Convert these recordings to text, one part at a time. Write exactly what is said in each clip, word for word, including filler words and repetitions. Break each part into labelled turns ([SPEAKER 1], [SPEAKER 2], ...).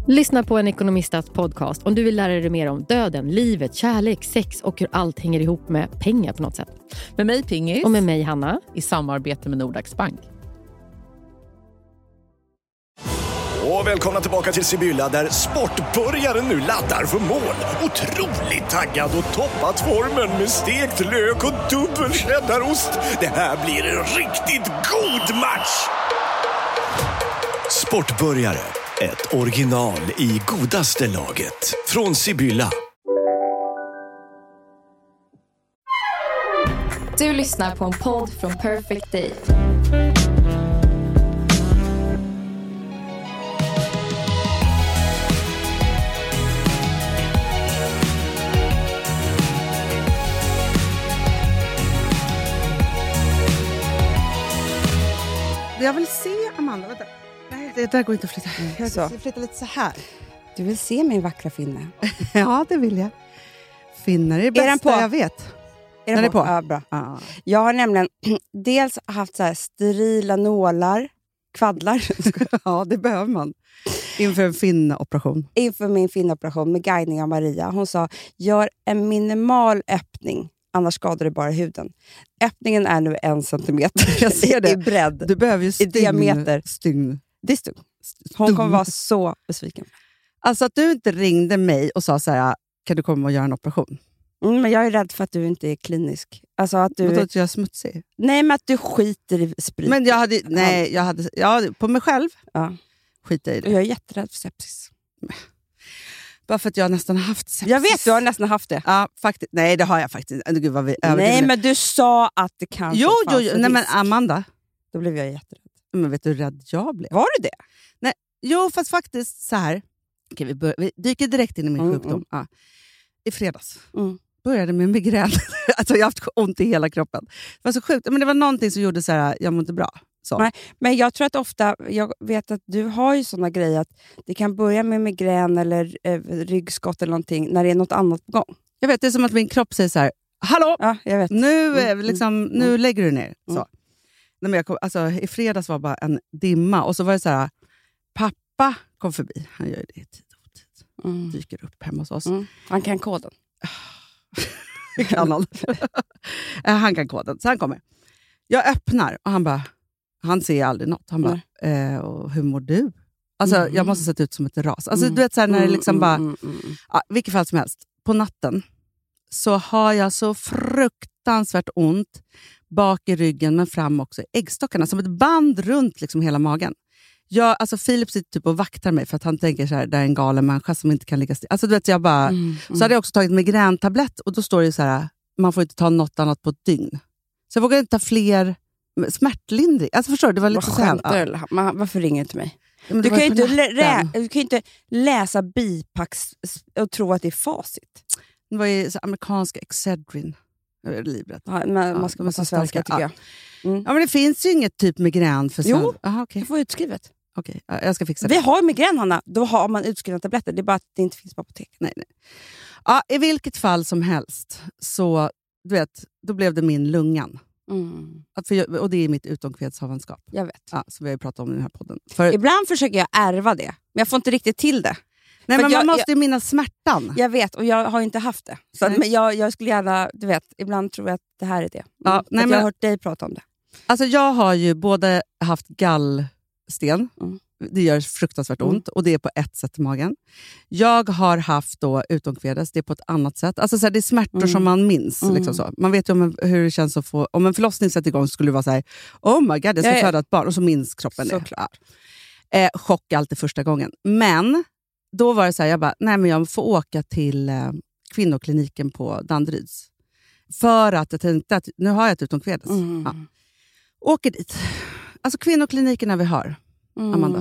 [SPEAKER 1] Lyssna på en ekonomistas podcast om du vill lära dig mer om döden, livet, kärlek, sex och hur allt hänger ihop med pengar på något sätt.
[SPEAKER 2] Med mig Pingis.
[SPEAKER 1] Och med mig Hanna.
[SPEAKER 2] I samarbete med Nordax Bank.
[SPEAKER 3] Och välkomna tillbaka till Sibylla där sportbörjaren nu laddar för mål. Otroligt taggad och toppat formen med stekt lök och dubbel cheddarost. Det här blir en riktigt god match! Sportbörjare, ett original i godaste laget. Från Sibylla.
[SPEAKER 4] Du lyssnar på en podd från Perfect Day.
[SPEAKER 5] Jag vill se Amanda, vänta. Nej, det där går inte att flytta. Jag ska flytta lite så här.
[SPEAKER 6] Du vill se min vackra finne?
[SPEAKER 5] Ja, det vill jag. Finnar är det bästa är den på? Jag vet.
[SPEAKER 6] Är den, den på? Är på? Ja, bra.
[SPEAKER 5] Ah.
[SPEAKER 6] Jag har nämligen dels haft så här sterila nålar, kvaddlar.
[SPEAKER 5] Ja, det behöver man. Inför en finnoperation.
[SPEAKER 6] Inför min finnoperation med guidning av Maria. Hon sa, gör en minimal öppning. Annars skadar det bara huden. Öppningen är nu en centimeter.
[SPEAKER 5] Jag ser det.
[SPEAKER 6] I bredd.
[SPEAKER 5] Du behöver ju stygn.
[SPEAKER 6] I diameter.
[SPEAKER 5] Stygn.
[SPEAKER 6] Det är stygn. Hon kommer vara så besviken.
[SPEAKER 5] Alltså att du inte ringde mig och sa så här, kan du komma och göra en operation?
[SPEAKER 6] Mm, men jag är rädd för att du inte är klinisk. Alltså att du...
[SPEAKER 5] Vadå, att jag är smutsig?
[SPEAKER 6] Nej, men att du skiter i sprit.
[SPEAKER 5] Men jag hade... Nej, jag hade... Ja, på mig själv.
[SPEAKER 6] Ja.
[SPEAKER 5] Skiter i det.
[SPEAKER 6] Och jag är jätterädd för sepsis.
[SPEAKER 5] Bara för att jag nästan har haft sepsis.
[SPEAKER 6] Jag vet, du har nästan haft det.
[SPEAKER 5] Ja, faktiskt. Nej, det har jag faktiskt. Gud, vad vi
[SPEAKER 6] Nej, men du sa att det kanske
[SPEAKER 5] jo,
[SPEAKER 6] fanns
[SPEAKER 5] jo, jo. Nej, men Amanda.
[SPEAKER 6] Då blev jag jätterädd.
[SPEAKER 5] Men vet du hur rädd jag blev?
[SPEAKER 6] Var du det?
[SPEAKER 5] Nej, jo, fast faktiskt så här. Okej, vi, bör, vi dyker direkt in i min
[SPEAKER 6] mm,
[SPEAKER 5] sjukdom.
[SPEAKER 6] Mm.
[SPEAKER 5] Ja. I fredags
[SPEAKER 6] mm.
[SPEAKER 5] började med migrän. Alltså jag har haft ont i hela kroppen. Det var så sjukt. Men det var någonting som gjorde så här, jag mår inte bra. Så.
[SPEAKER 6] Nej, men jag tror att ofta, jag vet att du har ju såna grejer att det kan börja med migrän eller eh, ryggskott eller någonting när det är något annat på gång.
[SPEAKER 5] Jag vet, det är som att min kropp säger så här, hallå,
[SPEAKER 6] ja, jag vet.
[SPEAKER 5] Nu, mm, liksom, nu mm. lägger du ner. Så.
[SPEAKER 6] Mm.
[SPEAKER 5] Nej, men jag kom, alltså, i fredags var bara en dimma och så var det så här, pappa kom förbi. Han gör ju det i tid och otid. Mm. Dyker upp hemma hos oss.
[SPEAKER 6] Mm. Han kan koden.
[SPEAKER 5] kan han. Han kan koden, så han kommer. Jag öppnar och han bara, han ser aldrig något. Han bara, eh, och hur mår du? Alltså mm. jag måste sett ut som ett ras. Alltså mm. du vet så här, när det liksom bara, mm, mm, mm. Ja, vilket fall som helst. På natten så har jag så fruktansvärt ont bak i ryggen men fram också i äggstockarna. Som ett band runt liksom hela magen. Jag, alltså Filip sitter typ och vaktar mig för att han tänker så här, det är en galen människa som inte kan ligga still. Alltså du vet, jag bara, mm, mm. så hade jag också tagit migräntablett och då står det så här, man får inte ta något annat på ett dygn. Så jag vågar inte ta fler smärtlindring. Alltså förstår du, det var lite så här.
[SPEAKER 6] Ja. Men varför ringer du till mig? Ja, du, kan ju inte lä- du kan ju inte läsa bipacks och tro att det är facit.
[SPEAKER 5] Det var ju så amerikanska Excedrin. Jag är livrädd.
[SPEAKER 6] Ja, men man ska vara svenska tycker
[SPEAKER 5] ja.
[SPEAKER 6] jag. Mm.
[SPEAKER 5] Ja, men det finns ju inget typ migrän för
[SPEAKER 6] jo,
[SPEAKER 5] sen. Aha, okay.
[SPEAKER 6] du får utskrivet.
[SPEAKER 5] Okej, okay. Jag ska fixa det.
[SPEAKER 6] Vi har migrän, Hanna. Då har man utskrivna tabletter. Det är bara att det inte finns på apotek.
[SPEAKER 5] Nej, nej. Ja, i vilket fall som helst så, du vet, då blev det min lungan.
[SPEAKER 6] Mm.
[SPEAKER 5] Att för jag, och det är mitt utomkvedshavandeskap.
[SPEAKER 6] Jag vet.
[SPEAKER 5] Ja, som vi har ju pratat om i den här podden. För,
[SPEAKER 6] ibland försöker jag ärva det, men jag får inte riktigt till det.
[SPEAKER 5] Nej,
[SPEAKER 6] för
[SPEAKER 5] men
[SPEAKER 6] jag,
[SPEAKER 5] man måste
[SPEAKER 6] jag,
[SPEAKER 5] ju minnas smärtan.
[SPEAKER 6] Jag vet, och jag har inte haft det. Så att, men jag, jag skulle gärna, du vet, ibland tror jag att det här är det.
[SPEAKER 5] Ja, nej,
[SPEAKER 6] jag
[SPEAKER 5] men,
[SPEAKER 6] har hört dig prata om det.
[SPEAKER 5] Alltså jag har ju både haft gallsten, mm. det gör fruktansvärt mm. ont, och det är på ett sätt i magen. Jag har haft då utomkvedes, det är på ett annat sätt. Alltså så här, det är smärtor mm. som man minns. Mm. Liksom så. Man vet ju om, hur det känns att få, om en förlossning sätter igång så skulle det vara så här, oh my god, jag ska ja, föda ett barn, och så minns kroppen det. Ja. Eh, chock alltid första gången. Men då var det så här, jag bara, nej men jag får åka till eh, kvinnokliniken på Danderyds. För att jag tänkte att nu har jag ett utomkvedes. Mm. Ja. Åker dit. Alltså kvinnoklinikerna vi har, mm. Amanda.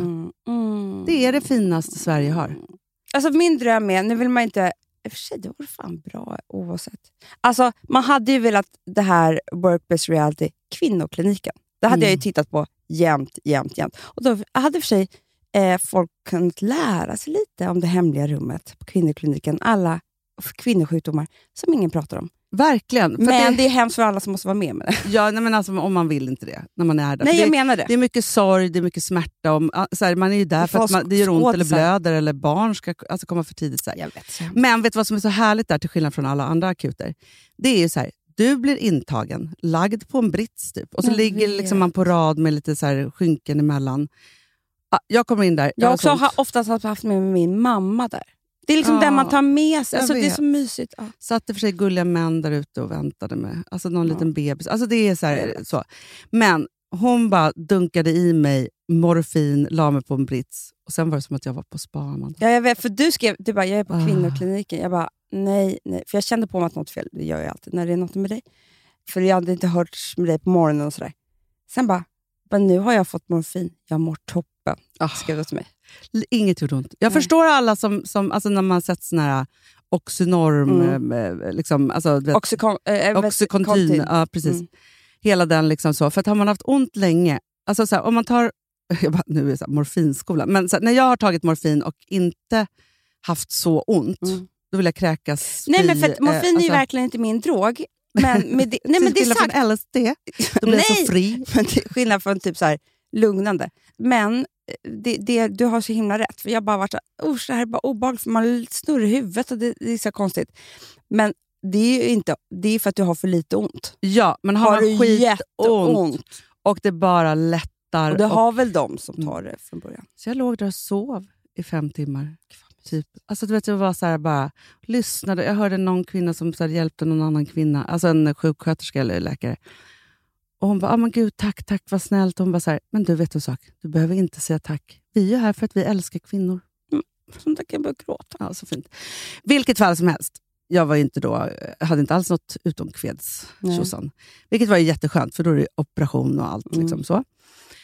[SPEAKER 5] Mm. Det är det finaste Sverige har.
[SPEAKER 6] Alltså min dröm är, nu vill man inte, i och för sig det vore fan bra oavsett. Alltså man hade ju velat det här Work-Based Reality kvinnokliniken. Det hade mm. jag ju tittat på jämt, jämt, jämt. Och då hade för sig eh, folk kunnat lära sig lite om det hemliga rummet på kvinnokliniken. Alla kvinnosjukdomar som ingen pratar om.
[SPEAKER 5] Verkligen. För
[SPEAKER 6] Men
[SPEAKER 5] det,
[SPEAKER 6] det är hemskt för alla som måste vara med med det.
[SPEAKER 5] ja, nej, men alltså, om man vill inte det. När man är där.
[SPEAKER 6] Nej,
[SPEAKER 5] För
[SPEAKER 6] jag
[SPEAKER 5] det,
[SPEAKER 6] menar det.
[SPEAKER 5] Det är mycket sorg, det är mycket smärta. Om, så här, man är ju där
[SPEAKER 6] Det
[SPEAKER 5] för att man, det gör ont eller
[SPEAKER 6] skådisar.
[SPEAKER 5] blöder eller barn ska alltså, komma för tidigt. Så här.
[SPEAKER 6] Jag vet.
[SPEAKER 5] Men vet du vad som är så härligt där till skillnad från alla andra akuter? Det är ju så här, du blir intagen, lagd på en brits typ. Och så
[SPEAKER 6] Jag
[SPEAKER 5] ligger
[SPEAKER 6] vet.
[SPEAKER 5] liksom man på rad med lite så här skynken emellan. Ah, jag kommer in där.
[SPEAKER 6] Jag har
[SPEAKER 5] har
[SPEAKER 6] också
[SPEAKER 5] sånt.
[SPEAKER 6] ha, oftast haft med mig min mamma där. Det är liksom
[SPEAKER 5] Ja,
[SPEAKER 6] den man tar med sig.
[SPEAKER 5] jag
[SPEAKER 6] Alltså, det är
[SPEAKER 5] vet.
[SPEAKER 6] så mysigt. Ja.
[SPEAKER 5] Satt det för sig gulliga män där ute och väntade med. Alltså någon liten bebis. Alltså det är så här, så. Men hon bara dunkade i mig morfin, la mig på en brits. Och sen var det som att jag var på spa. Man.
[SPEAKER 6] Ja, jag vet, för du skrev, du bara, jag är på
[SPEAKER 5] Ah.
[SPEAKER 6] kvinnokliniken. Jag bara, nej, nej. För jag kände på mig att något fel, det gör jag alltid när det är något med dig. För jag hade inte hört med dig på morgonen och sådär. Sen bara, men nu har jag fått morfin. Jag mår toppen,
[SPEAKER 5] Ah.
[SPEAKER 6] skrev du till mig.
[SPEAKER 5] Inget gjorde ont. Jag
[SPEAKER 6] Nej.
[SPEAKER 5] förstår alla som, som alltså när man sett sån här Oxynorm,
[SPEAKER 6] Mm.
[SPEAKER 5] eh, liksom, alltså, du vet,
[SPEAKER 6] Oxycon, äh,
[SPEAKER 5] Oxycontin, ja, precis.
[SPEAKER 6] Mm.
[SPEAKER 5] Hela den liksom så. För att har man haft ont länge, alltså så här, om man tar, jag bara, nu är det så här, morfinskola, men så här, när jag har tagit morfin och inte haft så ont,
[SPEAKER 6] Mm.
[SPEAKER 5] då vill jag kräkas.
[SPEAKER 6] Nej,
[SPEAKER 5] fri,
[SPEAKER 6] men för att morfin
[SPEAKER 5] eh,
[SPEAKER 6] är ju
[SPEAKER 5] alltså,
[SPEAKER 6] verkligen inte min drog. Men, med det, nej, men det är
[SPEAKER 5] skillnad
[SPEAKER 6] sagt.
[SPEAKER 5] från L S D, då blir jag
[SPEAKER 6] Nej.
[SPEAKER 5] så fri.
[SPEAKER 6] Men det är skillnad från typ så här lugnande. Men det, det, du har så himla rätt. För jag har bara varit så här, det här är bara obehagligt. För man snurrar i huvudet och det, det är så konstigt. Men det är ju inte, det är för att du har för lite ont.
[SPEAKER 5] Ja, men har,
[SPEAKER 6] Har
[SPEAKER 5] man
[SPEAKER 6] du
[SPEAKER 5] skitont
[SPEAKER 6] jätteont?
[SPEAKER 5] och det bara lättar.
[SPEAKER 6] Och det
[SPEAKER 5] och,
[SPEAKER 6] har väl de som tar det från början.
[SPEAKER 5] Så jag låg där och sov i fem timmar. Typ. Alltså, du vet, jag var så här bara, lyssnade. Jag hörde någon kvinna som så här, hjälpte någon annan kvinna. Alltså en sjuksköterska eller läkare. Och hon bara, ah, men gud, tack, tack, vad snällt. Och hon bara så här, men du vet en sak, du behöver inte säga tack. Vi är här för att vi älskar kvinnor.
[SPEAKER 6] Som där kan jag börja gråta.
[SPEAKER 5] Ja, så fint. Vilket fall som helst. Jag var ju inte då, hade inte alls något utomkveds tjosan. Vilket var ju jätteskönt, för då är det operation och allt.
[SPEAKER 6] Mm.
[SPEAKER 5] Liksom så.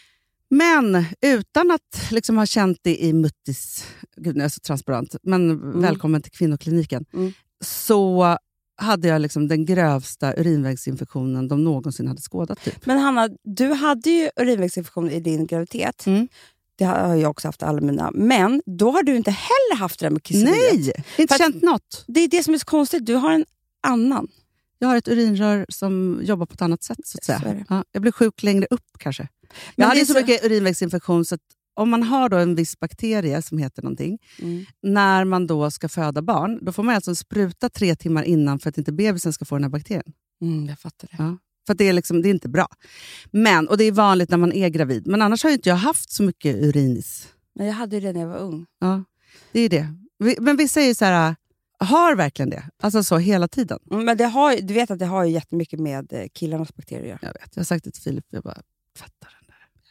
[SPEAKER 5] Men utan att liksom ha känt det i muttis, gud nu är jag så transparent, men
[SPEAKER 6] Mm.
[SPEAKER 5] välkommen till kvinnokliniken,
[SPEAKER 6] Mm.
[SPEAKER 5] så hade jag liksom den grövsta urinvägsinfektionen de någonsin hade skådat. Typ.
[SPEAKER 6] Men Hanna, du hade ju urinvägsinfektion i din graviditet.
[SPEAKER 5] Mm.
[SPEAKER 6] Det har jag också haft, alla mina. Men då har du inte heller haft det där med kisseriet.
[SPEAKER 5] Nej, inte
[SPEAKER 6] För att-
[SPEAKER 5] känt något.
[SPEAKER 6] Det är det som är så konstigt. Du har en annan.
[SPEAKER 5] Jag har ett urinrör som jobbar på ett annat sätt. Så att
[SPEAKER 6] Så är
[SPEAKER 5] säga.
[SPEAKER 6] det.
[SPEAKER 5] Ja, jag blir sjuk längre upp kanske.
[SPEAKER 6] Men
[SPEAKER 5] Jag hade
[SPEAKER 6] det är
[SPEAKER 5] ju så
[SPEAKER 6] så-
[SPEAKER 5] mycket urinvägsinfektion så att om man har då en viss bakterie som heter någonting,
[SPEAKER 6] Mm.
[SPEAKER 5] när man då ska föda barn, då får man alltså spruta tre timmar innan för att inte bebisen ska få den här bakterien.
[SPEAKER 6] Mm, jag fattar det.
[SPEAKER 5] Ja. För att det är, liksom, det är inte bra. Men, och det är vanligt när man är gravid. Men annars har ju inte jag haft så mycket urinis.
[SPEAKER 6] Men jag hade ju det när jag var ung.
[SPEAKER 5] Ja, det är det. Vi- Men vi säger så här, har verkligen det? Alltså så hela tiden.
[SPEAKER 6] Mm, men det har, du vet att det har ju jättemycket med eh, killarnas bakterier att göra.
[SPEAKER 5] Jag vet, jag har sagt det till Filip, jag bara, fattar den där.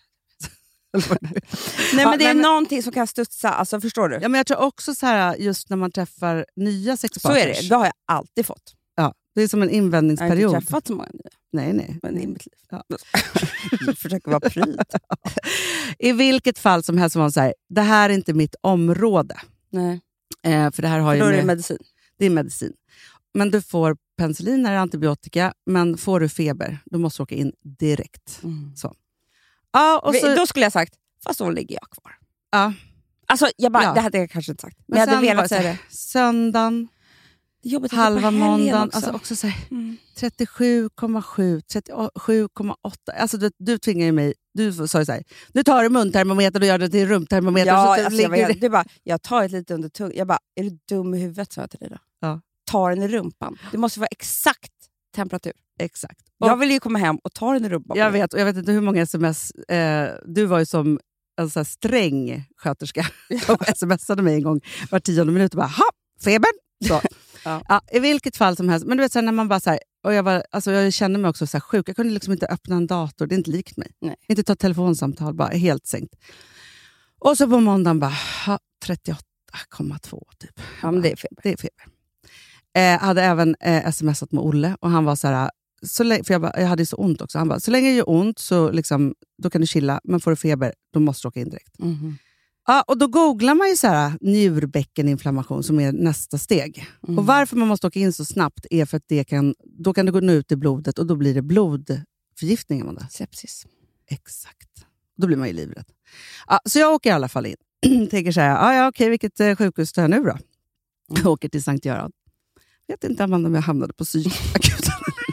[SPEAKER 6] Nej,
[SPEAKER 5] Ja,
[SPEAKER 6] men det är
[SPEAKER 5] nej, men-
[SPEAKER 6] någonting som kan studsa. Alltså, förstår du?
[SPEAKER 5] Ja, men jag tror också så här, just när man träffar nya
[SPEAKER 6] Så
[SPEAKER 5] sexpartners.
[SPEAKER 6] är det. Det har jag alltid fått.
[SPEAKER 5] Ja, det är som en
[SPEAKER 6] Jag har
[SPEAKER 5] invändningsperiod.
[SPEAKER 6] inte träffat så många nya.
[SPEAKER 5] Nej, nej.
[SPEAKER 6] Men i mitt liv.
[SPEAKER 5] Ja.
[SPEAKER 6] Jag försöker vara pryd.
[SPEAKER 5] I vilket fall som helst var hon så här, det här är inte mitt område.
[SPEAKER 6] Nej.
[SPEAKER 5] Eh, för det här har ju
[SPEAKER 6] Då är det
[SPEAKER 5] med,
[SPEAKER 6] medicin.
[SPEAKER 5] det är medicin. Men du får penicillin eller antibiotika, men får du feber, då måste du åka in direkt.
[SPEAKER 6] Mm.
[SPEAKER 5] Ja, och så,
[SPEAKER 6] Då skulle jag sagt, fast då ligger jag kvar.
[SPEAKER 5] ja.
[SPEAKER 6] Alltså, jag bara,
[SPEAKER 5] Ja.
[SPEAKER 6] det hade jag kanske inte sagt. Men,
[SPEAKER 5] Men
[SPEAKER 6] jag hade
[SPEAKER 5] sen var
[SPEAKER 6] velat
[SPEAKER 5] det så
[SPEAKER 6] säga
[SPEAKER 5] här,
[SPEAKER 6] det.
[SPEAKER 5] söndagen,
[SPEAKER 6] Det är jobbigt att det är
[SPEAKER 5] halva
[SPEAKER 6] på helgen
[SPEAKER 5] måndagen,
[SPEAKER 6] också.
[SPEAKER 5] alltså också så här,
[SPEAKER 6] Mm.
[SPEAKER 5] trettiosju komma sju, trettiosju komma åtta. Alltså du, du tvingar ju mig, du sa ju så här, nu tar du muntermometern och gör det till rumtermometer.
[SPEAKER 6] Ja,
[SPEAKER 5] så att det
[SPEAKER 6] alltså, jag,
[SPEAKER 5] ligger-
[SPEAKER 6] var, du bara, jag tar ett lite under tungan. Jag bara, är du dum i huvudet, sa jag till dig då.
[SPEAKER 5] Ja.
[SPEAKER 6] Ta den i rumpan. Det måste vara exakt temperatur.
[SPEAKER 5] Exakt.
[SPEAKER 6] Jag vill ju komma hem och ta den i rumpan.
[SPEAKER 5] Jag vet, och jag vet inte hur många sms... Eh, du var ju som en så här sträng sköterska som smsade mig en gång var tionde minut och bara ha, febern! Så.
[SPEAKER 6] Ja.
[SPEAKER 5] Ja, i vilket fall som helst. Men du vet, så här, när man bara så här, och jag, var, alltså, jag kände mig också så här sjuk. Jag kunde liksom inte öppna en dator, det är inte likt mig.
[SPEAKER 6] Nej.
[SPEAKER 5] Inte ta ett telefonsamtal, bara helt sänkt. Och så på måndagen bara ha, trettioåtta komma två typ.
[SPEAKER 6] Ja, men det är feber.
[SPEAKER 5] Det är feber. Eh, hade även eh, smsat med Olle och han var så här, så länge, för jag, bara, jag hade så ont också. Han bara, så länge det gör ont så liksom, då kan du chilla, men får du feber, då måste du åka in direkt.
[SPEAKER 6] Mhm.
[SPEAKER 5] Ja, och då googlar man ju så här, njurbäckeninflammation som är nästa steg.
[SPEAKER 6] Mm.
[SPEAKER 5] Och varför man måste åka in så snabbt är för att det kan, då kan det gå ut i blodet och då blir det blodförgiftning. Amanda.
[SPEAKER 6] Sepsis.
[SPEAKER 5] Exakt. Då blir man ju livrädd. Ja, så jag åker i alla fall in. Tänker så här, ja, ja, okej, vilket eh, sjukhus tar jag nu då? Jag åker till Sankt Göran. vet inte om jag hamnade på psykakuten.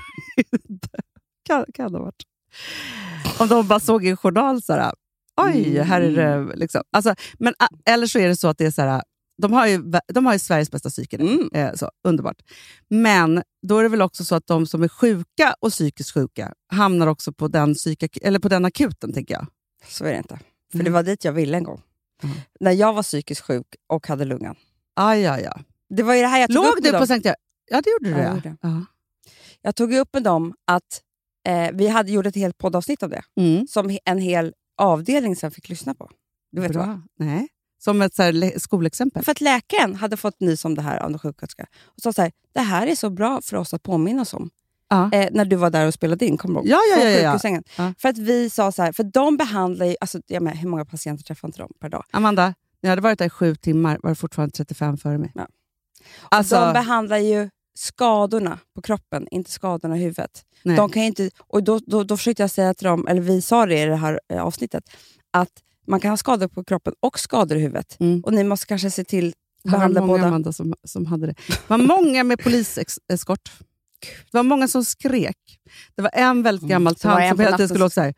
[SPEAKER 5] kan, kan det ha varit. Om de bara såg i en journal så här, oj, här är det liksom. Alltså, men, eller så är det så att det är så här, de har ju, de har ju Sveriges bästa psyker. Mm. Eh, så, underbart. Men då är det väl också så att de som är sjuka och psykiskt sjuka hamnar också på den, psyka, eller på den akuten, tänker jag.
[SPEAKER 6] Så är det inte. För
[SPEAKER 5] Mm.
[SPEAKER 6] det var dit jag ville en gång. Mm. När jag var psykiskt sjuk och hade lungan.
[SPEAKER 5] Ah, ja, ja.
[SPEAKER 6] Det var ju det här jag tog
[SPEAKER 5] Låg
[SPEAKER 6] upp
[SPEAKER 5] du
[SPEAKER 6] med
[SPEAKER 5] på
[SPEAKER 6] dem.
[SPEAKER 5] Sankt Göran? Ja, det gjorde du.
[SPEAKER 6] Ja,
[SPEAKER 5] Ja,
[SPEAKER 6] jag gjorde.
[SPEAKER 5] Ja.
[SPEAKER 6] Jag tog ju upp med dem att eh, vi hade gjort ett helt poddavsnitt av det.
[SPEAKER 5] Mm.
[SPEAKER 6] Som en hel avdelning sen fick lyssna på. Du vet
[SPEAKER 5] Bra.
[SPEAKER 6] vad?
[SPEAKER 5] Nej. Som ett så här, le- skolexempel.
[SPEAKER 6] För att läkaren hade fått nys om det här av en sjuksköterska. Och sa så här, det här är så bra för oss att påminna oss om.
[SPEAKER 5] Ja.
[SPEAKER 6] Eh, när du var där och spelade in, kommer du ihåg?
[SPEAKER 5] Ja, ja,
[SPEAKER 6] Från
[SPEAKER 5] ja, ja, ja.
[SPEAKER 6] sjukhussängen.
[SPEAKER 5] Ja.
[SPEAKER 6] För att vi sa så här, för de behandlar ju, alltså, jag menar, hur många patienter träffar inte de per dag?
[SPEAKER 5] Amanda, när jag hade varit där i sju timmar var det fortfarande trettiofem före mig.
[SPEAKER 6] Ja.
[SPEAKER 5] Alltså,
[SPEAKER 6] De behandlar ju skadorna på kroppen, inte skadorna i huvudet.
[SPEAKER 5] nej.
[SPEAKER 6] De kan ju inte, och då, då, då försökte jag säga till dem, eller vi sa det i det här eh, avsnittet, att man kan ha skador på kroppen och skador i huvudet.
[SPEAKER 5] Mm.
[SPEAKER 6] Och ni måste kanske se till att
[SPEAKER 5] Det var
[SPEAKER 6] behandla
[SPEAKER 5] många
[SPEAKER 6] båda.
[SPEAKER 5] Amanda som, som hade det. Det var många med poliseskort. Det var många som skrek. Det var en väldigt gammal
[SPEAKER 6] Så var det
[SPEAKER 5] tant
[SPEAKER 6] en
[SPEAKER 5] som
[SPEAKER 6] på
[SPEAKER 5] hela tiden
[SPEAKER 6] natten
[SPEAKER 5] skulle låta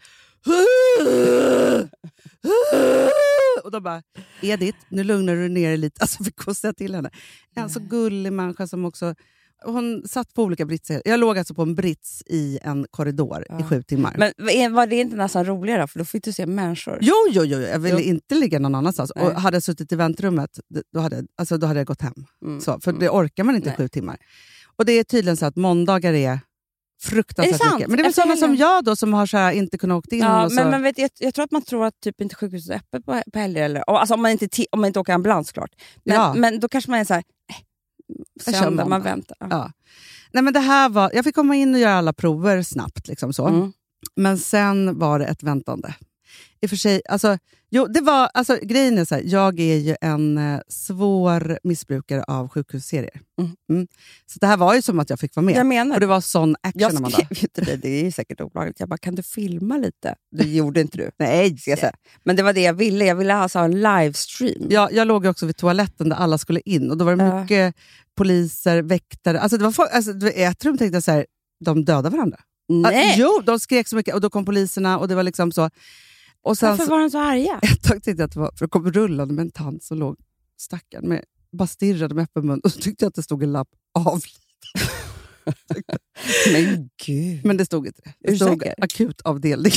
[SPEAKER 5] så här. Och de bara, Edith, nu lugnar du ner dig lite. Alltså vi går säga till henne. En så gullig människa som också... Hon satt på olika britser. Jag låg alltså på en brits i en korridor
[SPEAKER 6] Ja.
[SPEAKER 5] i sju timmar.
[SPEAKER 6] Men var det inte nästan roligare? För då fick du se människor.
[SPEAKER 5] Jo, jo, jo, jag ville
[SPEAKER 6] Jo.
[SPEAKER 5] inte ligga någon annanstans.
[SPEAKER 6] Nej.
[SPEAKER 5] Och hade jag suttit i väntrummet, då hade, alltså, då hade jag gått hem.
[SPEAKER 6] Mm.
[SPEAKER 5] Så, för det orkar man inte i
[SPEAKER 6] Nej.
[SPEAKER 5] sju timmar. Och det är tydligen så att måndagar är fruktansvärt
[SPEAKER 6] Är det sant?
[SPEAKER 5] mycket. Men det är väl
[SPEAKER 6] Efter
[SPEAKER 5] sådana som
[SPEAKER 6] helgen?
[SPEAKER 5] jag då, som har så här, inte kunnat åka in.
[SPEAKER 6] Ja,
[SPEAKER 5] och så.
[SPEAKER 6] men, men vet, jag, jag tror att man tror att typ inte sjukhuset är öppet på, på helger. Eller, och, alltså, om, man inte ti- om man inte åker ambulans, klart. Men,
[SPEAKER 5] Ja.
[SPEAKER 6] men då kanske man är så här, eh,
[SPEAKER 5] Jag kör
[SPEAKER 6] söndag, man
[SPEAKER 5] måndag.
[SPEAKER 6] väntar. Ja.
[SPEAKER 5] Ja. Nej, men det här var, jag fick komma in och göra alla prover snabbt. Liksom så.
[SPEAKER 6] Mm.
[SPEAKER 5] Men sen var det ett väntande. I och för sig, alltså, jo, det var, alltså, grejen är så här, jag är ju en eh, svår missbrukare av sjukhusserier.
[SPEAKER 6] Mm.
[SPEAKER 5] Mm. Så det här var ju som att jag fick vara med.
[SPEAKER 6] Jag menar
[SPEAKER 5] Och det var sån action,
[SPEAKER 6] Jag
[SPEAKER 5] Amanda.
[SPEAKER 6] skrev ju till dig, det är ju säkert olagligt. Jag bara, kan du filma lite? Det gjorde inte du.
[SPEAKER 5] Nej,
[SPEAKER 6] Ska jag säga. Men det var det jag ville. Jag ville ha så en livestream.
[SPEAKER 5] Ja, jag låg ju också vid toaletten där alla skulle in. Och då var det
[SPEAKER 6] Ja.
[SPEAKER 5] mycket poliser, väktare. Alltså, det var folk, alltså, det var- jag tror de tänkte så här, de dödade varandra.
[SPEAKER 6] Nej!
[SPEAKER 5] Ah, jo, de skrek så mycket. Och då kom poliserna och det var liksom så. Och sen,
[SPEAKER 6] Varför var de så arga?
[SPEAKER 5] ett tag tänkte jag att det var, för det kom rullande med en tant som låg stackaren med, bara stirrade med öppen mun. Och så tyckte jag att det stod en lapp av.
[SPEAKER 6] Men gud.
[SPEAKER 5] Men det stod inte det.
[SPEAKER 6] Är du
[SPEAKER 5] Det stod
[SPEAKER 6] säker?
[SPEAKER 5] akutavdelning.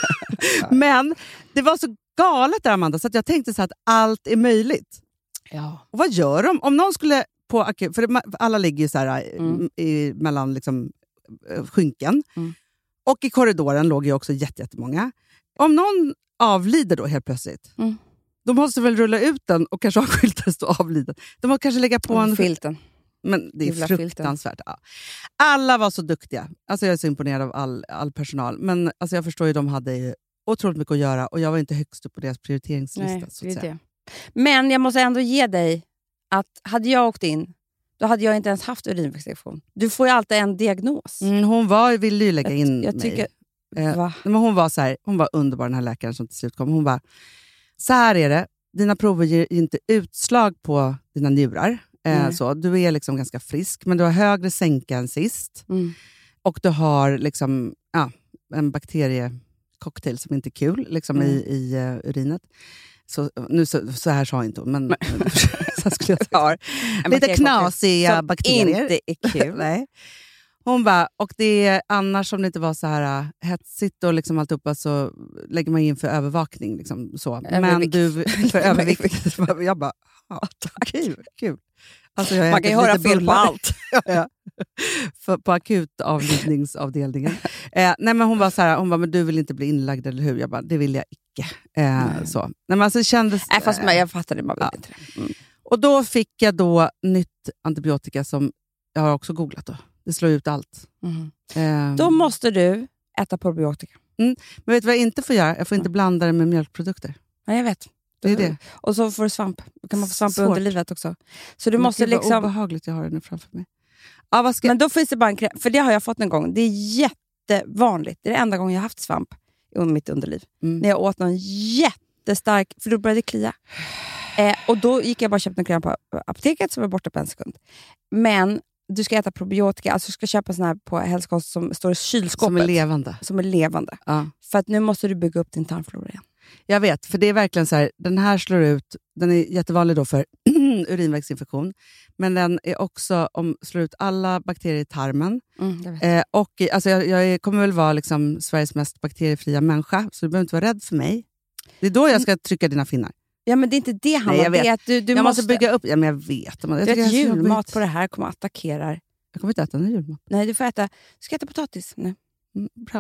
[SPEAKER 5] Men det var så galet där, Amanda, så att jag tänkte så här att allt är möjligt.
[SPEAKER 6] Ja.
[SPEAKER 5] Och vad gör de? Om någon skulle på akut... För det, alla ligger ju så här
[SPEAKER 6] Mm.
[SPEAKER 5] i, i, mellan liksom, eh, skynken.
[SPEAKER 6] Mm.
[SPEAKER 5] Och i korridoren låg ju också jätte, jättemånga. Om någon avlider då helt plötsligt,
[SPEAKER 6] Mm.
[SPEAKER 5] de måste väl rulla ut den och kanske ha skyltar stå avliden. De måste kanske lägga på
[SPEAKER 6] Och
[SPEAKER 5] en...
[SPEAKER 6] filten.
[SPEAKER 5] Men det är
[SPEAKER 6] Gula filten.
[SPEAKER 5] fruktansvärt. Ja. Alla var så duktiga. Alltså jag är så imponerad av all, all personal. Men alltså jag förstår ju, de hade ju otroligt mycket att göra. Och jag var inte högst upp på deras prioriteringslista.
[SPEAKER 6] Nej,
[SPEAKER 5] så
[SPEAKER 6] det
[SPEAKER 5] att
[SPEAKER 6] är
[SPEAKER 5] säga.
[SPEAKER 6] det. Men jag måste ändå ge dig att hade jag åkt in, då hade jag inte ens haft urinvägsinfektion. Du får ju alltid en diagnos.
[SPEAKER 5] Mm, hon var, ville ju lägga
[SPEAKER 6] Jag-
[SPEAKER 5] in
[SPEAKER 6] jag tycker-
[SPEAKER 5] mig. Eh,
[SPEAKER 6] Va?
[SPEAKER 5] men hon var så här, hon var underbar, den här läkaren som till slut kom. Hon bara, så här är det. Dina prover ger inte utslag på dina njurar. Eh,
[SPEAKER 6] Nej.
[SPEAKER 5] så. Du är liksom ganska frisk, men du har högre sänka än sist.
[SPEAKER 6] Mm.
[SPEAKER 5] Och du har liksom, ja, en bakteriecocktail som inte är kul liksom
[SPEAKER 6] Mm.
[SPEAKER 5] i, i uh, urinet. Så, nu, så, så här sa inte hon, men så skulle jag
[SPEAKER 6] Har en
[SPEAKER 5] lite
[SPEAKER 6] bakteriecocktail
[SPEAKER 5] knasiga
[SPEAKER 6] som
[SPEAKER 5] bakterier.
[SPEAKER 6] inte är kul.
[SPEAKER 5] Nej. Hon bara, och det är annars om det inte var så här uh, hetsigt och liksom alltihopa, så lägger man in för övervakning. Liksom, så. Men
[SPEAKER 6] Övervikt.
[SPEAKER 5] du, för övervikt. Jag bara, ja, kul, kul. Alltså, jag har
[SPEAKER 6] Man kan ju
[SPEAKER 5] ätit
[SPEAKER 6] höra
[SPEAKER 5] lite
[SPEAKER 6] fel på
[SPEAKER 5] bullar.
[SPEAKER 6] allt.
[SPEAKER 5] Ja, ja. För, på akutavlidningsavdelningen. eh, nej, men hon var så här, hon bara, men du vill inte bli inlagd, eller hur? Jag bara, det vill jag icke. Eh, så. Nej, men alltså, det kändes,
[SPEAKER 6] Nej, fast man, jag fattar det, man vill
[SPEAKER 5] ja.
[SPEAKER 6] inte det. Mm.
[SPEAKER 5] Och då fick jag då nytt antibiotika som jag har också googlat. Då. Det slår ut allt.
[SPEAKER 6] Mm.
[SPEAKER 5] Eh,
[SPEAKER 6] Då måste du äta probiotika.
[SPEAKER 5] Men vet du vad jag inte får göra? Jag får inte blanda det med mjölkprodukter.
[SPEAKER 6] Ja, jag vet.
[SPEAKER 5] Det är det.
[SPEAKER 6] Och så får du svamp. Då kan man få svamp i
[SPEAKER 5] Svårt.
[SPEAKER 6] underlivet också. Så du
[SPEAKER 5] Men
[SPEAKER 6] måste
[SPEAKER 5] gud, vad
[SPEAKER 6] liksom...
[SPEAKER 5] obehagligt jag har det nu framför mig. Ja, vad ska...
[SPEAKER 6] Men då finns det bara en kräm. För det har jag fått en gång. Det är jättevanligt. Det är det enda gången jag har haft svamp i mitt underliv.
[SPEAKER 5] Mm.
[SPEAKER 6] När jag åt någon jättestark... För då började det klia. Eh, och då gick jag bara och köpte en kräm på apoteket som var borta på en sekund. Men du ska äta probiotika. Alltså du ska köpa såna här på hälsokost som står i kylskåpet.
[SPEAKER 5] Som är levande.
[SPEAKER 6] Som är levande.
[SPEAKER 5] Ja.
[SPEAKER 6] För att nu måste du bygga upp din tarmflora igen.
[SPEAKER 5] Jag vet, för det är verkligen så här, den här slår ut, den är jättevanlig då för urinvägsinfektion, men den är också, om slår ut alla bakterier i tarmen.
[SPEAKER 6] Mm, jag vet.
[SPEAKER 5] Eh, och alltså jag, jag kommer väl vara liksom Sveriges mest bakteriefria människa, så du behöver inte vara rädd för mig. Det är då jag ska trycka dina finnar.
[SPEAKER 6] Ja, men det är inte det han
[SPEAKER 5] Nej, jag vet.
[SPEAKER 6] Det är att du, du
[SPEAKER 5] jag måste...
[SPEAKER 6] måste
[SPEAKER 5] bygga upp, ja men jag vet. Jag
[SPEAKER 6] du
[SPEAKER 5] tycker
[SPEAKER 6] vet,
[SPEAKER 5] det är så
[SPEAKER 6] julmat
[SPEAKER 5] jobbigt.
[SPEAKER 6] på det här kommer attackera.
[SPEAKER 5] Jag kommer inte äta någon julmat.
[SPEAKER 6] Nej, du får äta, du ska äta potatis. Nej.
[SPEAKER 5] Mm, bra.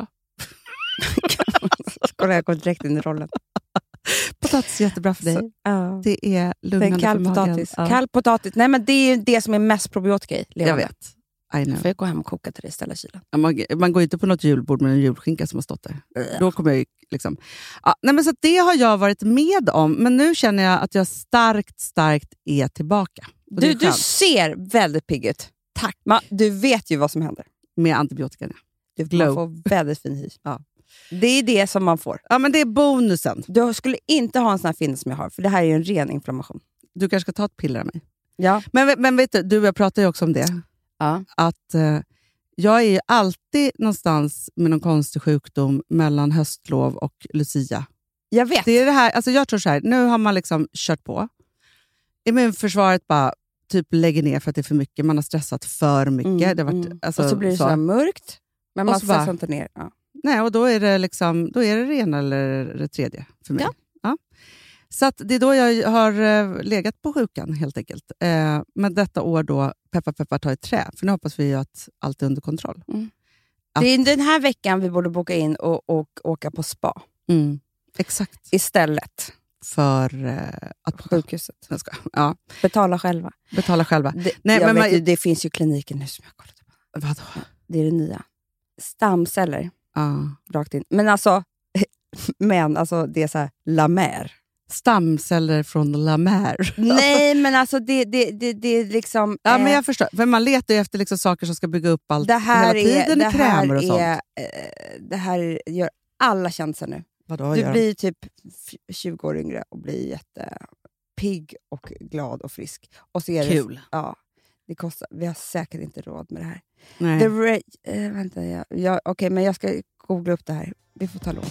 [SPEAKER 6] Kolla, jag går direkt in i rollen.
[SPEAKER 5] Potatis är jättebra för dig.
[SPEAKER 6] Så, ja.
[SPEAKER 5] Det är lugnande
[SPEAKER 6] kall
[SPEAKER 5] för magen.
[SPEAKER 6] potatis.
[SPEAKER 5] Ja.
[SPEAKER 6] Kall potatis. Nej, men det är ju det som är mest probiotika i. Levande.
[SPEAKER 5] Jag vet. I know.
[SPEAKER 6] Får jag gå hem och koka till dig och ställa i kylen?
[SPEAKER 5] Man, man går inte på något julbord med en julskinka som har stått där. Äh. Då kommer jag ju liksom... Ja, nej men så det har jag varit med om, men nu känner jag att jag starkt, starkt är tillbaka. Och
[SPEAKER 6] Du,
[SPEAKER 5] är
[SPEAKER 6] du
[SPEAKER 5] skönt.
[SPEAKER 6] ser väldigt pigg ut. Tack. Man, du vet ju vad som händer.
[SPEAKER 5] Med antibiotikan.
[SPEAKER 6] Du
[SPEAKER 5] Glow.
[SPEAKER 6] man får väldigt fin hy.
[SPEAKER 5] Ja.
[SPEAKER 6] Det är det som man får.
[SPEAKER 5] Ja, men det är bonusen.
[SPEAKER 6] Du skulle inte ha en sån här finne som jag har, för det här är ju en ren inflammation.
[SPEAKER 5] Du kanske ska ta ett piller av mig.
[SPEAKER 6] Ja.
[SPEAKER 5] Men, men vet du, du och jag pratar ju också om det.
[SPEAKER 6] Ja.
[SPEAKER 5] Att eh, jag är ju alltid någonstans med någon konstig sjukdom mellan höstlov och Lucia.
[SPEAKER 6] Jag vet.
[SPEAKER 5] Det är det här, alltså jag tror så här, nu har man liksom kört på. Immunförsvaret bara typ lägger ner för att det är för mycket. Man har stressat för mycket.
[SPEAKER 6] Mm,
[SPEAKER 5] det har varit,
[SPEAKER 6] mm.
[SPEAKER 5] alltså,
[SPEAKER 6] och så blir det så, så här mörkt, men
[SPEAKER 5] Och
[SPEAKER 6] man
[SPEAKER 5] så bara-
[SPEAKER 6] stressar inte ner. Ja.
[SPEAKER 5] Nej, och då är det liksom, då är det det ena eller det tredje för mig.
[SPEAKER 6] Ja.
[SPEAKER 5] Ja. Så att det är då jag har eh, legat på sjukan helt enkelt. Eh, men detta år då, peppa peppa ta i trä. För nu hoppas vi ju att allt är under kontroll.
[SPEAKER 6] Mm.
[SPEAKER 5] Att-
[SPEAKER 6] Det är den här veckan vi borde boka in och, och åka på spa
[SPEAKER 5] Mm. Exakt.
[SPEAKER 6] istället.
[SPEAKER 5] För eh, att
[SPEAKER 6] På sjukhuset.
[SPEAKER 5] Jag ska, ja,
[SPEAKER 6] Betala själva.
[SPEAKER 5] betala själva.
[SPEAKER 6] Det,
[SPEAKER 5] Nej,
[SPEAKER 6] jag
[SPEAKER 5] men
[SPEAKER 6] vet
[SPEAKER 5] man-
[SPEAKER 6] ju, det finns ju kliniker nu som jag har kollat på.
[SPEAKER 5] Vadå?
[SPEAKER 6] Det är det nya. Stamceller,
[SPEAKER 5] Ja.
[SPEAKER 6] rakt in. Men alltså, men alltså det är så här, la mer.
[SPEAKER 5] Stamceller från La Mer.
[SPEAKER 6] Nej, men alltså det, det, det, det är liksom...
[SPEAKER 5] Ja, men
[SPEAKER 6] eh,
[SPEAKER 5] jag förstår. För man letar ju efter liksom saker som ska bygga upp allt
[SPEAKER 6] det här
[SPEAKER 5] hela tiden
[SPEAKER 6] är,
[SPEAKER 5] i
[SPEAKER 6] det här
[SPEAKER 5] krämer och sånt.
[SPEAKER 6] är, eh, det här gör alla känsor nu.
[SPEAKER 5] Vadå,
[SPEAKER 6] Du
[SPEAKER 5] gör de?
[SPEAKER 6] blir typ f- tjugo år yngre och blir jättepigg och glad och frisk. Och så är det,
[SPEAKER 5] Kul.
[SPEAKER 6] ja, det kostar, vi har säkert inte råd med det här.
[SPEAKER 5] Nej.
[SPEAKER 6] The ra- eh, vänta, jag, jag, okej, men jag ska googla upp det här. Vi får ta lån.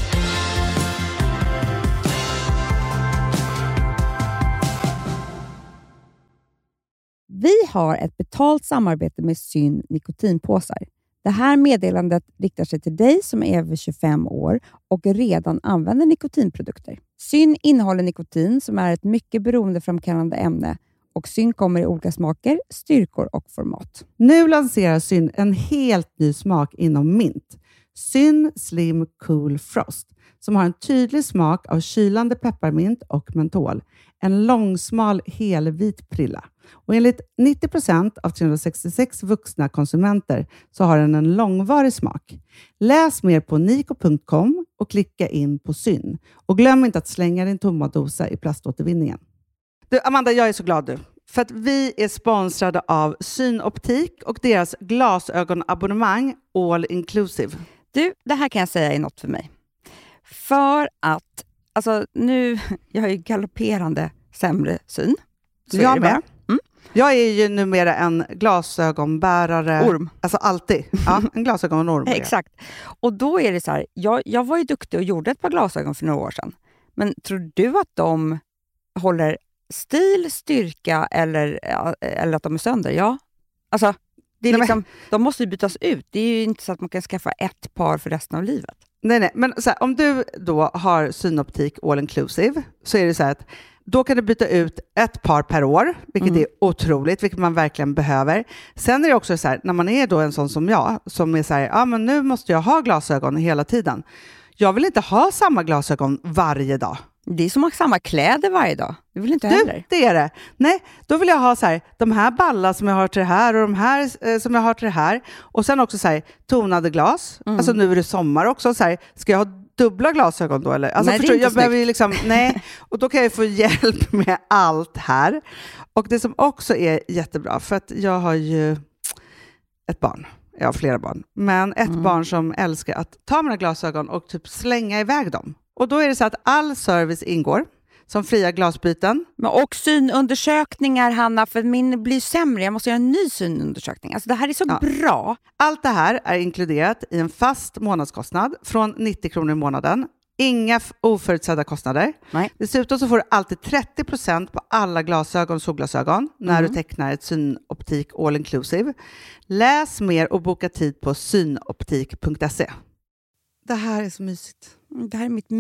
[SPEAKER 6] Vi har ett betalt samarbete med Syn nikotinpåsar. Det här meddelandet riktar sig till dig som är över tjugofem år och redan använder nikotinprodukter. Syn innehåller nikotin som är ett mycket beroendeframkallande ämne och Syn kommer i olika smaker, styrkor och format.
[SPEAKER 5] Nu lanserar Syn en helt ny smak inom mint. Syn Slim Cool Frost, som har en tydlig smak av kylande pepparmint och mentol. En långsmal helvit prilla. Och enligt nittio procent av trehundrasextiosex vuxna konsumenter så har den en långvarig smak. Läs mer på niko punkt com och klicka in på Syn. Och glöm inte att slänga din tomma dosa i plaståtervinningen. Du, Amanda, jag är så glad du. För att vi är sponsrade av Synoptik och deras glasögonabonnemang All Inclusive.
[SPEAKER 6] Du, det här kan jag säga är något för mig. För att, alltså nu, jag har ju galopperande sämre syn. Så är
[SPEAKER 5] Jag
[SPEAKER 6] det
[SPEAKER 5] med.
[SPEAKER 6] bara. Mm.
[SPEAKER 5] Jag är ju numera en glasögonbärare.
[SPEAKER 6] Orm.
[SPEAKER 5] Alltså alltid. Ja, en glasögonorm. är jag.
[SPEAKER 6] Exakt. Och då är det så här, jag, jag var ju duktig och gjorde ett par glasögon för några år sedan. Men tror du att de håller stil, styrka eller, eller att de är sönder? Ja. Alltså, det är
[SPEAKER 5] Nej,
[SPEAKER 6] liksom, de måste ju bytas ut. Det är ju inte så att man kan skaffa ett par för resten av livet.
[SPEAKER 5] Nej, nej. Men så här, om du då har Synoptik All Inclusive så är det så här att då kan du byta ut ett par per år, vilket
[SPEAKER 6] Mm.
[SPEAKER 5] är otroligt, vilket man verkligen behöver. Sen är det också så här, när man är då en sån som jag, som är så här, ja men nu måste jag ha glasögon hela tiden. Jag vill inte ha samma glasögon varje dag.
[SPEAKER 6] Det är som att ha samma kläder varje dag. Det vill inte heller.
[SPEAKER 5] Du, det är det. Nej, då vill jag ha så här, de här ballar som jag har till det här och de här eh, som jag har till det här. Och sen också så här, tonade glas.
[SPEAKER 6] Mm.
[SPEAKER 5] Alltså nu är det sommar också. Så här, ska jag ha dubbla glasögon då? Eller? Alltså,
[SPEAKER 6] Nej, det är
[SPEAKER 5] förstår,
[SPEAKER 6] inte
[SPEAKER 5] jag behöver ju liksom, nej. Och då kan jag få hjälp med allt här. Och det som också är jättebra, för att jag har ju ett barn. Jag har flera barn. Men ett
[SPEAKER 6] Mm.
[SPEAKER 5] barn som älskar att ta mina glasögon och typ slänga iväg dem. Och då är det så att all service ingår. som fria glasbyten.
[SPEAKER 6] Men och synundersökningar, Hanna, för min blir sämre. Jag måste göra en ny synundersökning. Alltså det här är så
[SPEAKER 5] Ja.
[SPEAKER 6] bra.
[SPEAKER 5] Allt det här är inkluderat i en fast månadskostnad från nittio kronor i månaden. Inga f- oförutsedda kostnader.
[SPEAKER 6] Nej.
[SPEAKER 5] Dessutom så får du alltid trettio procent på alla glasögon och solglasögon när
[SPEAKER 6] Mm.
[SPEAKER 5] du tecknar ett synoptik all inclusive. Läs mer och boka tid på synoptik punkt se. Det här är så mysigt.
[SPEAKER 6] Det här är mitt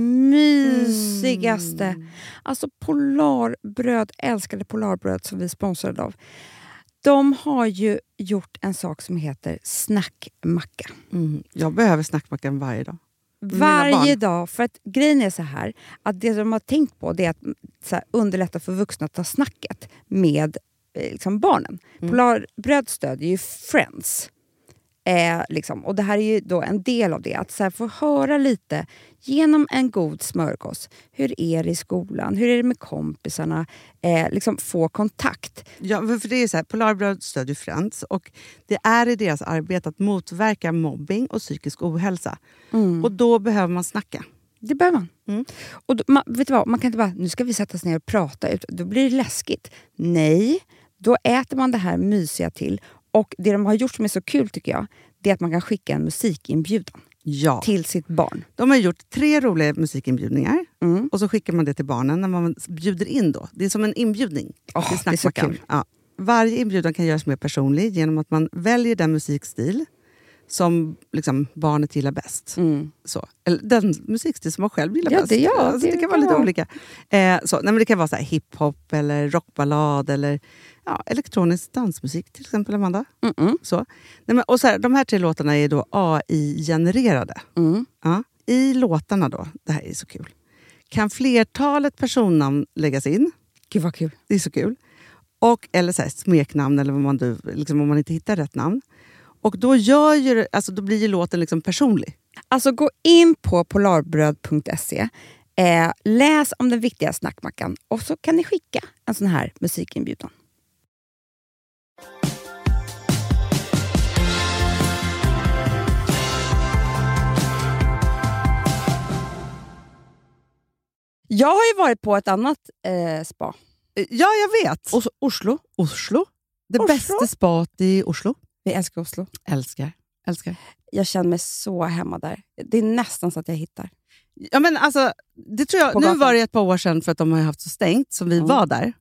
[SPEAKER 6] mysigaste.
[SPEAKER 5] Mm.
[SPEAKER 6] Alltså Polarbröd, älskade Polarbröd som vi sponsrade av. De har ju gjort en sak som heter snackmacka.
[SPEAKER 5] Mm. Jag behöver snackmackan varje dag. Mina
[SPEAKER 6] Varje
[SPEAKER 5] barn.
[SPEAKER 6] dag. För att grejen är så här, att det de har tänkt på det är att så här, underlätta för vuxna att ta snacket med eh, liksom barnen.
[SPEAKER 5] Mm.
[SPEAKER 6] Polarbröd stödjer ju Friends. Eh, liksom. Och det här är ju då en del av det. Att så här, få höra lite genom en god smörgås. Hur är det i skolan? Hur är det med kompisarna? Eh, liksom få kontakt.
[SPEAKER 5] Ja, för för det är så här, Polarbröd stödjer Friends och det är i deras arbete att motverka mobbing och psykisk ohälsa.
[SPEAKER 6] Mm.
[SPEAKER 5] Och då behöver man snacka.
[SPEAKER 6] Det behöver man.
[SPEAKER 5] Mm.
[SPEAKER 6] Och då, man, vet du vad? Man kan inte bara, nu ska vi sätta oss ner och prata ut. Då blir det läskigt. Nej, då äter man det här mysiga till. Och det de har gjort som är så kul tycker jag, det är att man kan skicka en musikinbjudan
[SPEAKER 5] Ja.
[SPEAKER 6] till sitt barn.
[SPEAKER 5] De har gjort tre roliga musikinbjudningar
[SPEAKER 6] Mm.
[SPEAKER 5] och så skickar man det till barnen när man bjuder in då. Det är som en inbjudning
[SPEAKER 6] Åh,
[SPEAKER 5] till
[SPEAKER 6] det är så
[SPEAKER 5] snackmackan.
[SPEAKER 6] kul.
[SPEAKER 5] Ja. Varje inbjudan kan göras mer personlig genom att man väljer den musikstil som liksom barnet gillar bäst.
[SPEAKER 6] Mm.
[SPEAKER 5] Så. Eller den musikstil som man själv gillar
[SPEAKER 6] Ja,
[SPEAKER 5] bäst.
[SPEAKER 6] det- ja,
[SPEAKER 5] alltså, det,
[SPEAKER 6] det
[SPEAKER 5] kan
[SPEAKER 6] kan
[SPEAKER 5] vara lite
[SPEAKER 6] vara.
[SPEAKER 5] olika. Eh, så. Nej, men det kan vara så här hiphop eller rockballad eller ja, elektronisk dansmusik till exempel, Amanda.
[SPEAKER 6] Mm-mm.
[SPEAKER 5] Så. Nej, men, och så här, de här tre låtarna är då A I-genererade.
[SPEAKER 6] Mm.
[SPEAKER 5] Ja. I låtarna då, det här är så kul, kan flertalet personnamn läggas in.
[SPEAKER 6] Gud vad kul.
[SPEAKER 5] Det är så kul. Och, eller så här, smeknamn eller vad man, du, liksom, om man inte hittar rätt namn. Och då, gör ju, alltså, då blir ju låten liksom personlig.
[SPEAKER 6] Alltså gå in på polarbröd punkt se. Eh, läs om den viktiga snackmackan. Och så kan ni skicka en sån här musikinbjudan. Jag har ju varit på ett annat eh, spa.
[SPEAKER 5] Ja, jag vet.
[SPEAKER 6] Och så Oslo.
[SPEAKER 5] Oslo. Det
[SPEAKER 6] Oslo.
[SPEAKER 5] bästa spat i Oslo.
[SPEAKER 6] Vi älskar Oslo.
[SPEAKER 5] Älskar. Älskar.
[SPEAKER 6] Jag känner mig så hemma där. Det är nästan så att jag hittar.
[SPEAKER 5] Ja, men alltså, det tror jag,
[SPEAKER 6] På
[SPEAKER 5] nu
[SPEAKER 6] gatan.
[SPEAKER 5] var det ett par år sedan för att de har haft så stängt som vi
[SPEAKER 6] Mm.
[SPEAKER 5] var där.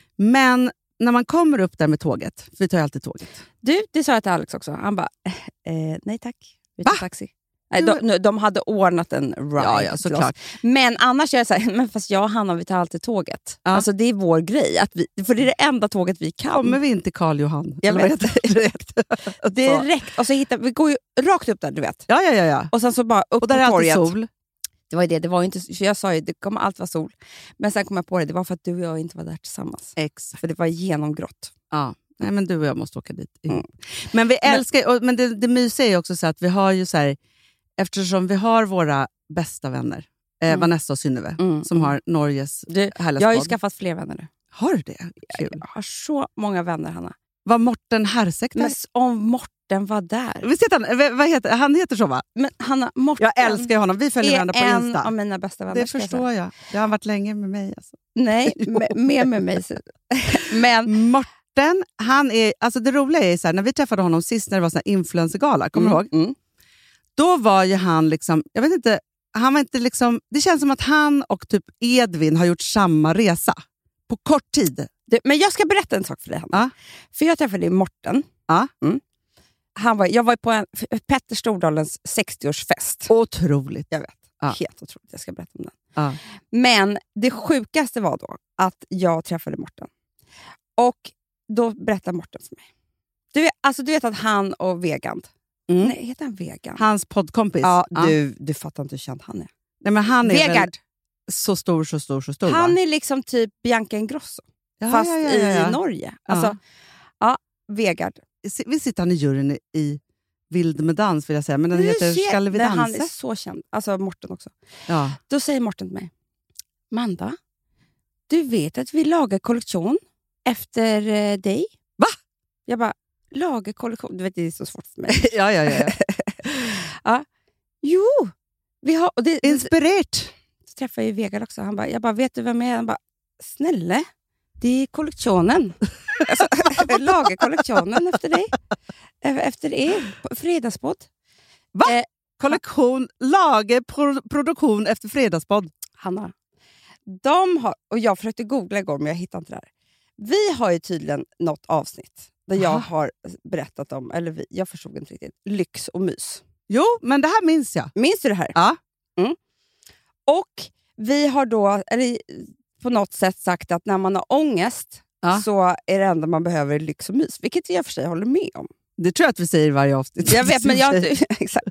[SPEAKER 5] Men när man kommer upp där med tåget, för vi tar ju alltid tåget.
[SPEAKER 6] Du, det sa jag till Alex också. Han bara, eh, nej tack. Vi tar
[SPEAKER 5] Va?
[SPEAKER 6] taxi. Nej, de, nu- de hade ordnat en ride.
[SPEAKER 5] Ja, ja,
[SPEAKER 6] till
[SPEAKER 5] såklart.
[SPEAKER 6] oss. Men annars är jag så här, men fast jag och Hanna, vi tar alltid tåget.
[SPEAKER 5] Ja.
[SPEAKER 6] Alltså det är vår grej. Att vi, för det är det enda tåget vi kan.
[SPEAKER 5] Kommer vi inte Karl Johan?
[SPEAKER 6] Jag
[SPEAKER 5] Eller vad
[SPEAKER 6] vet.
[SPEAKER 5] heter det? Direkt.
[SPEAKER 6] Direkt. Och så hittar, vi går ju rakt upp där, du vet.
[SPEAKER 5] Ja, ja, ja. ja.
[SPEAKER 6] Och sen så bara upp
[SPEAKER 5] Och där
[SPEAKER 6] på
[SPEAKER 5] är alltid
[SPEAKER 6] torget.
[SPEAKER 5] sol.
[SPEAKER 6] Det var ju det, det var ju inte, för jag sa ju, det kommer allt vara sol. Men sen kom jag på det, det var för att du och jag inte var där tillsammans.
[SPEAKER 5] Exakt.
[SPEAKER 6] För det var genomgrått.
[SPEAKER 5] Ja. Nej, men du och jag måste åka dit.
[SPEAKER 6] Mm.
[SPEAKER 5] Men vi älskar, och, men det, det mysiga är ju också så att vi har ju så här, eftersom vi har våra bästa vänner, eh,
[SPEAKER 6] Mm.
[SPEAKER 5] Vanessa och Synnöve,
[SPEAKER 6] Mm.
[SPEAKER 5] som har Norges
[SPEAKER 6] Du,
[SPEAKER 5] härliga
[SPEAKER 6] jag har ju
[SPEAKER 5] podd.
[SPEAKER 6] skaffat fler vänner nu.
[SPEAKER 5] Har du det? Kul.
[SPEAKER 6] Jag har så många vänner, Hanna.
[SPEAKER 5] Var Morten Hersäck där?
[SPEAKER 6] Men s- om Morten var där.
[SPEAKER 5] Visst heter han, v- vad heter, han heter så va?
[SPEAKER 6] Men Hanna, Morten
[SPEAKER 5] Jag älskar honom, vi följer
[SPEAKER 6] är
[SPEAKER 5] varandra på
[SPEAKER 6] en
[SPEAKER 5] Insta.
[SPEAKER 6] av mina bästa vänner.
[SPEAKER 5] Det
[SPEAKER 6] ska jag
[SPEAKER 5] förstår
[SPEAKER 6] säga.
[SPEAKER 5] jag. Det har han varit länge med mig. Alltså.
[SPEAKER 6] Nej, med, med, med mig. så- Men
[SPEAKER 5] Morten, han är, alltså det roliga är så här, när vi träffade honom sist när det var sån här influencergala, kommer du ihåg?
[SPEAKER 6] Mm.
[SPEAKER 5] Då var ju han liksom, jag vet inte, han var inte liksom, det känns som att han och typ Edvin har gjort samma resa på kort tid.
[SPEAKER 6] Du, men jag ska berätta en sak för dig, Hanna.
[SPEAKER 5] Ja.
[SPEAKER 6] För jag träffade Morten.
[SPEAKER 5] Ja.
[SPEAKER 6] Mm. Han var, jag var på en, Petter Stordalens sextioårsfest.
[SPEAKER 5] Otroligt.
[SPEAKER 6] Jag vet.
[SPEAKER 5] Ja.
[SPEAKER 6] Helt otroligt. Jag ska berätta om den.
[SPEAKER 5] Ja.
[SPEAKER 6] Men det sjukaste var då att jag träffade Morten. Och då berättade Morten för mig. Du, vet- alltså, du vet att han och Vegand.
[SPEAKER 5] Mm.
[SPEAKER 6] Nej, heter han Vegand?
[SPEAKER 5] Hans poddkompis.
[SPEAKER 6] Ja, du, du fattar inte hur känd han är.
[SPEAKER 5] Nej, men han är väl
[SPEAKER 6] Vegard.
[SPEAKER 5] så stor, så stor, så stor.
[SPEAKER 6] Han
[SPEAKER 5] va?
[SPEAKER 6] är liksom typ Bianca Ingrosso.
[SPEAKER 5] Ja,
[SPEAKER 6] fast
[SPEAKER 5] ja, ja, ja, ja.
[SPEAKER 6] i Norge. Alltså, ja, Vegard.
[SPEAKER 5] Vi sitter han i juryn i Vild med dans vill jag säga, men den
[SPEAKER 6] Du
[SPEAKER 5] heter
[SPEAKER 6] ser-
[SPEAKER 5] Skall vi
[SPEAKER 6] Nej, Han
[SPEAKER 5] dansa?
[SPEAKER 6] är så känd. Alltså Morten också.
[SPEAKER 5] Ja.
[SPEAKER 6] Då säger Morten till mig. Manda, du vet att vi lagar kollektion efter eh, dig?
[SPEAKER 5] Va?
[SPEAKER 6] Jag bara, lagar kollektion? Du vet, det är så svårt för mig.
[SPEAKER 5] ja, ja, ja.
[SPEAKER 6] ja. Jo, vi har... Och det,
[SPEAKER 5] Inspirerat.
[SPEAKER 6] så träffade jag ju Vegard också. Han bara, jag bara, vet du vem jag är? Han bara, snälla, det är kollektionen. Alltså, lagerkollektionen efter dig. Efter er, fredagspodd.
[SPEAKER 5] Va?
[SPEAKER 6] Eh,
[SPEAKER 5] Kollektion, lagerproduktion efter fredagspodd.
[SPEAKER 6] Hanna, de har, och jag försökte googla igår men jag hittade inte det här. Vi har ju tydligen något avsnitt där jag
[SPEAKER 5] Aha.
[SPEAKER 6] har berättat om, eller vi, jag förstod inte riktigt, lyx och mys.
[SPEAKER 5] Jo, men det här minns jag.
[SPEAKER 6] Minns du det här?
[SPEAKER 5] Ja.
[SPEAKER 6] Mm. Och vi har då, eller på något sätt sagt att när man har ångest
[SPEAKER 5] Ja.
[SPEAKER 6] så är det enda man behöver lyx och mys. Vilket jag för sig håller med om.
[SPEAKER 5] Det tror jag att vi säger i varje avsnitt.
[SPEAKER 6] Jag vet, men jag inte... Exakt.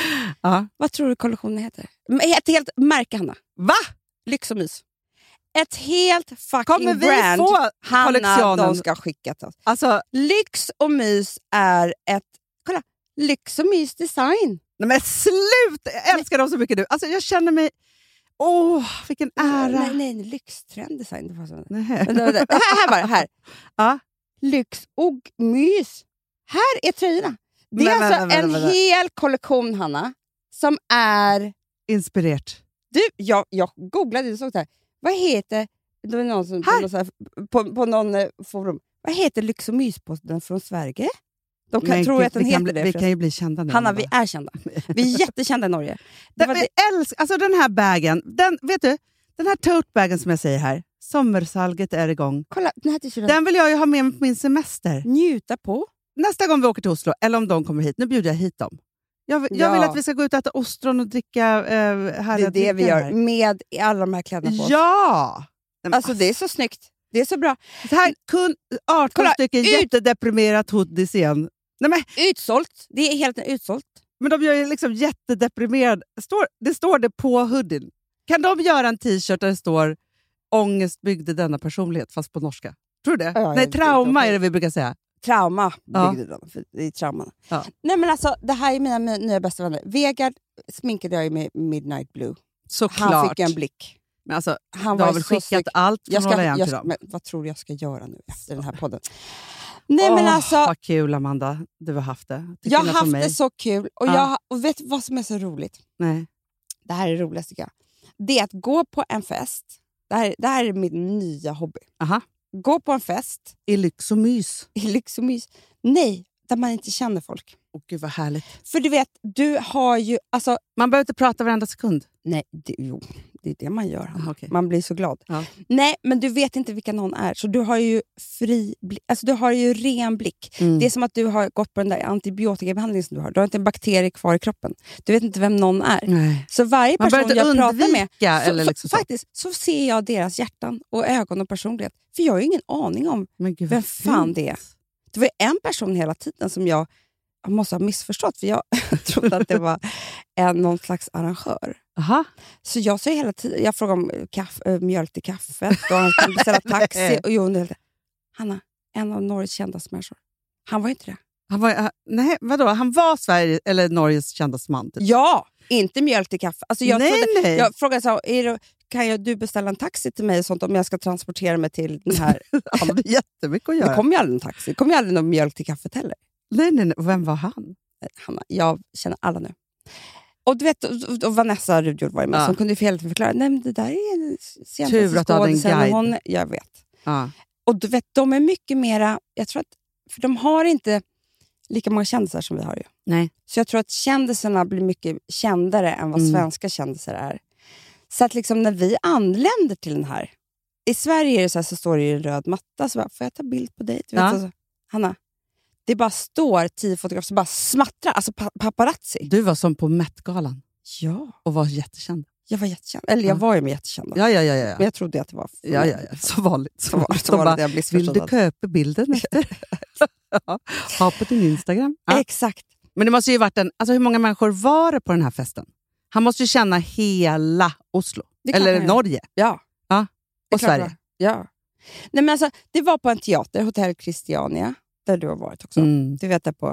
[SPEAKER 5] Ja.
[SPEAKER 6] Vad tror du kollektionen heter? Ett helt märke, Hanna.
[SPEAKER 5] Va?
[SPEAKER 6] Lyx och mys. Ett helt fucking
[SPEAKER 5] Kommer vi
[SPEAKER 6] brand.
[SPEAKER 5] få
[SPEAKER 6] Hanna,
[SPEAKER 5] kollektionen?
[SPEAKER 6] de ska skicka till oss.
[SPEAKER 5] Alltså,
[SPEAKER 6] Lyx och mys är ett... Kolla, lyx och mys design.
[SPEAKER 5] nej men slut! Jag älskar dem så mycket nu. Alltså jag känner mig... Åh, oh, vilken ära.
[SPEAKER 6] Nej, nej, nej lyxtrend design. Det var så.
[SPEAKER 5] Nej.
[SPEAKER 6] Vänta, vänta. Här, här bara, här.
[SPEAKER 5] Ja.
[SPEAKER 6] Lyx och mys. Här är tröjorna. Det är
[SPEAKER 5] Men,
[SPEAKER 6] alltså
[SPEAKER 5] men, men,
[SPEAKER 6] en
[SPEAKER 5] men, men.
[SPEAKER 6] hel kollektion, Hanna, som är...
[SPEAKER 5] Inspirerat.
[SPEAKER 6] Du, jag, jag googlade och såg det här. Vad heter... Det var någon som, på,
[SPEAKER 5] Här.
[SPEAKER 6] någon så här, på, på någon eh, forum. Vad heter lyx och myspodden från Sverige? De kan,
[SPEAKER 5] Men
[SPEAKER 6] tror
[SPEAKER 5] gud,
[SPEAKER 6] att den
[SPEAKER 5] vi
[SPEAKER 6] heter
[SPEAKER 5] kan bli,
[SPEAKER 6] det.
[SPEAKER 5] Vi
[SPEAKER 6] förresten.
[SPEAKER 5] kan ju bli kända nu.
[SPEAKER 6] Hanna, vi är kända. Vi är jättekända i Norge. Det var
[SPEAKER 5] Den,
[SPEAKER 6] det.
[SPEAKER 5] vi älskar, alltså den här bagen, den, vet du, den här totebagen som jag säger här, sommersalget är igång.
[SPEAKER 6] Kolla, den här t-shirten.
[SPEAKER 5] Den vill jag ju ha med mig på min semester.
[SPEAKER 6] Njuta på.
[SPEAKER 5] Nästa gång vi åker till Oslo, eller om de kommer hit, nu bjuder jag hit dem. Jag, vill- jag
[SPEAKER 6] Ja.
[SPEAKER 5] vill att vi ska gå ut och äta ostron och dricka eh,
[SPEAKER 6] Det
[SPEAKER 5] härliga
[SPEAKER 6] är det vi
[SPEAKER 5] drinkar
[SPEAKER 6] gör
[SPEAKER 5] här.
[SPEAKER 6] med alla de här kläderna på oss.
[SPEAKER 5] Ja! Nej, men
[SPEAKER 6] Alltså det är så snyggt. Det är så bra.
[SPEAKER 5] Så här, kun, arton
[SPEAKER 6] Kolla,
[SPEAKER 5] stycken
[SPEAKER 6] ut-
[SPEAKER 5] jättedeprimerat hoodies igen. Nej, men,
[SPEAKER 6] Utsålt. Det är helt utsålt.
[SPEAKER 5] men de gör ju liksom jättedeprimerad. Står, det står det på hoodien. Kan de göra en t-shirt där det står ångest byggde denna personlighet, fast på norska? Tror du det?
[SPEAKER 6] Ja,
[SPEAKER 5] Nej,
[SPEAKER 6] jag-
[SPEAKER 5] trauma
[SPEAKER 6] jag-
[SPEAKER 5] är det vi brukar säga.
[SPEAKER 6] Trauma
[SPEAKER 5] Ja.
[SPEAKER 6] byggde de. För det är trauma.
[SPEAKER 5] Ja.
[SPEAKER 6] Nej men alltså, det här är mina my- nya bästa vänner. Vegard sminkade jag ju med Midnight Blue.
[SPEAKER 5] Såklart.
[SPEAKER 6] Han fick en blick.
[SPEAKER 5] Men alltså,
[SPEAKER 6] Han
[SPEAKER 5] du har
[SPEAKER 6] var
[SPEAKER 5] väl
[SPEAKER 6] så
[SPEAKER 5] skickat
[SPEAKER 6] snygg.
[SPEAKER 5] allt från
[SPEAKER 6] Jag ska,
[SPEAKER 5] Hålla igen
[SPEAKER 6] jag
[SPEAKER 5] till
[SPEAKER 6] ska,
[SPEAKER 5] dem?
[SPEAKER 6] men vad tror du jag ska göra nu efter den här podden? Nej men
[SPEAKER 5] Åh,
[SPEAKER 6] alltså,
[SPEAKER 5] vad kul Amanda, du har haft det. Till
[SPEAKER 6] jag har
[SPEAKER 5] skillnad från
[SPEAKER 6] haft
[SPEAKER 5] mig.
[SPEAKER 6] det så kul. Och,
[SPEAKER 5] Ja.
[SPEAKER 6] jag, och vet du vad som är så roligt?
[SPEAKER 5] Nej.
[SPEAKER 6] Det här är det roligaste tycker jag. Det är att gå på en fest. Det här, det här är min nya hobby.
[SPEAKER 5] Aha.
[SPEAKER 6] Gå på en fest
[SPEAKER 5] I lyx och mys.
[SPEAKER 6] i lyx och mys. Nej, där man inte känner folk.
[SPEAKER 5] Åh gud vad härligt.
[SPEAKER 6] För du vet, du har ju... Alltså,
[SPEAKER 5] Man behöver inte prata varenda sekund.
[SPEAKER 6] nej, det, jo, det är det man gör.
[SPEAKER 5] Aha, okej.
[SPEAKER 6] Man blir så glad.
[SPEAKER 5] Ja.
[SPEAKER 6] Nej, men du vet inte vilka någon är. Så du har ju fri blick. Alltså du har ju ren blick.
[SPEAKER 5] Mm.
[SPEAKER 6] Det är som att du har gått på den där antibiotikabehandlingen som du har. Du har inte en bakterie kvar i kroppen. Du vet inte vem någon är.
[SPEAKER 5] Nej.
[SPEAKER 6] Så varje
[SPEAKER 5] Man
[SPEAKER 6] person
[SPEAKER 5] behöver
[SPEAKER 6] jag
[SPEAKER 5] inte
[SPEAKER 6] pratar med,
[SPEAKER 5] undvika.
[SPEAKER 6] så,
[SPEAKER 5] Eller liksom
[SPEAKER 6] så,
[SPEAKER 5] så.
[SPEAKER 6] faktiskt, så ser jag deras hjärtan och ögon och personlighet. För jag har ju ingen aning om
[SPEAKER 5] Men gud,
[SPEAKER 6] vem
[SPEAKER 5] vad
[SPEAKER 6] fan
[SPEAKER 5] fint.
[SPEAKER 6] det är. Det var en person hela tiden som jag, jag måste ha missförstått. För jag trodde att det var en, någon slags arrangör.
[SPEAKER 5] Aha.
[SPEAKER 6] Så jag säger hela tiden, jag frågar om kaffe, äh, mjölk till kaffet och han skulle beställa taxi. Och jag undrar, Hanna, en av Norges kändaste människor. Han var inte det.
[SPEAKER 5] Han var, han- nej, vadå? Han var Sverige eller Norges kändaste man. Typ.
[SPEAKER 6] Ja, inte mjölk till kaffe. Alltså jag,
[SPEAKER 5] nej,
[SPEAKER 6] trodde,
[SPEAKER 5] nej.
[SPEAKER 6] jag frågade så, är det, kan jag, du beställa en taxi till mig och sånt om jag ska transportera mig till den här...
[SPEAKER 5] Han hade jättemycket att
[SPEAKER 6] Det
[SPEAKER 5] göra.
[SPEAKER 6] kommer ju aldrig en taxi. Det kommer ju aldrig någon mjölk till kaffet heller.
[SPEAKER 5] Nej, nej, nej. Och vem var han?
[SPEAKER 6] Hanna, jag känner alla nu. Och du vet, och, och Vanessa Rudjord var ju med,
[SPEAKER 5] Ja.
[SPEAKER 6] som kunde ju hela tiden förklara, nej men det där är den senaste
[SPEAKER 5] Tur att du hade en
[SPEAKER 6] skådisen, och
[SPEAKER 5] guide.
[SPEAKER 6] hon, jag vet.
[SPEAKER 5] Ja.
[SPEAKER 6] Och du vet, de är mycket mera, jag tror att, för de har inte lika många kändisar som vi har ju.
[SPEAKER 5] Nej.
[SPEAKER 6] Så jag tror att kändisarna blir mycket kändare än vad
[SPEAKER 5] Mm.
[SPEAKER 6] svenska kändisar är. Så att liksom när vi anländer till den här, i Sverige är det så, här, så står det ju en röd matta, så bara, får jag ta bild på dig? Du vet,
[SPEAKER 5] Ja.
[SPEAKER 6] alltså, Hanna, det bara står tio fotografer som bara smattrar, alltså pa- paparazzi.
[SPEAKER 5] Du var som på Met-galan
[SPEAKER 6] Ja,
[SPEAKER 5] och var jättekänd.
[SPEAKER 6] jag var jättekänd. Eller jag
[SPEAKER 5] Ja.
[SPEAKER 6] var ju med jättekänd.
[SPEAKER 5] Ja, ja, ja. ja.
[SPEAKER 6] Men jag trodde att det var... för
[SPEAKER 5] Ja,
[SPEAKER 6] mig.
[SPEAKER 5] ja, ja. Så vanligt.
[SPEAKER 6] Så var, så
[SPEAKER 5] De
[SPEAKER 6] var
[SPEAKER 5] bara,
[SPEAKER 6] det jag
[SPEAKER 5] vill
[SPEAKER 6] missförstod.
[SPEAKER 5] du köpa bilden efter? Ja. Ha på din Instagram. Ja.
[SPEAKER 6] Exakt.
[SPEAKER 5] Men det måste ju varit en... Alltså hur många människor var det på den här festen? Han måste ju känna hela Oslo.
[SPEAKER 6] Det är klart
[SPEAKER 5] Eller
[SPEAKER 6] han gör.
[SPEAKER 5] Norge.
[SPEAKER 6] Ja.
[SPEAKER 5] Ja.
[SPEAKER 6] Det är
[SPEAKER 5] Och
[SPEAKER 6] klart
[SPEAKER 5] Sverige.
[SPEAKER 6] det var. Ja. Nej, men alltså, det var på en teater, Hotell Christiania, där du har varit också.
[SPEAKER 5] Mm.
[SPEAKER 6] Du vet det på...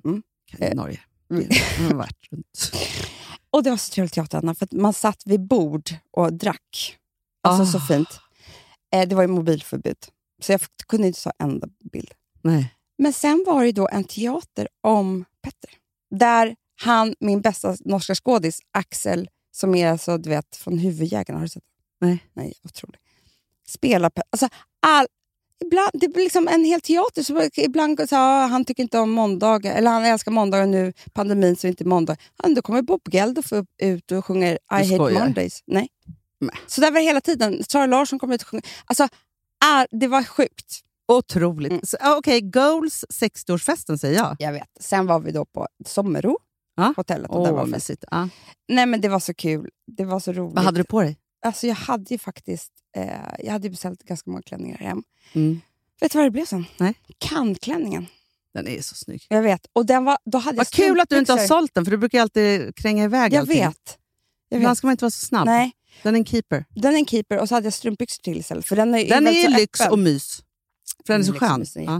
[SPEAKER 6] Eh,
[SPEAKER 5] Norge.
[SPEAKER 6] mm.
[SPEAKER 5] Jag har varit runt.
[SPEAKER 6] Och det var så trevligt teater, Anna, för att man satt vid bord och drack. Alltså
[SPEAKER 5] Ah.
[SPEAKER 6] så fint. Eh, det var ju mobilförbud. Så jag f- kunde inte ta en enda bild.
[SPEAKER 5] Nej.
[SPEAKER 6] Men sen var det då en teater om Petter. Där han, min bästa norska skådis, Axel som är alltså, du vet, från Huvudjägarna. Har du sett?
[SPEAKER 5] Nej.
[SPEAKER 6] Nej, otroligt. Spelar pe- alltså, all, ibland, det blir liksom en hel teater. Så ibland så ah, han tycker inte om måndagar, eller han älskar måndagar nu, pandemin så inte måndag. Ah, då kommer Bob Geldof ut och sjunger I Hate Mondays. Nej. Nej. Så där var det hela tiden. Sara Larsson kommer ut och sjunger. Alltså, ah, det var sjukt.
[SPEAKER 5] Otroligt. Mm. Okej, okay, goals sextioårsfesten säger jag.
[SPEAKER 6] Jag vet. Sen var vi då på Sommero.
[SPEAKER 5] Ah?
[SPEAKER 6] Hotellet. Och
[SPEAKER 5] oh,
[SPEAKER 6] där var
[SPEAKER 5] mysigt. Ah.
[SPEAKER 6] Nej, men det var så kul. Det var så roligt.
[SPEAKER 5] Vad hade du på dig?
[SPEAKER 6] Alltså jag hade ju faktiskt eh, jag hade ju beställt ganska många klänningar hem.
[SPEAKER 5] Mm.
[SPEAKER 6] Vet du vad det blev sen?
[SPEAKER 5] Nej.
[SPEAKER 6] Cannes-klänningen.
[SPEAKER 5] Den är så snygg.
[SPEAKER 6] Jag vet. Och den var, då hade
[SPEAKER 5] vad kul att du inte har sålt den, för du brukar alltid kränga iväg
[SPEAKER 6] jag
[SPEAKER 5] allting.
[SPEAKER 6] vet. Jag vet.
[SPEAKER 5] Ibland ska man inte vara så snabb.
[SPEAKER 6] Nej.
[SPEAKER 5] Den är en keeper.
[SPEAKER 6] Den är en keeper och så hade jag strumpbyxor till istället. För den är,
[SPEAKER 5] den är ju lyx
[SPEAKER 6] öppen.
[SPEAKER 5] och mys. För den är så skön.
[SPEAKER 6] Är ja.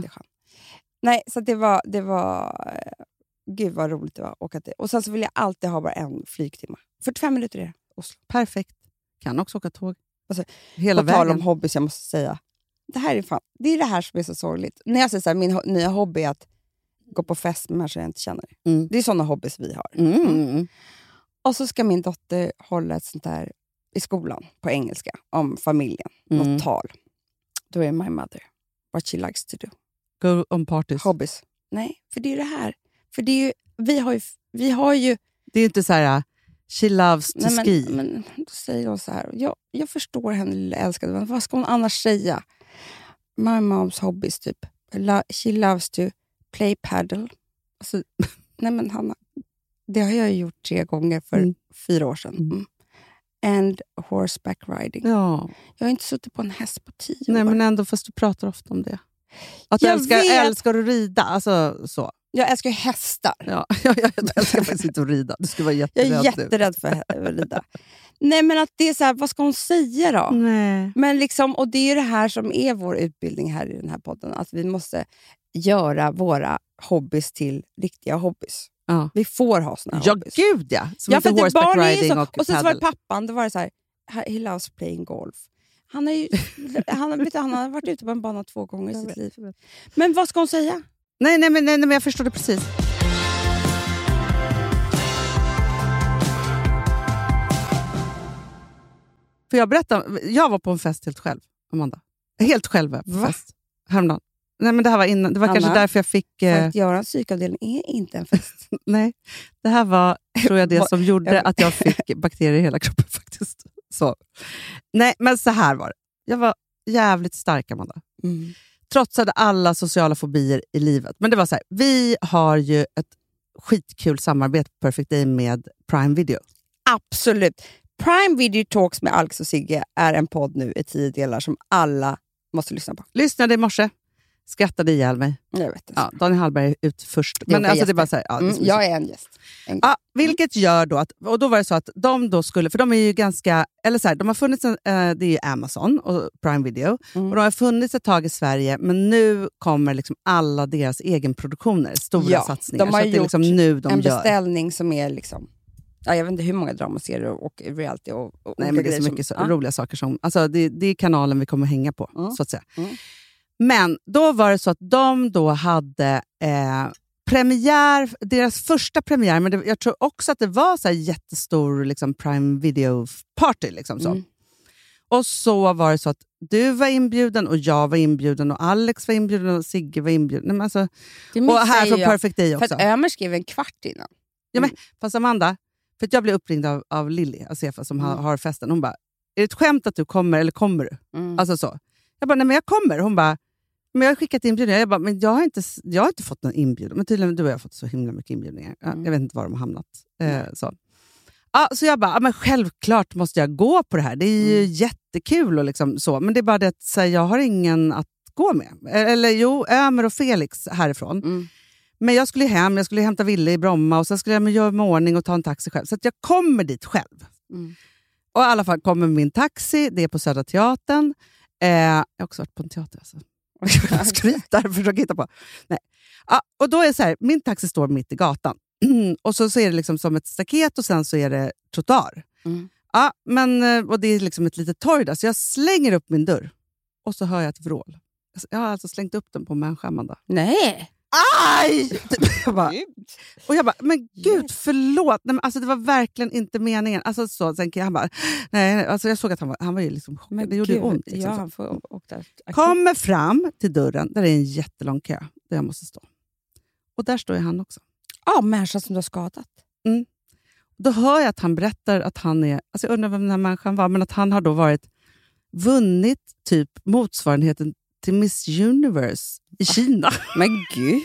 [SPEAKER 6] Nej, så det var... Det var gud vad roligt det var att åka till. Och sen så vill jag alltid ha bara en flygtimme. fyrtiofem minuter är det. Oslo.
[SPEAKER 5] Perfekt. Kan också åka tåg.
[SPEAKER 6] Alltså,
[SPEAKER 5] hela
[SPEAKER 6] på
[SPEAKER 5] vägen.
[SPEAKER 6] Tal om hobbys, jag måste säga. Det här är fan, det är det här som är så sorgligt. När jag säger så här, min ho- nya hobby är att gå på fest med människor jag inte känner.
[SPEAKER 5] Mm.
[SPEAKER 6] Det är sådana hobbys vi har.
[SPEAKER 5] Mm. Mm.
[SPEAKER 6] Och så ska min dotter hålla ett sånt där i skolan på engelska om familjen.
[SPEAKER 5] Mm.
[SPEAKER 6] Något tal. Då är my mother. What she likes to do.
[SPEAKER 5] Go on parties.
[SPEAKER 6] Hobbys. Nej, för det är det här. För det är ju, vi har ju... Vi har ju
[SPEAKER 5] det är inte så här... She loves to
[SPEAKER 6] nej, men,
[SPEAKER 5] ski.
[SPEAKER 6] Men då säger hon så här. Jag, jag förstår henne, lilla älskade. Men vad ska hon annars säga? My mom's hobbies, typ. She loves to play paddle. Alltså, nej men Hanna. Det har jag gjort tre gånger för mm. fyra år sedan. Mm. And horseback riding.
[SPEAKER 5] Ja.
[SPEAKER 6] Jag har inte suttit på en häst på tio
[SPEAKER 5] nej,
[SPEAKER 6] år.
[SPEAKER 5] Men ändå, fast du pratar ofta om det. Att du älskar, älskar att rida. Alltså så.
[SPEAKER 6] Jag älskar hästar.
[SPEAKER 5] Ja, jag, jag, jag älskar faktiskt inte att rida. Du skulle vara jätterädd.
[SPEAKER 6] Jag är jätterädd för att rida. Nej, men att det är så här, vad ska hon säga då?
[SPEAKER 5] Nej.
[SPEAKER 6] Men liksom, och det är det här som är vår utbildning här i den här podden. Att vi måste göra våra hobbys till riktiga hobbys.
[SPEAKER 5] Ja.
[SPEAKER 6] Vi får ha såna
[SPEAKER 5] ja,
[SPEAKER 6] hobbys.
[SPEAKER 5] Ja, gud ja. Som
[SPEAKER 6] ja,
[SPEAKER 5] inte horseback riding så, och
[SPEAKER 6] Och sen så var det pappan, då var det så här, he loves playing golf. Han, är ju, han, vet du, han har varit ute på en bana två gånger i sitt liv. Men vad ska hon säga?
[SPEAKER 5] Nej, nej, men, nej, men jag förstår det precis. För jag berättade, jag var på en fest helt själv, Amanda. Helt själv på
[SPEAKER 6] Va?
[SPEAKER 5] fest. Häromdagen. Nej, men det här var innan. Det var
[SPEAKER 6] Anna,
[SPEAKER 5] kanske därför jag fick...
[SPEAKER 6] För att göra en psykavdelning är inte en fest.
[SPEAKER 5] Nej, det här var, tror jag, det som gjorde att jag fick bakterier i hela kroppen faktiskt. Så. Nej, men så här var det. Jag var jävligt stark, Amanda.
[SPEAKER 6] Mm.
[SPEAKER 5] Trotsade alla sociala fobier i livet. Men det var så här, vi har ju ett skitkul samarbete på Perfect Day med Prime Video.
[SPEAKER 6] Absolut. Prime Video Talks med Alex och Sigge är en podd nu i tio delar som alla måste lyssna på.
[SPEAKER 5] Lyssnade i morse. Skrattade ihjäl mig.
[SPEAKER 6] Jag vet inte.
[SPEAKER 5] Ja, Daniel Hallberg är ut först.
[SPEAKER 6] Men
[SPEAKER 5] Men alltså det är bara så här, ja, det är
[SPEAKER 6] mm, jag är en gäst. En
[SPEAKER 5] ja, vilket gör då att, och då var det så att de då skulle, för de är ju ganska, eller så här, de har funnits, en, eh, det är ju Amazon och Prime Video,
[SPEAKER 6] mm.
[SPEAKER 5] och de har funnits ett tag i Sverige, men nu kommer liksom alla deras egenproduktioner, stora
[SPEAKER 6] ja,
[SPEAKER 5] satsningar.
[SPEAKER 6] De har
[SPEAKER 5] så att det är liksom nu de
[SPEAKER 6] en
[SPEAKER 5] gör.
[SPEAKER 6] beställning som är liksom, ja, jag vet inte hur många dramaserier och reality och, och
[SPEAKER 5] nej, men det är så mycket
[SPEAKER 6] som,
[SPEAKER 5] så,
[SPEAKER 6] ja.
[SPEAKER 5] roliga saker som, alltså det, det är kanalen vi kommer hänga på,
[SPEAKER 6] mm.
[SPEAKER 5] så att säga.
[SPEAKER 6] Mm.
[SPEAKER 5] Men då var det så att de då hade eh, premiär, deras första premiär, men det, jag tror också att det var så här jättestor liksom, Prime Video-party. Liksom, så. Mm. Och så var det så att du var inbjuden och jag var inbjuden och Alex var inbjuden och Sigge var inbjuden. Nej, men alltså, och här från Perfect Day också.
[SPEAKER 6] För att Ömer skrev en kvart innan.
[SPEAKER 5] Ja, men, fast Amanda, för att jag blev uppringd av, av Lilly, Asefa, som mm. har, har festen. Hon bara, är det ett skämt att du kommer eller kommer du? Mm. Alltså så. Jag bara, nej men jag kommer. Hon bara, men jag har skickat inbjudningar. Jag bara, men jag har inte, jag har inte fått någon inbjudan. Men tydligen du och jag har fått så himla mycket inbjudningar. Mm. Jag vet inte var de har hamnat. Eh, så. Ja, så jag bara, ja, men självklart måste jag gå på det här. Det är ju mm. jättekul och liksom så. Men det är bara det att så här, jag har ingen att gå med. Eller jo, Ömer och Felix härifrån. Mm. Men jag skulle hem, jag skulle hämta Ville i Bromma och sen skulle jag göra med ordning och ta en taxi själv. Så att jag kommer dit själv. Mm. Och i alla fall kommer min taxi, det är på Södra Teatern. Eh, jag har också varit på en teater alltså. Jag skrytar, försöker hitta på. Nej. Ja, och då är det så här, min taxi står mitt i gatan. Och så, så är det liksom som ett staket och sen så är det trottoar. Mm. Ja, men, och det är liksom ett litet torg där. Så jag slänger upp min dörr. Och så hör jag ett vrål. Jag har alltså slängt upp den på människan, Amanda.
[SPEAKER 6] Nej.
[SPEAKER 5] aj! Jag bara, och jag bara, men gud, förlåt. Nej, men alltså, det var verkligen inte meningen. Alltså, så, sen, han bara, nej, alltså, jag såg att han var, han var ju liksom chockad.
[SPEAKER 6] Men
[SPEAKER 5] det gjorde
[SPEAKER 6] gud,
[SPEAKER 5] ju ont. Liksom,
[SPEAKER 6] ja,
[SPEAKER 5] så.
[SPEAKER 6] han får åka där.
[SPEAKER 5] Kommer fram till dörren, där är en jättelång kö där jag måste stå. Och där står ju han också.
[SPEAKER 6] Ja, människan som du har skadat.
[SPEAKER 5] Mm. Då hör jag att han berättar att han är, alltså jag undrar vem den här människan var, men att han har då varit vunnit typ motsvarigheten till Miss Universe i Kina.
[SPEAKER 6] Men gud.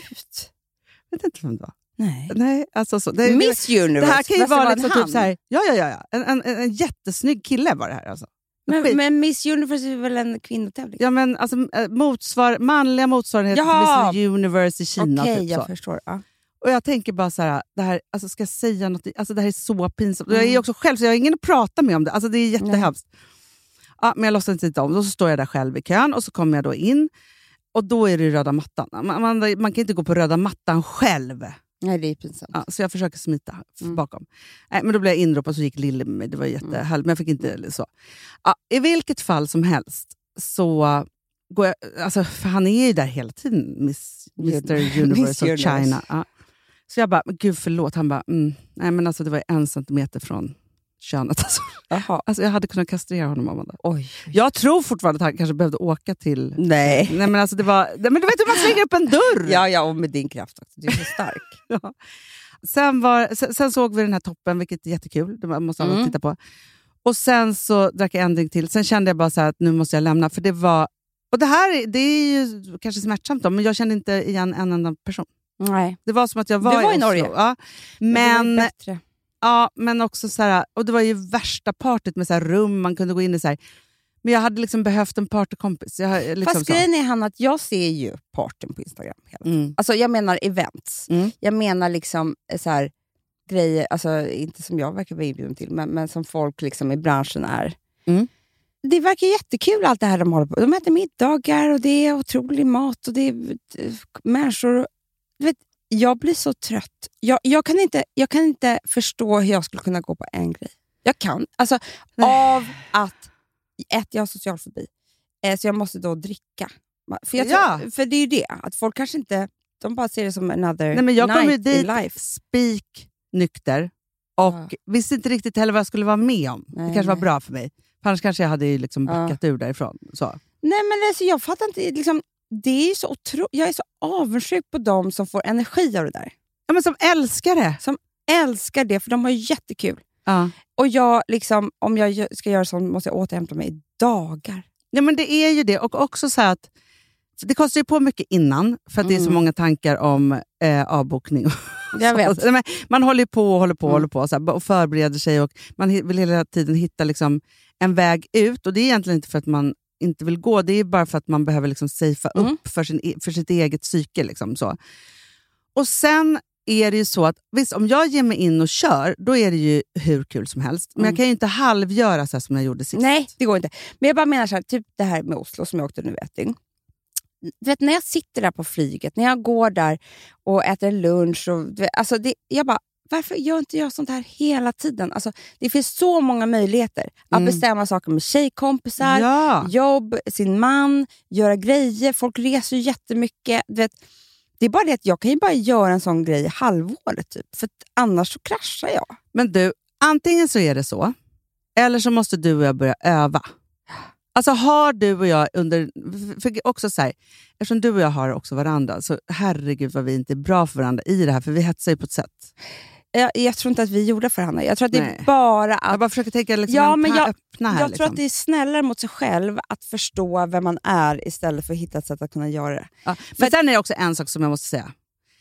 [SPEAKER 5] Vet inte vem det var.
[SPEAKER 6] Nej.
[SPEAKER 5] Nej, alltså så. Det,
[SPEAKER 6] Miss
[SPEAKER 5] det,
[SPEAKER 6] Universe.
[SPEAKER 5] det här kan ju
[SPEAKER 6] Varför
[SPEAKER 5] vara
[SPEAKER 6] var
[SPEAKER 5] liksom
[SPEAKER 6] han?
[SPEAKER 5] typ så här, ja, ja, ja, ja. En, en, en, en jättesnygg kille var det här alltså.
[SPEAKER 6] Men, men Miss Universe är väl en kvinnotävling?
[SPEAKER 5] Ja, men alltså motsvar, manliga motsvarigheter
[SPEAKER 6] Jaha.
[SPEAKER 5] till Miss Universe i Kina.
[SPEAKER 6] Okej,
[SPEAKER 5] typ
[SPEAKER 6] jag
[SPEAKER 5] så.
[SPEAKER 6] förstår. Ja.
[SPEAKER 5] Och jag tänker bara så här, det här, alltså ska jag säga något? Alltså det här är så pinsamt.
[SPEAKER 6] Mm.
[SPEAKER 5] Jag är också själv, så jag har ingen att prata med om det. Alltså det är jättehemskt. Ja, men jag låtsas inte om. Då så står jag där själv i kön och så kommer jag då in. Och då är det röda mattan. Man, man, man kan inte gå på röda mattan själv.
[SPEAKER 6] Nej, det är pinsamt.
[SPEAKER 5] Ja, så jag försöker smita
[SPEAKER 6] Mm.
[SPEAKER 5] bakom. Nej, men då blev jag inropad och så gick Lille med mig. Det var jättehärligt, men jag fick inte så. Ja, i vilket fall som helst så går jag... Alltså, för han är ju där hela tiden, Miss, mister Universe
[SPEAKER 6] Miss
[SPEAKER 5] of
[SPEAKER 6] Universe.
[SPEAKER 5] China. Ja. Så jag bara, men gud förlåt. Han bara, mm, nej men alltså det var en centimeter från könet. Alltså.
[SPEAKER 6] Jaha.
[SPEAKER 5] Alltså, jag hade kunnat kastrera honom, Amanda.
[SPEAKER 6] Oj.
[SPEAKER 5] Jag tror fortfarande att han kanske behövde åka till...
[SPEAKER 6] Nej.
[SPEAKER 5] Nej men alltså det var... Nej, men du vet hur man slänger upp en dörr!
[SPEAKER 6] Ja, ja, och med din kraft också. Du är så stark.
[SPEAKER 5] Ja. Sen, var, sen, sen såg vi den här toppen, vilket är jättekul. Det måste alla
[SPEAKER 6] Mm.
[SPEAKER 5] titta på. Och sen så drack jag en drink till. Sen kände jag bara så här att nu måste jag lämna. För det var... Och det här det är ju kanske smärtsamt då, men jag kände inte igen en enda person.
[SPEAKER 6] Nej.
[SPEAKER 5] Det var som att jag var,
[SPEAKER 6] Du var i
[SPEAKER 5] Oslo.
[SPEAKER 6] Norge.
[SPEAKER 5] Ja.
[SPEAKER 6] Men...
[SPEAKER 5] Men,
[SPEAKER 6] Det var bättre.
[SPEAKER 5] ja, men också så här... Och det var ju värsta partyt med så här rum. Man kunde gå in i så här... Men jag hade liksom behövt en partykompis. Jag, liksom
[SPEAKER 6] Fast
[SPEAKER 5] så.
[SPEAKER 6] grejen är, Hanna, att jag ser ju partyn på Instagram. Hela tiden.
[SPEAKER 5] Mm.
[SPEAKER 6] Alltså jag menar events.
[SPEAKER 5] Mm.
[SPEAKER 6] Jag menar liksom så här grejer, alltså inte som jag verkar vara inbjuden till, men, men som folk liksom i branschen är.
[SPEAKER 5] Mm.
[SPEAKER 6] Det verkar jättekul allt det här de håller på. De äter middagar och det är otrolig mat och det är eh, människor. Du vet, jag blir så trött. Jag, jag, kan inte, jag kan inte förstå hur jag skulle kunna gå på en grej. Jag kan. Alltså av att ett, jag har social fobi. Eh, så jag måste då dricka. För, jag tror,
[SPEAKER 5] Ja.
[SPEAKER 6] för det är ju det. Att folk kanske inte, de bara ser det som another
[SPEAKER 5] Nej, men jag kom ju
[SPEAKER 6] night in
[SPEAKER 5] dit
[SPEAKER 6] life.
[SPEAKER 5] spik nykter och
[SPEAKER 6] Ja.
[SPEAKER 5] visste inte riktigt heller vad jag skulle vara med om.
[SPEAKER 6] Nej,
[SPEAKER 5] det kanske var
[SPEAKER 6] nej.
[SPEAKER 5] bra för mig. För annars kanske jag hade ju liksom
[SPEAKER 6] Ja.
[SPEAKER 5] backat ur därifrån. Så.
[SPEAKER 6] Nej men alltså, jag fattar inte. Liksom, det är ju så otro- jag är så avundsjuk på dem som får energi av det där.
[SPEAKER 5] Ja, men som älskar det.
[SPEAKER 6] Älskar det, för de har ju jättekul.
[SPEAKER 5] Ja.
[SPEAKER 6] Och jag, liksom, om jag gö- ska göra sånt måste jag återhämta mig i dagar.
[SPEAKER 5] Ja, men det är ju det. Och också så här att det kostar ju på mycket innan. För att det är så
[SPEAKER 6] Mm.
[SPEAKER 5] många tankar om eh, avbokning. Och
[SPEAKER 6] Jag vet.
[SPEAKER 5] så. Nej, men man håller ju på och håller på och,
[SPEAKER 6] Mm.
[SPEAKER 5] håller på så här, och förbereder sig. Och man hi- vill hela tiden hitta liksom en väg ut. Och det är egentligen inte för att man inte vill gå. Det är bara för att man behöver liksom safea
[SPEAKER 6] Mm.
[SPEAKER 5] upp för, sin, e- för sitt eget psyke. Liksom, så. Och sen är det ju så att visst, om jag ger mig in och kör, då är det ju hur kul som helst. Men
[SPEAKER 6] Mm.
[SPEAKER 5] jag kan ju inte halvgöra så här som jag gjorde sist.
[SPEAKER 6] Nej, det går inte. Men jag bara menar så här, typ det här med Oslo som jag åkte nu ett dygn. Du vet, när jag sitter där på flyget, när jag går där och äter lunch. Och, du vet, alltså det, jag bara, varför gör inte jag sånt här hela tiden? Alltså, det finns så många möjligheter. Att
[SPEAKER 5] Mm.
[SPEAKER 6] bestämma saker med tjejkompisar,
[SPEAKER 5] Ja.
[SPEAKER 6] jobb, sin man, göra grejer. Folk reser ju jättemycket. Du vet, det är bara det att jag kan ju bara göra en sån grej halvåret typ. För att annars så kraschar jag.
[SPEAKER 5] Men du, antingen så är det så, eller så måste du och jag börja öva. Alltså har du och jag under... För också så här, eftersom du och jag har också varandra, så herregud vad vi inte är bra för varandra i det här, för vi hetsar ju på ett sätt.
[SPEAKER 6] Jag, jag tror inte att vi gjorde för henne. Jag tror att det
[SPEAKER 5] Nej.
[SPEAKER 6] är bara att...
[SPEAKER 5] Jag bara försöker tänka liksom
[SPEAKER 6] Ja,
[SPEAKER 5] en
[SPEAKER 6] men
[SPEAKER 5] pa-
[SPEAKER 6] jag-
[SPEAKER 5] öppna här.
[SPEAKER 6] Jag
[SPEAKER 5] liksom.
[SPEAKER 6] tror att det är snällare mot sig själv att förstå vem man är istället för att hitta ett sätt att kunna göra det.
[SPEAKER 5] Ja. Men sen är det också en sak som jag måste säga.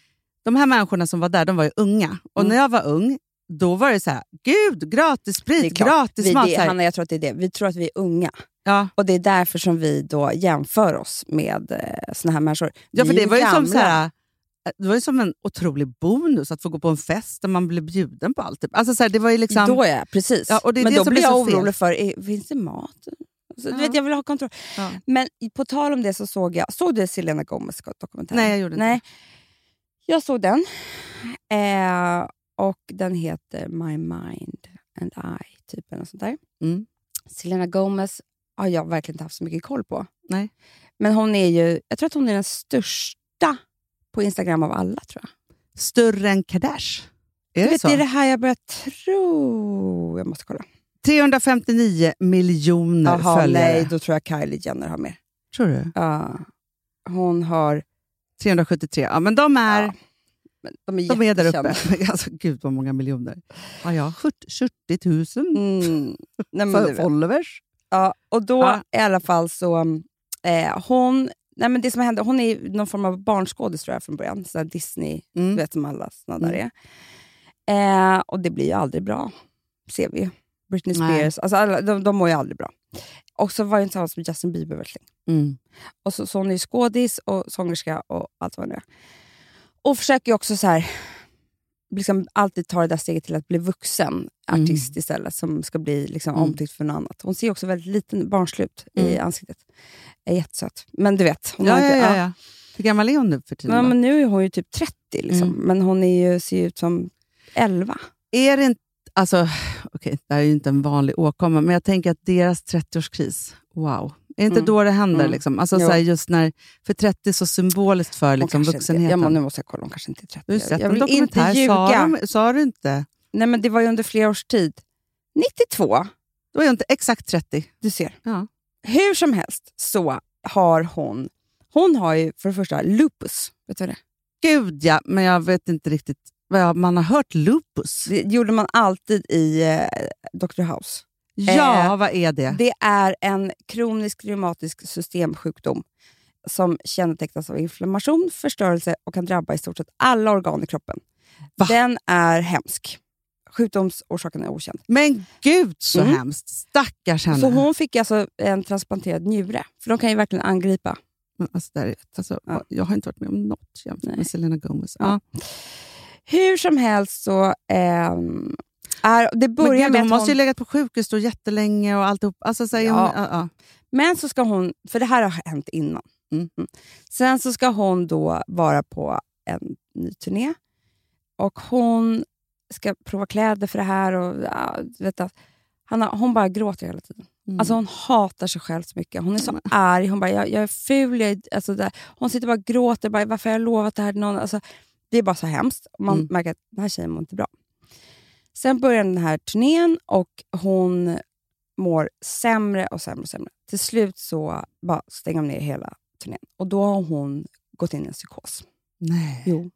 [SPEAKER 5] De här människorna som var där, de var ju unga. Och
[SPEAKER 6] Mm.
[SPEAKER 5] när jag var ung, då var det så här, gud, gratis
[SPEAKER 6] Det är
[SPEAKER 5] sprit,
[SPEAKER 6] klart.
[SPEAKER 5] gratis
[SPEAKER 6] vi,
[SPEAKER 5] mat.
[SPEAKER 6] det,
[SPEAKER 5] så här.
[SPEAKER 6] Hanna, jag tror att det är det. Vi tror att vi är unga.
[SPEAKER 5] Ja.
[SPEAKER 6] Och det är därför som vi då jämför oss med eh, såna här människor.
[SPEAKER 5] Ja,
[SPEAKER 6] Vi
[SPEAKER 5] för
[SPEAKER 6] är
[SPEAKER 5] det var ju som
[SPEAKER 6] gamla.
[SPEAKER 5] så här, det var ju som en otrolig bonus att få gå på en fest där man blev bjuden på allt. Typ. Alltså så här, det var ju liksom...
[SPEAKER 6] Då är jag, precis.
[SPEAKER 5] Ja, och det är
[SPEAKER 6] men
[SPEAKER 5] det
[SPEAKER 6] då
[SPEAKER 5] som
[SPEAKER 6] blir
[SPEAKER 5] är
[SPEAKER 6] jag
[SPEAKER 5] så fel.
[SPEAKER 6] orolig för, är, finns det mat? Så,
[SPEAKER 5] Ja.
[SPEAKER 6] du vet, jag vill ha kontroll.
[SPEAKER 5] Ja.
[SPEAKER 6] Men på tal om det så såg jag, såg du Selena Gomez dokumentär?
[SPEAKER 5] Nej, jag gjorde inte.
[SPEAKER 6] Nej. Jag såg den. Eh, och den heter My Mind and I, typ eller något sånt där.
[SPEAKER 5] Mm.
[SPEAKER 6] Selena Gomez har jag verkligen inte haft så mycket koll på.
[SPEAKER 5] Nej.
[SPEAKER 6] Men hon är ju, jag tror att hon är den största på Instagram av alla, tror jag.
[SPEAKER 5] Större än Kardashian. Är det
[SPEAKER 6] vet,
[SPEAKER 5] så?
[SPEAKER 6] det är det här jag börjar tro. Jag måste kolla.
[SPEAKER 5] trehundrafemtionio miljoner
[SPEAKER 6] Jaha,
[SPEAKER 5] följare.
[SPEAKER 6] nej, då tror jag Kylie Jenner har mer.
[SPEAKER 5] Tror du?
[SPEAKER 6] Ja. Hon har...
[SPEAKER 5] trehundrasjuttiotre. Ja, men de är...
[SPEAKER 6] Ja. Men de är,
[SPEAKER 5] de är där uppe.
[SPEAKER 6] jättekända.
[SPEAKER 5] Alltså, gud vad många miljoner. Ja, ja, sjuttio tusen
[SPEAKER 6] Mm. Nej, men du
[SPEAKER 5] för
[SPEAKER 6] vet.
[SPEAKER 5] followers.
[SPEAKER 6] Ja, och då
[SPEAKER 5] Ja.
[SPEAKER 6] i alla fall så... Eh, hon... Nej, men det som hände, hon är någon form av barnskådis tror jag från början. Så Disney,
[SPEAKER 5] Mm.
[SPEAKER 6] du vet som alla såna där
[SPEAKER 5] Mm.
[SPEAKER 6] är. Eh, och det blir ju aldrig bra, ser vi ju. Britney Spears, alltså alla, de, de mår ju aldrig bra. Och så var ju tillsammans med Justin Bieber verkligen.
[SPEAKER 5] Mm.
[SPEAKER 6] Och så, så hon är ju skådis och sångerska och allt vad det är. Och försöker ju också så här, liksom alltid ta det där steget till att bli vuxen artist
[SPEAKER 5] Mm.
[SPEAKER 6] istället, som ska bli liksom
[SPEAKER 5] Mm.
[SPEAKER 6] omtyckt för något annat. Hon ser också väldigt liten barnslut i
[SPEAKER 5] Mm.
[SPEAKER 6] ansiktet. Är jättesöt. Men du vet, hon
[SPEAKER 5] Ja,
[SPEAKER 6] har
[SPEAKER 5] ja,
[SPEAKER 6] inte,
[SPEAKER 5] ja, ja. Hur gammal är hon nu för tiden?
[SPEAKER 6] Ja,
[SPEAKER 5] då?
[SPEAKER 6] men nu är hon ju typ trettio liksom.
[SPEAKER 5] Mm.
[SPEAKER 6] Men hon är ju, ser ju ut som elva.
[SPEAKER 5] Är det inte... Alltså, okej, det här är ju inte en vanlig åkomma, men jag tänker att deras trettioårskris, wow. Är det inte
[SPEAKER 6] Mm.
[SPEAKER 5] då det händer?
[SPEAKER 6] Mm.
[SPEAKER 5] Liksom? Alltså,
[SPEAKER 6] Jo.
[SPEAKER 5] så här, just när... För trettio är så symboliskt för
[SPEAKER 6] Hon
[SPEAKER 5] liksom,
[SPEAKER 6] kanske inte-
[SPEAKER 5] vuxenheten.
[SPEAKER 6] Ja, men nu måste jag kolla, hon kanske inte är trettio.
[SPEAKER 5] Du har sett
[SPEAKER 6] jag
[SPEAKER 5] en
[SPEAKER 6] vill inte
[SPEAKER 5] dokumentär.
[SPEAKER 6] ljuga.
[SPEAKER 5] Sa, de, sa du inte?
[SPEAKER 6] Nej, men det var ju under flera års tid. nittiotvå,
[SPEAKER 5] Då är jag inte exakt trettio.
[SPEAKER 6] du ser.
[SPEAKER 5] Ja.
[SPEAKER 6] Hur som helst så har hon... Hon har ju för det första lupus. Vet du vad det är?
[SPEAKER 5] Gud ja, men jag vet inte riktigt. Vad man har hört lupus.
[SPEAKER 6] Det gjorde man alltid i eh, doktor House.
[SPEAKER 5] Ja,
[SPEAKER 6] Eh,
[SPEAKER 5] vad är det?
[SPEAKER 6] Det är en kronisk reumatisk systemsjukdom som kännetecknas av inflammation, förstörelse och kan drabba i stort sett alla organ i kroppen.
[SPEAKER 5] Va?
[SPEAKER 6] Den är hemsk. Sjukdomsorsaken är okänd.
[SPEAKER 5] Men gud så
[SPEAKER 6] Mm.
[SPEAKER 5] hemskt. Stackars henne.
[SPEAKER 6] Så hon fick alltså en transplanterad njure. För de kan ju verkligen angripa.
[SPEAKER 5] Men alltså, där, är- alltså,
[SPEAKER 6] Ja.
[SPEAKER 5] Jag har inte varit med om något jämfört
[SPEAKER 6] Nej.
[SPEAKER 5] med Selena Gomez.
[SPEAKER 6] Ja.
[SPEAKER 5] Ja.
[SPEAKER 6] Hur som helst så... ehm, är, det
[SPEAKER 5] Men
[SPEAKER 6] börjar
[SPEAKER 5] gud,
[SPEAKER 6] med
[SPEAKER 5] hon
[SPEAKER 6] att
[SPEAKER 5] måste
[SPEAKER 6] hon,
[SPEAKER 5] ju legat på sjukhus då jättelänge och alltihop. Alltså, så här,
[SPEAKER 6] Ja.
[SPEAKER 5] hon, ja, ja.
[SPEAKER 6] Men så ska hon... För det här har hänt innan.
[SPEAKER 5] Mm.
[SPEAKER 6] Mm. Sen så ska hon då vara på en ny turné. Och hon ska prova kläder för det här. Och, ja, vet du, han har, hon bara gråter hela tiden.
[SPEAKER 5] Mm.
[SPEAKER 6] Alltså hon hatar sig själv så mycket. Hon är så
[SPEAKER 5] Mm.
[SPEAKER 6] arg. Hon bara, jag, jag är ful. Jag, är- alltså det, hon sitter bara och gråter. Bara, varför har jag lovat det här till någon? Alltså, det är bara så hemskt. Och man
[SPEAKER 5] Mm.
[SPEAKER 6] märker att den här tjejen mår inte bra. Sen börjar den här turnén och hon mår sämre och sämre och sämre. Till slut så bara stänger de ner hela turnén. Och då har hon gått in i en psykos.
[SPEAKER 5] Nej.
[SPEAKER 6] Jo.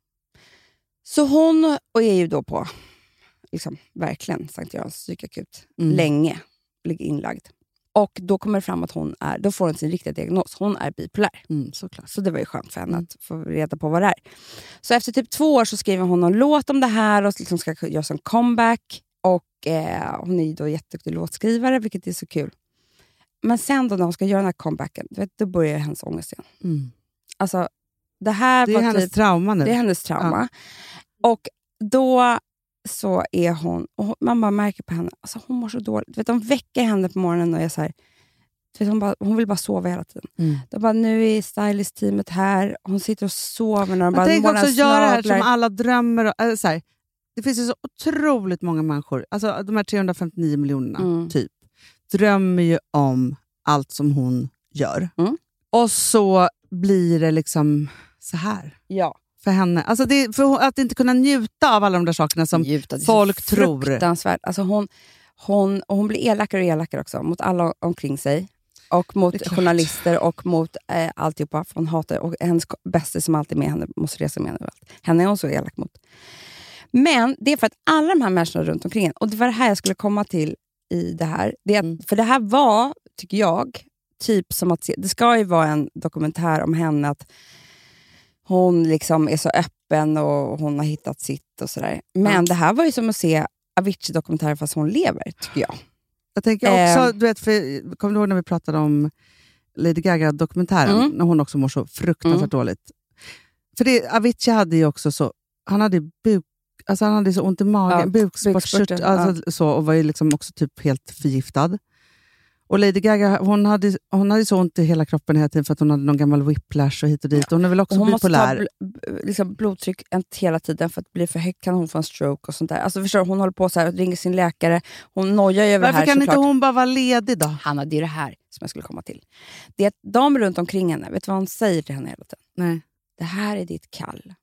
[SPEAKER 6] Så hon och är ju då på liksom, verkligen Sankt Görans psykakut
[SPEAKER 5] Mm.
[SPEAKER 6] länge, ligger inlagd. Och då kommer det fram att hon är, då får hon sin riktiga diagnos. Hon är bipolär.
[SPEAKER 5] Mm, såklart.
[SPEAKER 6] Så det var ju skönt för henne
[SPEAKER 5] Mm.
[SPEAKER 6] att få reda på vad det är. Så efter typ två år så skriver hon en låt om det här och liksom ska göra en comeback. Och eh, hon är ju då jätteduktig låtskrivare, vilket är så kul. Men sen då när hon ska göra den här comebacken, du vet, då börjar hennes ångest igen.
[SPEAKER 5] Mm.
[SPEAKER 6] Alltså, det här
[SPEAKER 5] Det är
[SPEAKER 6] var
[SPEAKER 5] hennes
[SPEAKER 6] typ,
[SPEAKER 5] trauma nu.
[SPEAKER 6] det är hennes trauma. Och då så är hon, och hon- man bara märker på henne, alltså hon mår så dåligt. Du vet, de väcker henne på morgonen och är så här, du vet, hon, bara, hon vill bara sova hela tiden.
[SPEAKER 5] Mm.
[SPEAKER 6] De bara, nu är stylist-teamet här, hon sitter och sover när de bara
[SPEAKER 5] Jag tänker också
[SPEAKER 6] målar
[SPEAKER 5] göra det här
[SPEAKER 6] snablar.
[SPEAKER 5] som alla drömmer. Och, alltså, så här, det finns ju så otroligt många människor, alltså de här trehundrafemtionio miljonerna
[SPEAKER 6] Mm.
[SPEAKER 5] typ, drömmer ju om allt som hon gör.
[SPEAKER 6] Mm.
[SPEAKER 5] Och så blir det liksom så här
[SPEAKER 6] Ja.
[SPEAKER 5] för henne. Alltså det, för hon, att inte kunna njuta av alla de där sakerna som
[SPEAKER 6] Njuta, det är så
[SPEAKER 5] folk tror.
[SPEAKER 6] fruktansvärt. Alltså hon, hon, och hon blir elakare och elakare också mot alla omkring sig. Och mot
[SPEAKER 5] Det är klart.
[SPEAKER 6] journalister och mot eh, alltihopa. För hon hatar, och hennes ko- bästa som alltid är med henne måste resa med henne överallt. Henne är hon så elak mot. Men det är för att alla de här människorna runt omkring en, och det var det här jag skulle komma till i det här. Det är att,
[SPEAKER 5] Mm.
[SPEAKER 6] För det här var, tycker jag, typ som att se, det ska ju vara en dokumentär om henne, att hon liksom är så öppen och hon har hittat sitt och sådär. Men
[SPEAKER 5] Mm.
[SPEAKER 6] det här var ju som att se Avicii-dokumentären fast hon lever, tycker jag.
[SPEAKER 5] Jag tänker också,
[SPEAKER 6] Eh.
[SPEAKER 5] du vet, för, kommer du ihåg när vi pratade om Lady Gaga-dokumentären?
[SPEAKER 6] Mm.
[SPEAKER 5] När hon också mår så fruktansvärt
[SPEAKER 6] Mm.
[SPEAKER 5] dåligt. För det, Avicii hade ju också så, han hade buk, alltså han hade så ont i magen,
[SPEAKER 6] Ja,
[SPEAKER 5] bukspottkört,
[SPEAKER 6] bukspottkört,
[SPEAKER 5] alltså, så, och var ju liksom också typ helt förgiftad. Och Lady Gaga, hon hade, hon hade så ont i hela kroppen hela tiden för att hon hade någon gammal whiplash och hit och dit. Hon är väl också
[SPEAKER 6] Och hon måste ta
[SPEAKER 5] bipolär.
[SPEAKER 6] bl- liksom blodtryck hela tiden för att bli för högt kan hon få en stroke och sånt där. Alltså förstår du, hon håller på så här och ringer sin läkare. Hon nojar ju över det
[SPEAKER 5] Varför
[SPEAKER 6] här
[SPEAKER 5] kan
[SPEAKER 6] såklart.
[SPEAKER 5] inte hon bara vara ledig då?
[SPEAKER 6] Hanna, det är det här som jag skulle komma till. Det är att de runt omkring henne, vet du vad hon säger till henne hela tiden?
[SPEAKER 5] Nej.
[SPEAKER 6] det här är ditt kall.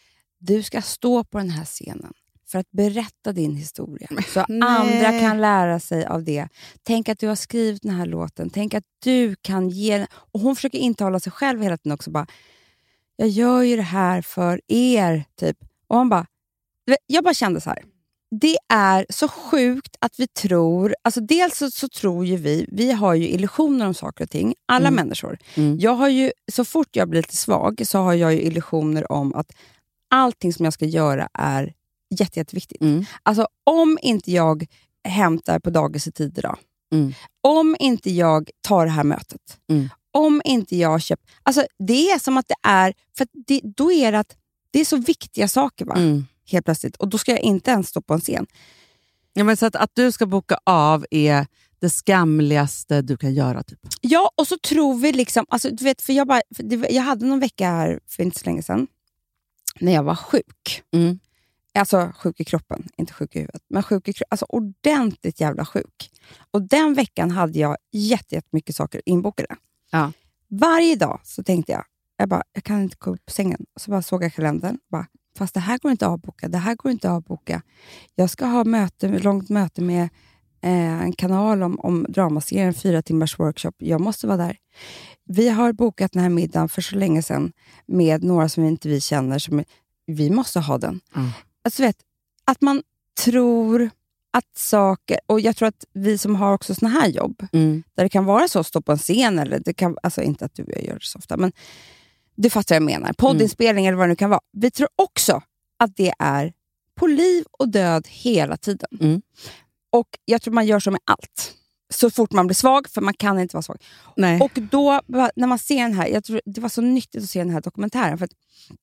[SPEAKER 6] Du ska stå på den här scenen för att berätta din historia. Så
[SPEAKER 5] Nej.
[SPEAKER 6] andra kan lära sig av det. Tänk att du har skrivit den här låten. Tänk att du kan ge... Och hon försöker intala sig själv hela tiden också. Bara, jag gör ju det här för er, typ. Och hon bara... Jag bara kände så här. Det är så sjukt att vi tror... Alltså dels så, så tror ju vi... Vi har ju illusioner om saker och ting. Alla
[SPEAKER 5] Mm.
[SPEAKER 6] människor.
[SPEAKER 5] Mm.
[SPEAKER 6] Jag har ju... Så fort jag blir lite svag så har jag ju illusioner om att allting som jag ska göra är jätte, jätteviktigt.
[SPEAKER 5] Mm.
[SPEAKER 6] Alltså om inte jag hämtar på dagis i tid idag.
[SPEAKER 5] Mm.
[SPEAKER 6] Om inte jag tar det här mötet.
[SPEAKER 5] Mm.
[SPEAKER 6] Om inte jag köper... Alltså det är som att det är... För att det, då är det att det är så viktiga saker, va?
[SPEAKER 5] Mm.
[SPEAKER 6] Helt plötsligt. Och då ska jag inte ens stå på en scen.
[SPEAKER 5] Ja, men så att, att du ska boka av är det skamligaste du kan göra, typ.
[SPEAKER 6] Ja, och så tror vi liksom... Alltså, du vet, för jag, bara, för det, jag hade någon vecka här för inte så länge sedan. När jag var sjuk.
[SPEAKER 5] Mm.
[SPEAKER 6] Alltså sjuk i kroppen, inte sjuk i huvudet. Men sjuk i kroppen, alltså ordentligt jävla sjuk. Och den veckan hade jag jätte, jättemycket saker inbokade.
[SPEAKER 5] Ja.
[SPEAKER 6] Varje dag så tänkte jag, jag bara, jag kan inte gå upp på sängen. Så bara såg jag kalendern. Bara, fast det här går inte att avboka, det här går inte att avboka. Jag ska ha möte, långt möte med eh, en kanal om, om dramaserien, fyra timmars workshop. Jag måste vara där. Vi har bokat den här middagen för så länge sedan med några som inte vi känner. Som vi måste ha den.
[SPEAKER 5] Mm.
[SPEAKER 6] Alltså vet, att man tror att saker, och jag tror att vi som har också såna här jobb,
[SPEAKER 5] Mm.
[SPEAKER 6] där det kan vara så att stå på en scen, eller det kan, alltså inte att du och jag gör det så ofta, men du fattar vad jag menar. Poddinspelning mm. eller vad det nu kan vara. Vi tror också att det är på liv och död hela tiden.
[SPEAKER 5] Mm.
[SPEAKER 6] Och jag tror man gör så med allt. Så fort man blir svag, för man kan inte vara svag.
[SPEAKER 5] Nej.
[SPEAKER 6] Och då, när man ser den här, jag tror det var så nyttigt att se den här dokumentären, för att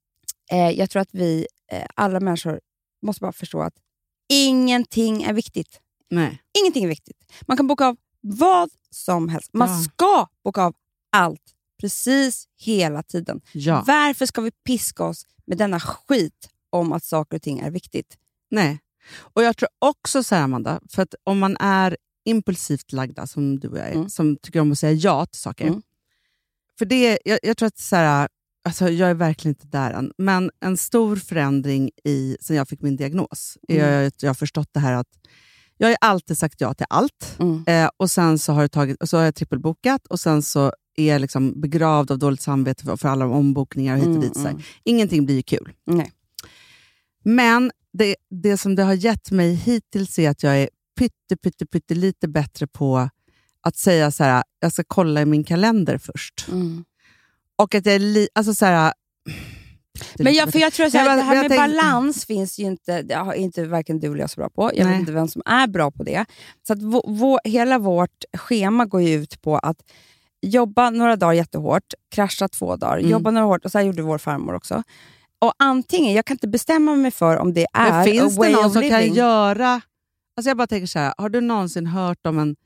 [SPEAKER 6] eh, jag tror att vi, eh, alla människor måste bara förstå att ingenting är viktigt.
[SPEAKER 5] Nej.
[SPEAKER 6] Ingenting är viktigt. Man kan boka av vad som helst. Man
[SPEAKER 5] Ja.
[SPEAKER 6] ska boka av allt. Precis hela tiden.
[SPEAKER 5] Ja.
[SPEAKER 6] Varför ska vi piska oss med denna skit om att saker och ting är viktigt?
[SPEAKER 5] Nej. Och jag tror också så här, Amanda, för att om man är impulsivt lagda som du och jag är,
[SPEAKER 6] Mm.
[SPEAKER 5] som tycker om att säga ja till saker.
[SPEAKER 6] Mm.
[SPEAKER 5] För det, jag, jag tror att så här, alltså jag är verkligen inte där än, men en stor förändring i sen jag fick min diagnos.
[SPEAKER 6] Mm.
[SPEAKER 5] Jag, jag har förstått det här att jag har alltid sagt ja till allt.
[SPEAKER 6] Mm.
[SPEAKER 5] Eh, och sen så har, jag tagit, och så har jag trippelbokat och sen så är jag liksom begravd av dåligt samvete för, för alla ombokningar och hit och dit.
[SPEAKER 6] Mm,
[SPEAKER 5] Så
[SPEAKER 6] mm.
[SPEAKER 5] här. Ingenting blir ju kul.
[SPEAKER 6] Nej.
[SPEAKER 5] Men det, det som det har gett mig hittills är att jag är pytte, pytte, pytte lite bättre på att säga så här: jag ska kolla i min kalender först.
[SPEAKER 6] Mm.
[SPEAKER 5] Och att jag är li, alltså så här,
[SPEAKER 6] Men jag, för jag tror att det här
[SPEAKER 5] men
[SPEAKER 6] med
[SPEAKER 5] jag tänk-
[SPEAKER 6] balans finns ju inte, det har inte varken du eller jag så bra på. Jag
[SPEAKER 5] Nej.
[SPEAKER 6] vet inte vem som är bra på det. Så att vå, vå, hela vårt schema går ju ut på att jobba några dagar jättehårt, krascha två dagar,
[SPEAKER 5] Mm.
[SPEAKER 6] jobba några hårt, och så här gjorde vår farmor också. Och antingen, jag kan inte bestämma mig för om det är
[SPEAKER 5] Men finns
[SPEAKER 6] a way
[SPEAKER 5] det någon
[SPEAKER 6] of
[SPEAKER 5] som
[SPEAKER 6] living.
[SPEAKER 5] kan göra... Alltså jag bara tänker så här, har du någonsin hört om en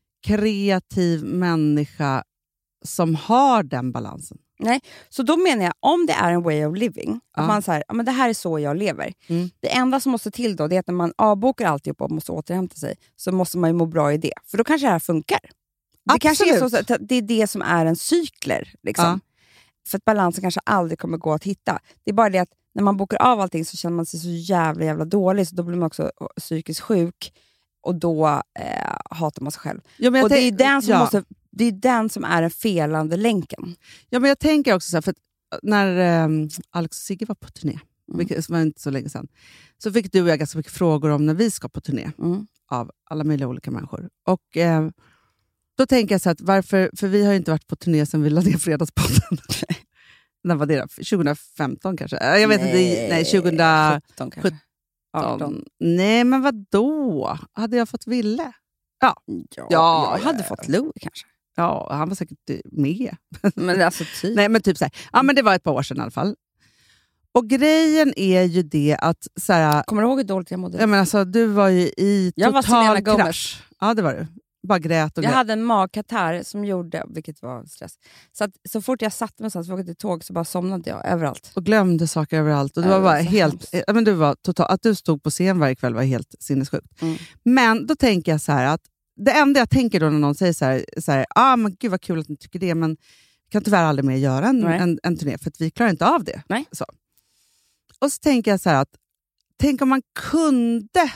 [SPEAKER 5] kreativ människa som har den balansen?
[SPEAKER 6] Nej, så då menar jag, om det är en way of living, att
[SPEAKER 5] Ja.
[SPEAKER 6] man säger, ja, men det här är så jag lever.
[SPEAKER 5] Mm.
[SPEAKER 6] Det enda som måste till då, det är att när man avbokar alltihop och måste återhämta sig, så måste man ju må bra i det. För då kanske det här funkar. Det kanske är så
[SPEAKER 5] Absolut.
[SPEAKER 6] att det är det som är en cykler. Liksom.
[SPEAKER 5] Ja.
[SPEAKER 6] För att balansen kanske aldrig kommer gå att hitta. Det är bara det att när man bokar av allting så känner man sig så jävla jävla dålig, så då blir man också psykiskt sjuk. Och då eh, hatar man sig själv.
[SPEAKER 5] Ja, men jag
[SPEAKER 6] Och det är,
[SPEAKER 5] tänk-
[SPEAKER 6] den som
[SPEAKER 5] ja.
[SPEAKER 6] måste, det är den som är den felande länken.
[SPEAKER 5] Ja, men jag tänker också så här, för att när um, Alex och Sigge var på turné,
[SPEAKER 6] Mm.
[SPEAKER 5] vilket var inte så länge sedan, så fick du och jag ganska mycket frågor om när vi ska på turné
[SPEAKER 6] Mm.
[SPEAKER 5] av alla möjliga olika människor. Och eh, då tänker jag så här, att varför, för vi har ju inte varit på turné sedan vi lade ner Fredagspodden. När var det då? tjugohundrafemton kanske? Jag vet inte, nej, tjugohundrasjutton.
[SPEAKER 6] sjutton kanske. arton.
[SPEAKER 5] Nej, men vad då? Hade jag fått Ville?
[SPEAKER 6] Ja,
[SPEAKER 5] Ja,
[SPEAKER 6] jag hade
[SPEAKER 5] ja,
[SPEAKER 6] fått Louis kanske.
[SPEAKER 5] Ja, han var säkert med.
[SPEAKER 6] Men alltså typ.
[SPEAKER 5] Nej, men typ så här. Ja, men det var ett par år sedan i alla fall. Och grejen är ju det att så här,
[SPEAKER 6] Kommer du ihåg hur dåligt jag mådde?
[SPEAKER 5] jag menar, alltså, du var ju i
[SPEAKER 6] Jag var Selena
[SPEAKER 5] total
[SPEAKER 6] Gomez.
[SPEAKER 5] krasch. Ja, det var du. Bara grät och
[SPEAKER 6] Jag
[SPEAKER 5] grät.
[SPEAKER 6] hade en magkatarr som gjorde, vilket var stress. Så att så fort jag satte mig någonstans och åkte till tåg så bara somnade jag överallt.
[SPEAKER 5] Och glömde saker överallt. Och du
[SPEAKER 6] Ja,
[SPEAKER 5] var
[SPEAKER 6] det var
[SPEAKER 5] bara
[SPEAKER 6] så
[SPEAKER 5] helt,
[SPEAKER 6] hemskt.
[SPEAKER 5] ja, men du var total, att du stod på scen varje kväll var helt sinnessjukt.
[SPEAKER 6] Mm.
[SPEAKER 5] Men då tänker jag så här att det enda jag tänker då när någon säger så här, så här ah, men gud vad kul att ni tycker det, men kan tyvärr aldrig mer göra en, en, en turné för att vi klarar inte av det.
[SPEAKER 6] Nej.
[SPEAKER 5] Så. Och så tänker jag så här att tänk om man kunde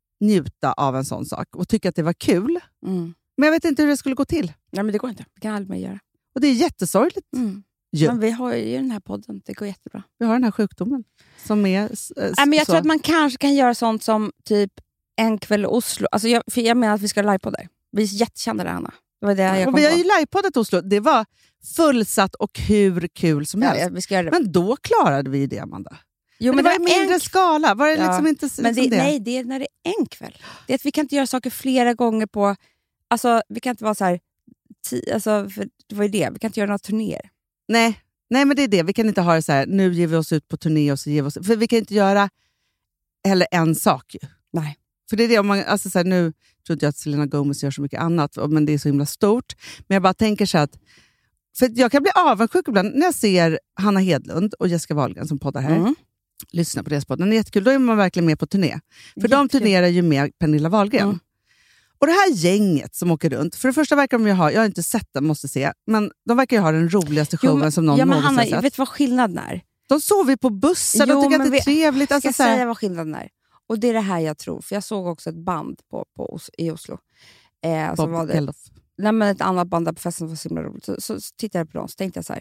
[SPEAKER 5] njuta av en sån sak och tycka att det var kul.
[SPEAKER 6] Mm.
[SPEAKER 5] Men jag vet inte hur det skulle gå till.
[SPEAKER 6] Nej, men det går inte. Det kan aldrig mer göra.
[SPEAKER 5] Och det är jättesorgligt.
[SPEAKER 6] Mm.
[SPEAKER 5] Ja.
[SPEAKER 6] Men vi har ju den här podden. Det går jättebra.
[SPEAKER 5] Vi har den här sjukdomen som är äh,
[SPEAKER 6] Nej, men jag
[SPEAKER 5] så.
[SPEAKER 6] tror att man kanske kan göra sånt som typ en kväll i Oslo. Alltså jag, för jag menar att vi ska livepodda där. Vi är jättekända där, Anna. Det var det jag kom
[SPEAKER 5] och vi har
[SPEAKER 6] på.
[SPEAKER 5] ju livepoddat i Oslo. Det var fullsatt och hur kul som
[SPEAKER 6] Ja,
[SPEAKER 5] helst.
[SPEAKER 6] ja, vi ska göra det.
[SPEAKER 5] Men då klarade vi det, Amanda.
[SPEAKER 6] Jo,
[SPEAKER 5] men,
[SPEAKER 6] men
[SPEAKER 5] det var i
[SPEAKER 6] är
[SPEAKER 5] mindre
[SPEAKER 6] en...
[SPEAKER 5] skala. Var det
[SPEAKER 6] Ja,
[SPEAKER 5] liksom inte liksom
[SPEAKER 6] men det,
[SPEAKER 5] det?
[SPEAKER 6] Nej, det är när det är en kväll. Det är att vi kan inte göra saker flera gånger på... Alltså, vi kan inte vara så här... Ti, alltså, för det var ju det. Vi kan inte göra några turnéer.
[SPEAKER 5] Nej. Nej, men det är det. Vi kan inte ha det så här, nu ger vi oss ut på turné och så ger vi oss... För vi kan inte göra heller en sak ju.
[SPEAKER 6] Nej.
[SPEAKER 5] För det är det, om man, alltså så här, nu tror inte jag att Selena Gomez gör så mycket annat, men det är så himla stort. Men jag bara tänker så att, för jag kan bli avundsjuk ibland när jag ser Hanna Hedlund och Jessica Wahlgren som poddar här. Mm. Lyssna på deras podd. Den är jättekul. Då är man verkligen med på turné. För jättekul. De turnerar ju med Pernilla Wahlgren. Mm. Och det här gänget som åker runt, för det första verkar de ju ha, jag har inte sett den, måste se, men de verkar ju ha den roligaste showen jo, men, som någon
[SPEAKER 6] ja, men
[SPEAKER 5] någonsin
[SPEAKER 6] Hanna,
[SPEAKER 5] har sett.
[SPEAKER 6] Vet du vad skillnaden är?
[SPEAKER 5] De sover på bussar, de tycker att det är
[SPEAKER 6] vi,
[SPEAKER 5] trevligt. Alltså,
[SPEAKER 6] jag ska säga vad skillnaden är. Och det är det här jag tror. För jag såg också ett band på, på, i Oslo. Eh,
[SPEAKER 5] Bob
[SPEAKER 6] var det, nej, men ett annat band där på festen var så himla roligt. Så, så, så tittade jag på dem så tänkte jag så här.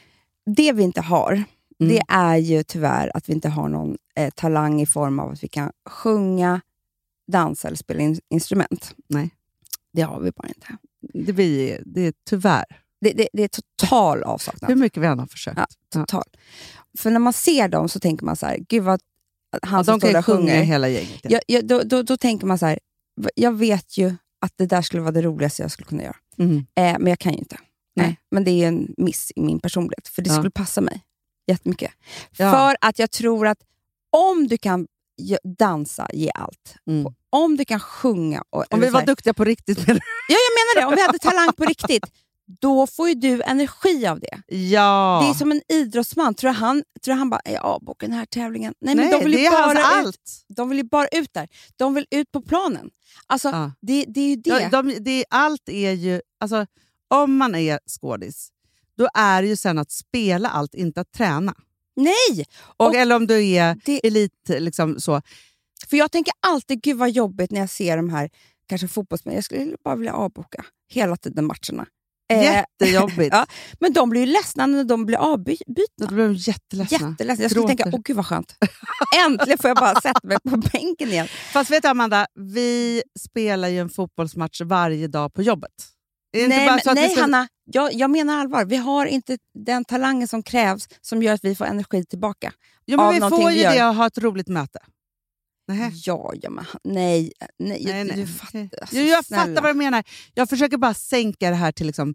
[SPEAKER 6] Det vi inte har, mm. det är ju tyvärr att vi inte har någon eh, talang i form av att vi kan sjunga, dansa eller spela in, instrument.
[SPEAKER 5] Nej.
[SPEAKER 6] Det har vi bara inte.
[SPEAKER 5] Det, blir, det är tyvärr.
[SPEAKER 6] Det, det, det är total avsaknad.
[SPEAKER 5] Hur mycket vi än har försökt.
[SPEAKER 6] Ja, total. Ja. För när man ser dem så tänker man så här, gud vad han
[SPEAKER 5] ja,
[SPEAKER 6] som står där och sjunger.
[SPEAKER 5] Hela gänget. Ja.
[SPEAKER 6] Ja, ja, då, då, då tänker man så här, jag vet ju att det där skulle vara det roligaste jag skulle kunna göra. Mm. Eh, men jag kan ju inte. Nej. Nej. Men det är en miss i min personlighet. För det ja. skulle passa mig jättemycket. Ja. För att jag tror att om du kan dansa, ge allt. Mm. Om du kan sjunga. Och,
[SPEAKER 5] om vi var här, duktiga på riktigt.
[SPEAKER 6] Ja, jag menar det. Om vi hade talang på riktigt. Då får ju du energi av det.
[SPEAKER 5] Ja.
[SPEAKER 6] Det är som en idrottsman. Tror han, tror han bara, ja, boka den här tävlingen. Nej,
[SPEAKER 5] Nej
[SPEAKER 6] men de vill
[SPEAKER 5] det är
[SPEAKER 6] bara
[SPEAKER 5] hans
[SPEAKER 6] ut,
[SPEAKER 5] allt.
[SPEAKER 6] De vill ju bara ut där. De vill ut på planen. Alltså, ja. det, det är ju det.
[SPEAKER 5] Ja, de, det. Allt är ju... Alltså, om man är skådis, då är det ju sen att spela allt, inte att träna.
[SPEAKER 6] Nej!
[SPEAKER 5] Och, och eller om du är
[SPEAKER 6] det,
[SPEAKER 5] elit, liksom så.
[SPEAKER 6] För jag tänker alltid, gud vad jobbigt när jag ser de här, kanske fotbollsmän. Jag skulle bara vilja avboka hela tiden matcherna.
[SPEAKER 5] Jättejobbigt.
[SPEAKER 6] Ja, men de blir ju ledsna när de blir avbytna.
[SPEAKER 5] Då blir de jätteledsna.
[SPEAKER 6] jätteledsna. Jag skulle tänka, åh gud vad skönt. Äntligen får jag bara sätta mig på bänken igen.
[SPEAKER 5] Fast vet du Amanda, vi spelar ju en fotbollsmatch varje dag på jobbet.
[SPEAKER 6] Nej, men, nej ska... Hanna, jag, jag menar allvar. Vi har inte den talangen som krävs som gör att vi får energi tillbaka.
[SPEAKER 5] Jo, men vi får ju vi det att ha ett roligt möte.
[SPEAKER 6] Nähe. Ja, ja, men nej. nej,
[SPEAKER 5] nej, nej.
[SPEAKER 6] Du fattar, alltså,
[SPEAKER 5] jo, jag fattar vad du menar. Jag försöker bara sänka det här till liksom...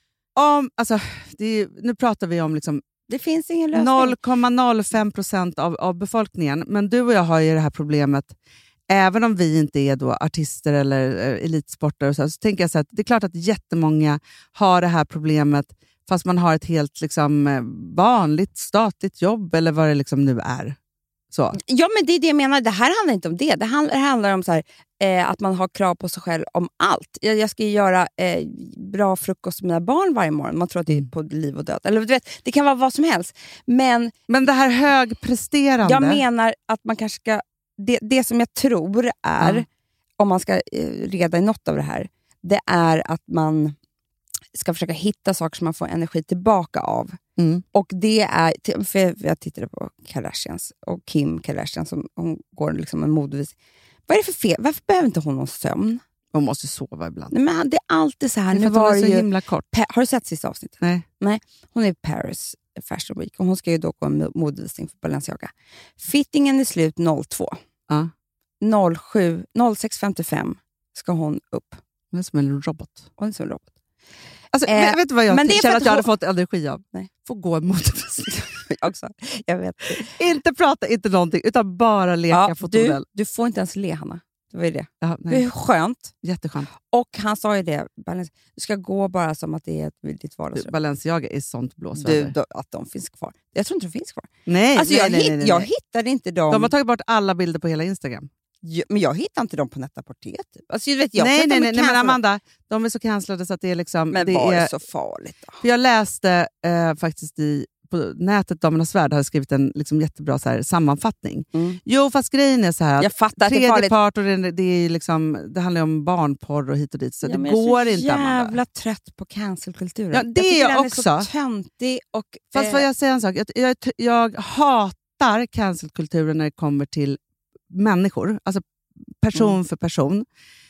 [SPEAKER 5] Om, alltså, det är, nu pratar vi om liksom...
[SPEAKER 6] Det finns ingen lösning.
[SPEAKER 5] noll komma noll fem procent av, av befolkningen. Men du och jag har ju det här problemet. Även om vi inte är då artister eller elitsportare och så, så tänker jag så att det är klart att jättemånga har det här problemet fast man har ett helt liksom, vanligt statligt jobb eller vad det liksom nu är. Så.
[SPEAKER 6] Ja, men det är det jag menar. Det här handlar inte om det. Det handlar, det handlar om så här, eh, att man har krav på sig själv om allt. Jag, jag ska göra eh, bra frukost med mina barn varje morgon. Man tror att det är på liv och död. Eller, du vet, det kan vara vad som helst. Men,
[SPEAKER 5] men det här högpresterande...
[SPEAKER 6] Jag menar att man kanske ska... Det, det som jag tror är, ja. om man ska eh, reda i något av det här, det är att man ska försöka hitta saker som man får energi tillbaka av. Mm. Och det är, för jag tittade på Kardashians och Kim Kardashian som hon går liksom en modevisning. Vad är det för fel? Varför behöver inte hon någon sömn?
[SPEAKER 5] Hon måste sova ibland.
[SPEAKER 6] Nej, men det är alltid så här.
[SPEAKER 5] Det
[SPEAKER 6] nu var det
[SPEAKER 5] så
[SPEAKER 6] ju,
[SPEAKER 5] himla kort.
[SPEAKER 6] Pa- har du sett sista avsnittet?
[SPEAKER 5] Nej.
[SPEAKER 6] Nej. Hon är i Paris Fashion Week och hon ska ju då gå en modevisning för Balenciaga. Fittingen är slut noll två.
[SPEAKER 5] Ja.
[SPEAKER 6] noll sju, noll sex femtiofem ska hon upp.
[SPEAKER 5] Hon är som en robot.
[SPEAKER 6] Hon är som en robot.
[SPEAKER 5] Alltså, eh, vet du vad jag
[SPEAKER 6] men
[SPEAKER 5] känner att, att jag hade
[SPEAKER 6] hon...
[SPEAKER 5] fått energi av?
[SPEAKER 6] Nej.
[SPEAKER 5] Få gå emot
[SPEAKER 6] jag också. Jag vet.
[SPEAKER 5] Inte prata, inte någonting, utan bara leka
[SPEAKER 6] ja,
[SPEAKER 5] fotomodell.
[SPEAKER 6] Du, du får inte ens le, Hanna. Det var ju det.
[SPEAKER 5] Ja,
[SPEAKER 6] det är skönt.
[SPEAKER 5] Jätteskönt.
[SPEAKER 6] Och han sa ju det, du ska gå bara som att det är ett ditt vardagsrum.
[SPEAKER 5] Balenciaga är sånt blåsväder.
[SPEAKER 6] Du, att de finns kvar. Jag tror inte de finns kvar.
[SPEAKER 5] Nej,
[SPEAKER 6] alltså,
[SPEAKER 5] nej,
[SPEAKER 6] jag,
[SPEAKER 5] nej,
[SPEAKER 6] hitt,
[SPEAKER 5] nej, nej.
[SPEAKER 6] jag hittade inte dem.
[SPEAKER 5] De har tagit bort alla bilder på hela Instagram.
[SPEAKER 6] Ja, men jag hittar inte dem på Net-a-Porter. Typ. Alltså, vet, jag
[SPEAKER 5] nej, nej, nej, nej, men
[SPEAKER 6] cancellade.
[SPEAKER 5] Amanda, de är så cancellade så att det är liksom...
[SPEAKER 6] Men
[SPEAKER 5] det
[SPEAKER 6] var
[SPEAKER 5] är,
[SPEAKER 6] det så farligt då?
[SPEAKER 5] För jag läste eh, faktiskt i, på nätet, Damernas Värld hade skrivit en liksom, jättebra så här, sammanfattning.
[SPEAKER 6] Mm.
[SPEAKER 5] Jo, fast grejen är så här att
[SPEAKER 6] Jag fattar att det är
[SPEAKER 5] tredje
[SPEAKER 6] farligt.
[SPEAKER 5] part och det, det, är liksom, det handlar om barnporr och hit och dit. Så
[SPEAKER 6] Ja,
[SPEAKER 5] det
[SPEAKER 6] men
[SPEAKER 5] går
[SPEAKER 6] jag är så
[SPEAKER 5] inte,
[SPEAKER 6] jävla
[SPEAKER 5] Amanda.
[SPEAKER 6] trött på cancelkulturen.
[SPEAKER 5] Ja, det
[SPEAKER 6] jag tycker
[SPEAKER 5] är
[SPEAKER 6] den
[SPEAKER 5] jag
[SPEAKER 6] är så
[SPEAKER 5] också.
[SPEAKER 6] töntig och...
[SPEAKER 5] Fast
[SPEAKER 6] eh,
[SPEAKER 5] får jag säga en sak? Jag, jag, jag hatar cancelkulturen när det kommer till människor. Alltså person
[SPEAKER 6] Mm.
[SPEAKER 5] för person.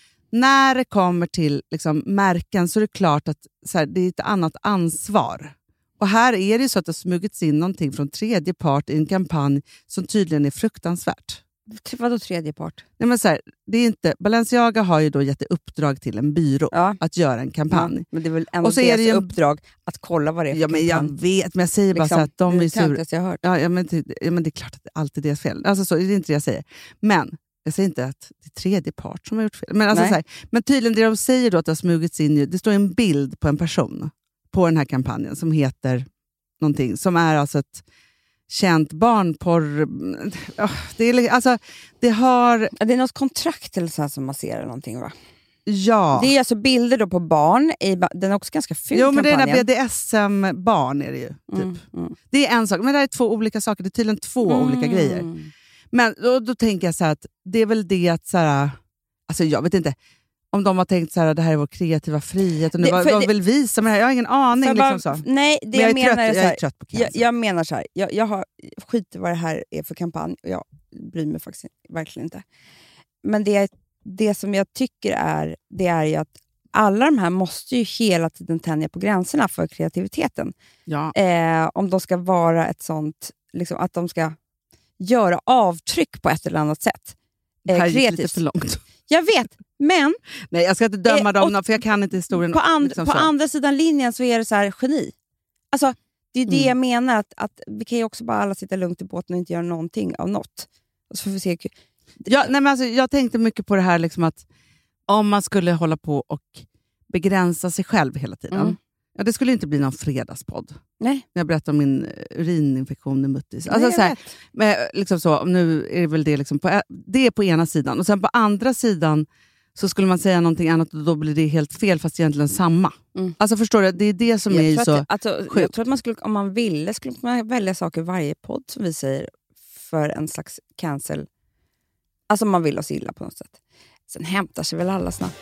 [SPEAKER 5] När det kommer till liksom, märken så är det klart att så här, det är ett annat ansvar. Och här är det så att det har smugits in någonting från tredje part i en kampanj som tydligen är fruktansvärt.
[SPEAKER 6] Vadå tredje part?
[SPEAKER 5] Nej, men så här, det är inte, Balenciaga har ju då gett uppdrag till en byrå
[SPEAKER 6] Ja.
[SPEAKER 5] att göra en kampanj.
[SPEAKER 6] Ja, men det är väl ändå
[SPEAKER 5] Och så
[SPEAKER 6] deras
[SPEAKER 5] är det ju en-
[SPEAKER 6] uppdrag att kolla vad det är för
[SPEAKER 5] Ja, men jag
[SPEAKER 6] kampanj.
[SPEAKER 5] vet, men jag säger bara
[SPEAKER 6] Liksom,
[SPEAKER 5] så att de
[SPEAKER 6] det
[SPEAKER 5] är
[SPEAKER 6] är
[SPEAKER 5] sur.
[SPEAKER 6] det töntigaste jag har hört.
[SPEAKER 5] Ja, ja, men det, ja, men det är klart att det alltid är deras fel. Alltså, så, det är inte det jag säger. Men jag säger inte att det är tredje part som har gjort fel. Men, alltså,
[SPEAKER 6] Nej.
[SPEAKER 5] så här, men tydligen det de säger då att det har smugits in, ju- det står en bild på en person på den här kampanjen som heter någonting, som är alltså ett känt barnporr... Oh, det, är, alltså, det har...
[SPEAKER 6] Ja, det är något kontrakt eller så här som man ser eller någonting, va?
[SPEAKER 5] Ja.
[SPEAKER 6] Det är alltså bilder då på barn. I, ba- den är också ganska ful,
[SPEAKER 5] Jo, men det är
[SPEAKER 6] kampanjen.
[SPEAKER 5] den B D S M-barn är det ju. Typ.
[SPEAKER 6] Mm, mm.
[SPEAKER 5] Det är en sak, men det här är två olika saker. Det är tydligen två olika
[SPEAKER 6] Mm.
[SPEAKER 5] grejer. Men då, då tänker jag så här att det är väl det att så här, alltså jag vet inte om de har tänkt så här, det här är vår kreativa frihet och nu
[SPEAKER 6] Det-
[SPEAKER 5] vad,
[SPEAKER 6] för
[SPEAKER 5] vad
[SPEAKER 6] det-
[SPEAKER 5] vill visa med det här? Jag har ingen aning.
[SPEAKER 6] Får jag
[SPEAKER 5] Liksom
[SPEAKER 6] bara-
[SPEAKER 5] så.
[SPEAKER 6] Nej, det
[SPEAKER 5] Men jag,
[SPEAKER 6] jag,
[SPEAKER 5] är
[SPEAKER 6] menar
[SPEAKER 5] trött,
[SPEAKER 6] är så
[SPEAKER 5] jag
[SPEAKER 6] här,
[SPEAKER 5] är trött på
[SPEAKER 6] jag,
[SPEAKER 5] cancer.
[SPEAKER 6] jag menar så här, jag, jag har skit i vad det här är för kampanj och jag bryr mig faktiskt verkligen inte. Men det, det som jag tycker är, det är ju att alla de här måste ju hela tiden tänja på gränserna för kreativiteten.
[SPEAKER 5] Ja.
[SPEAKER 6] Eh, om de ska vara ett sånt, liksom, att de ska göra avtryck på ett eller annat sätt.
[SPEAKER 5] Det
[SPEAKER 6] Eh,
[SPEAKER 5] här gick lite
[SPEAKER 6] kreativt.
[SPEAKER 5] för långt.
[SPEAKER 6] Jag vet, men
[SPEAKER 5] Nej, jag ska inte döma
[SPEAKER 6] Eh,
[SPEAKER 5] dem,
[SPEAKER 6] och-
[SPEAKER 5] för jag kan inte historien.
[SPEAKER 6] på, and,
[SPEAKER 5] liksom
[SPEAKER 6] på
[SPEAKER 5] så.
[SPEAKER 6] andra sidan linjen så är det så här geni. Alltså, det är det
[SPEAKER 5] Mm.
[SPEAKER 6] jag menar, att, att vi kan ju också bara alla sitta lugnt i båten och inte göra någonting av något. Och så får vi se.
[SPEAKER 5] Ja, nej, men alltså, jag tänkte mycket på det här liksom att om man skulle hålla på och begränsa sig själv hela tiden.
[SPEAKER 6] Mm.
[SPEAKER 5] Ja, det skulle inte bli någon fredagspodd.
[SPEAKER 6] Nej.
[SPEAKER 5] När jag berättar om min urininfektion i muttis.
[SPEAKER 6] Nej,
[SPEAKER 5] Alltså,
[SPEAKER 6] jag
[SPEAKER 5] så här,
[SPEAKER 6] vet.
[SPEAKER 5] men, liksom så, nu är det väl det, liksom på, det är på ena sidan. Och sen på andra sidan så skulle man säga någonting annat och då blir det helt fel fast egentligen samma.
[SPEAKER 6] Mm.
[SPEAKER 5] Alltså förstår du? Det är det som
[SPEAKER 6] jag,
[SPEAKER 5] är ju
[SPEAKER 6] tror
[SPEAKER 5] så
[SPEAKER 6] att, alltså, jag
[SPEAKER 5] sjukt.
[SPEAKER 6] tror att man skulle, om man ville skulle man välja saker i varje podd som vi säger för en slags cancel. Alltså om man vill oss illa på något sätt. Sen hämtar sig väl alla snabbt.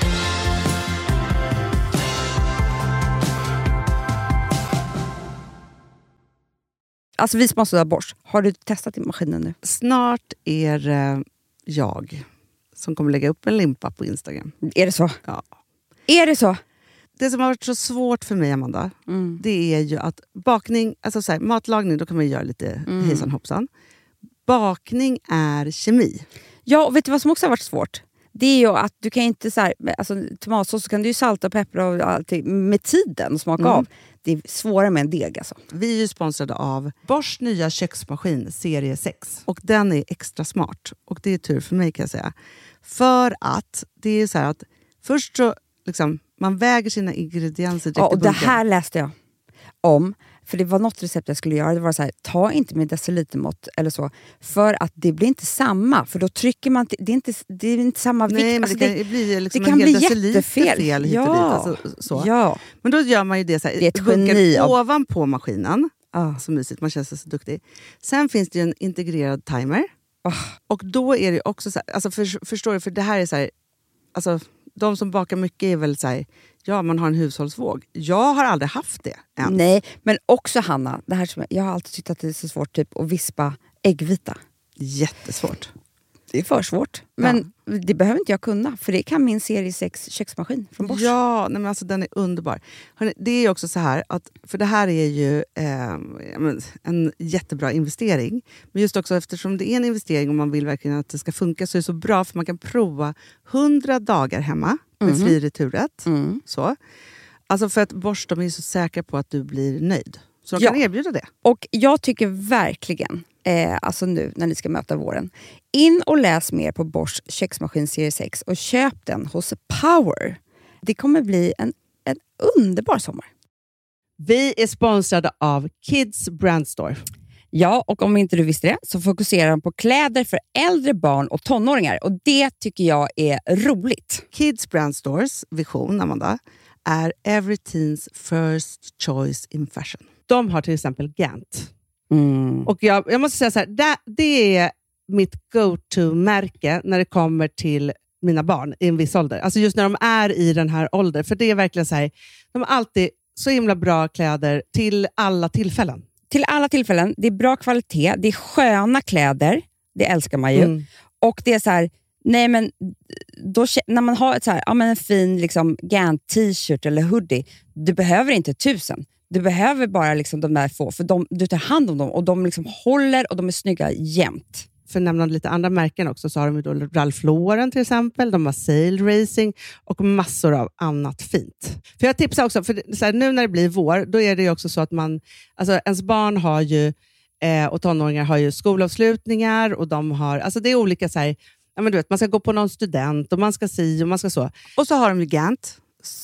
[SPEAKER 6] Alltså vi som har sådär borst. Har du testat i maskinen nu?
[SPEAKER 5] Snart är det jag som kommer lägga upp en limpa på Instagram.
[SPEAKER 6] Är det så?
[SPEAKER 5] Ja.
[SPEAKER 6] Är det så?
[SPEAKER 5] Det som har varit så svårt för mig, Amanda,
[SPEAKER 6] Mm.
[SPEAKER 5] det är ju att bakning, alltså så här, matlagning, då kan man ju göra lite
[SPEAKER 6] Mm.
[SPEAKER 5] hejsan hoppsan. Bakning är kemi.
[SPEAKER 6] Ja, och vet du vad som också har varit svårt? Det är ju att du kan inte så här, alltså tomatsås så kan du ju salta och peppra och allting med tiden och smaka
[SPEAKER 5] Mm.
[SPEAKER 6] av. Det är svårare med en deg alltså.
[SPEAKER 5] Vi är ju sponsrade av Bosch nya köksmaskin serie sex. Och den är extra smart. Och det är tur för mig kan jag säga. För att det är så här att först så liksom, man väger sina ingredienser direkt
[SPEAKER 6] Ja,
[SPEAKER 5] i
[SPEAKER 6] och det
[SPEAKER 5] bunken.
[SPEAKER 6] här läste jag om. För det var något recept jag skulle göra. Det var så här, ta inte med decilitermått eller så. För att det blir inte samma. För då trycker man... Till, det, är inte, det är inte samma vikt.
[SPEAKER 5] Nej, men
[SPEAKER 6] Alltså,
[SPEAKER 5] det kan
[SPEAKER 6] det,
[SPEAKER 5] bli liksom
[SPEAKER 6] det kan
[SPEAKER 5] en hel
[SPEAKER 6] bli
[SPEAKER 5] deciliter
[SPEAKER 6] jättefel.
[SPEAKER 5] fel hit och
[SPEAKER 6] Ja.
[SPEAKER 5] dit. Alltså, så.
[SPEAKER 6] ja.
[SPEAKER 5] Men då gör man ju det så här,
[SPEAKER 6] Det är ett
[SPEAKER 5] bunkar
[SPEAKER 6] geni av-
[SPEAKER 5] ovanpå maskinen.
[SPEAKER 6] Ah.
[SPEAKER 5] Så mysigt, man känns så duktig. Sen finns det ju en integrerad timer.
[SPEAKER 6] Ah.
[SPEAKER 5] Och då är det också så här, alltså för, förstår du, för det här är så här, alltså de som bakar mycket är väl så här, ja man har en hushållsvåg. Jag har aldrig haft det än.
[SPEAKER 6] Nej, men också Hanna. Det här som jag, jag har alltid tyckt att det är så svårt typ, att vispa äggvita.
[SPEAKER 5] Jättesvårt.
[SPEAKER 6] Det är för svårt. Men det behöver inte jag kunna. För det kan min serie sex köksmaskin från Bosch.
[SPEAKER 5] Ja, nej men alltså den är underbar. Hörrni, det är ju också så här, att, för det här är ju eh, ja, men, en jättebra investering. Men just också eftersom det är en investering och man vill verkligen att det ska funka så är det så bra för man kan prova hundra dagar hemma med
[SPEAKER 6] Mhm.
[SPEAKER 5] fri returrätt.
[SPEAKER 6] Mm.
[SPEAKER 5] Så. Alltså för att Bosch, de är så säkra på att du blir nöjd. Så de
[SPEAKER 6] Ja.
[SPEAKER 5] kan erbjuda det.
[SPEAKER 6] Och jag tycker verkligen, eh, alltså nu när ni ska möta våren, in och läs mer på Bosch köksmaskin serie sex och köp den hos Power. Det kommer bli en, en underbar sommar.
[SPEAKER 5] Vi är sponsrade av Kids Brand Store.
[SPEAKER 6] Ja, och om inte du visste det så fokuserar de på kläder för äldre barn och tonåringar. Och det tycker jag är roligt.
[SPEAKER 5] Kids Brand Stores vision, Amanda, är every teens first choice in fashion. De har till exempel Gant.
[SPEAKER 6] Mm.
[SPEAKER 5] Och jag, jag måste säga så här, det, det är mitt go-to-märke när det kommer till mina barn i en viss ålder. Alltså just när de är i den här åldern. För det är verkligen så här, de har alltid så himla bra kläder till alla tillfällen.
[SPEAKER 6] Till alla tillfällen. Det är bra kvalitet. Det är sköna kläder. Det älskar man ju.
[SPEAKER 5] Mm.
[SPEAKER 6] Och det är så här, nej men då, när man har ett så här, ja, men en fin liksom, Gant t-shirt eller hoodie, du behöver inte tusen. Du behöver bara liksom, de där få. För de, du tar hand om dem och de liksom håller och de är snygga jämt.
[SPEAKER 5] För att nämna lite andra märken också så har de ju då Ralph Lauren till exempel. De har Sail Racing och massor av annat fint. För jag tipsar också, för så här, nu när det blir vår, då är det ju också så att man, alltså ens barn har ju, eh, och tonåringar har ju skolavslutningar och de har, alltså det är olika så här, ja men du vet, man ska gå på någon student och man ska si och man ska så. Och så har de ju Gant,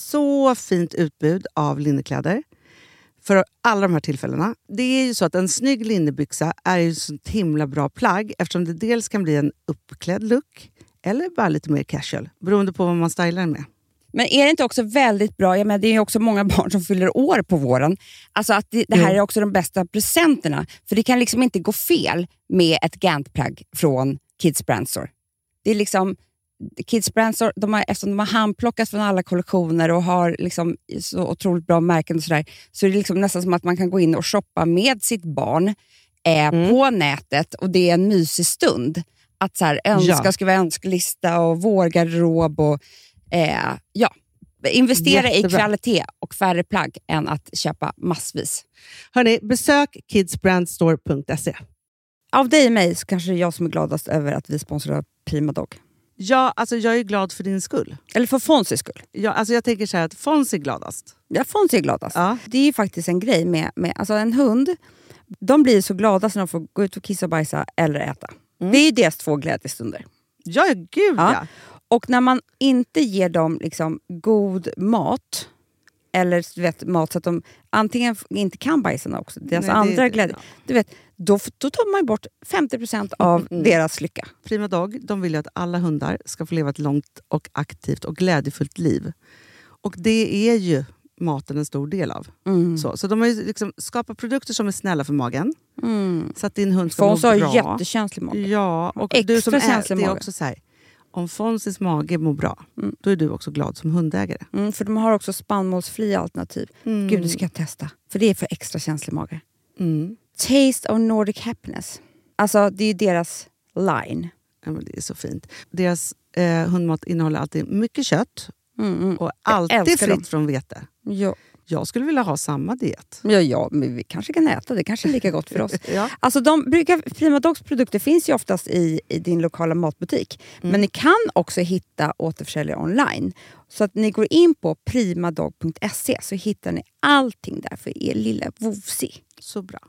[SPEAKER 5] så fint utbud av linnekläder. För alla de här tillfällena. Det är ju så att en snygg linnebyxa är ju så ett himla bra plagg eftersom det dels kan bli en uppklädd look eller bara lite mer casual, beroende på vad man stylar med.
[SPEAKER 6] Men är det inte också väldigt bra, jag menar, det är ju också många barn som fyller år på våren. Alltså att det, det här mm. är också de bästa presenterna. För det kan liksom inte gå fel med ett Gant-plagg från Kids Brand Store. Det är liksom Kids Brand Store, de har, eftersom de har handplockat från alla kollektioner och har liksom så otroligt bra märken och sådär, så är det liksom nästan som att man kan gå in och shoppa med sitt barn eh, mm. på nätet och det är en mysig stund. Att så här, önska, ja. skriva önskelista och vårgarderob och eh, ja, investera Jättebra. i kvalitet och färre plagg än att köpa massvis.
[SPEAKER 5] Hörrni, besök kids brand store punkt se.
[SPEAKER 6] Av dig och mig så kanske det är jag som är gladast över att vi sponsrar Prima Dog.
[SPEAKER 5] Ja, alltså jag är glad för din skull.
[SPEAKER 6] Eller för Fonzys skull.
[SPEAKER 5] Ja, alltså jag tänker så här att Fonzie är gladast.
[SPEAKER 6] Ja, Fonzie är gladast.
[SPEAKER 5] Ja.
[SPEAKER 6] Det är ju faktiskt en grej med, med alltså en hund. De blir så glada när de får gå ut och kissa och bajsa eller äta. Mm. Det är ju deras två glädjestunder.
[SPEAKER 5] Ja, gud ja. ja.
[SPEAKER 6] Och när man inte ger dem liksom god mat eller du vet, mat så att de antingen inte kan bajsa också. Deras Nej, andra det, glädje. Ja. Du vet, då, då tar man bort femtio procent av mm. deras lycka.
[SPEAKER 5] Prima Dog, de vill ju att alla hundar ska få leva ett långt och aktivt och glädjefullt liv. Och det är ju maten en stor del av. Mm. Så, så de har ju liksom skapat produkter som är snälla för magen. Mm. Så att din hund ska må bra.
[SPEAKER 6] Fons har jättekänslig mage.
[SPEAKER 5] Ja, och Extra du som är, det är också så här. Om Fonzys mage mår bra, mm. då är du också glad som hundägare.
[SPEAKER 6] Mm, för de har också spannmålsfria alternativ. Mm. Gud, det ska jag testa. För det är för extra känslig mage. Mm. Taste of Nordic Happiness. Alltså, det är ju deras line.
[SPEAKER 5] Ja, men det är så fint. Deras eh, hundmat innehåller alltid mycket kött. Mm. Och alltid fritt dem. från vete.
[SPEAKER 6] Ja.
[SPEAKER 5] Jag skulle vilja ha samma diet.
[SPEAKER 6] Ja, ja, men vi kanske kan äta. Det kanske är lika gott för oss.
[SPEAKER 5] ja.
[SPEAKER 6] Alltså de brukar, Prima Dogs produkter finns ju oftast i, i din lokala matbutik. Mm. Men ni kan också hitta återförsäljare online. Så att ni går in på primadog punkt se så hittar ni allting där för er lilla vovsi.
[SPEAKER 5] Så bra.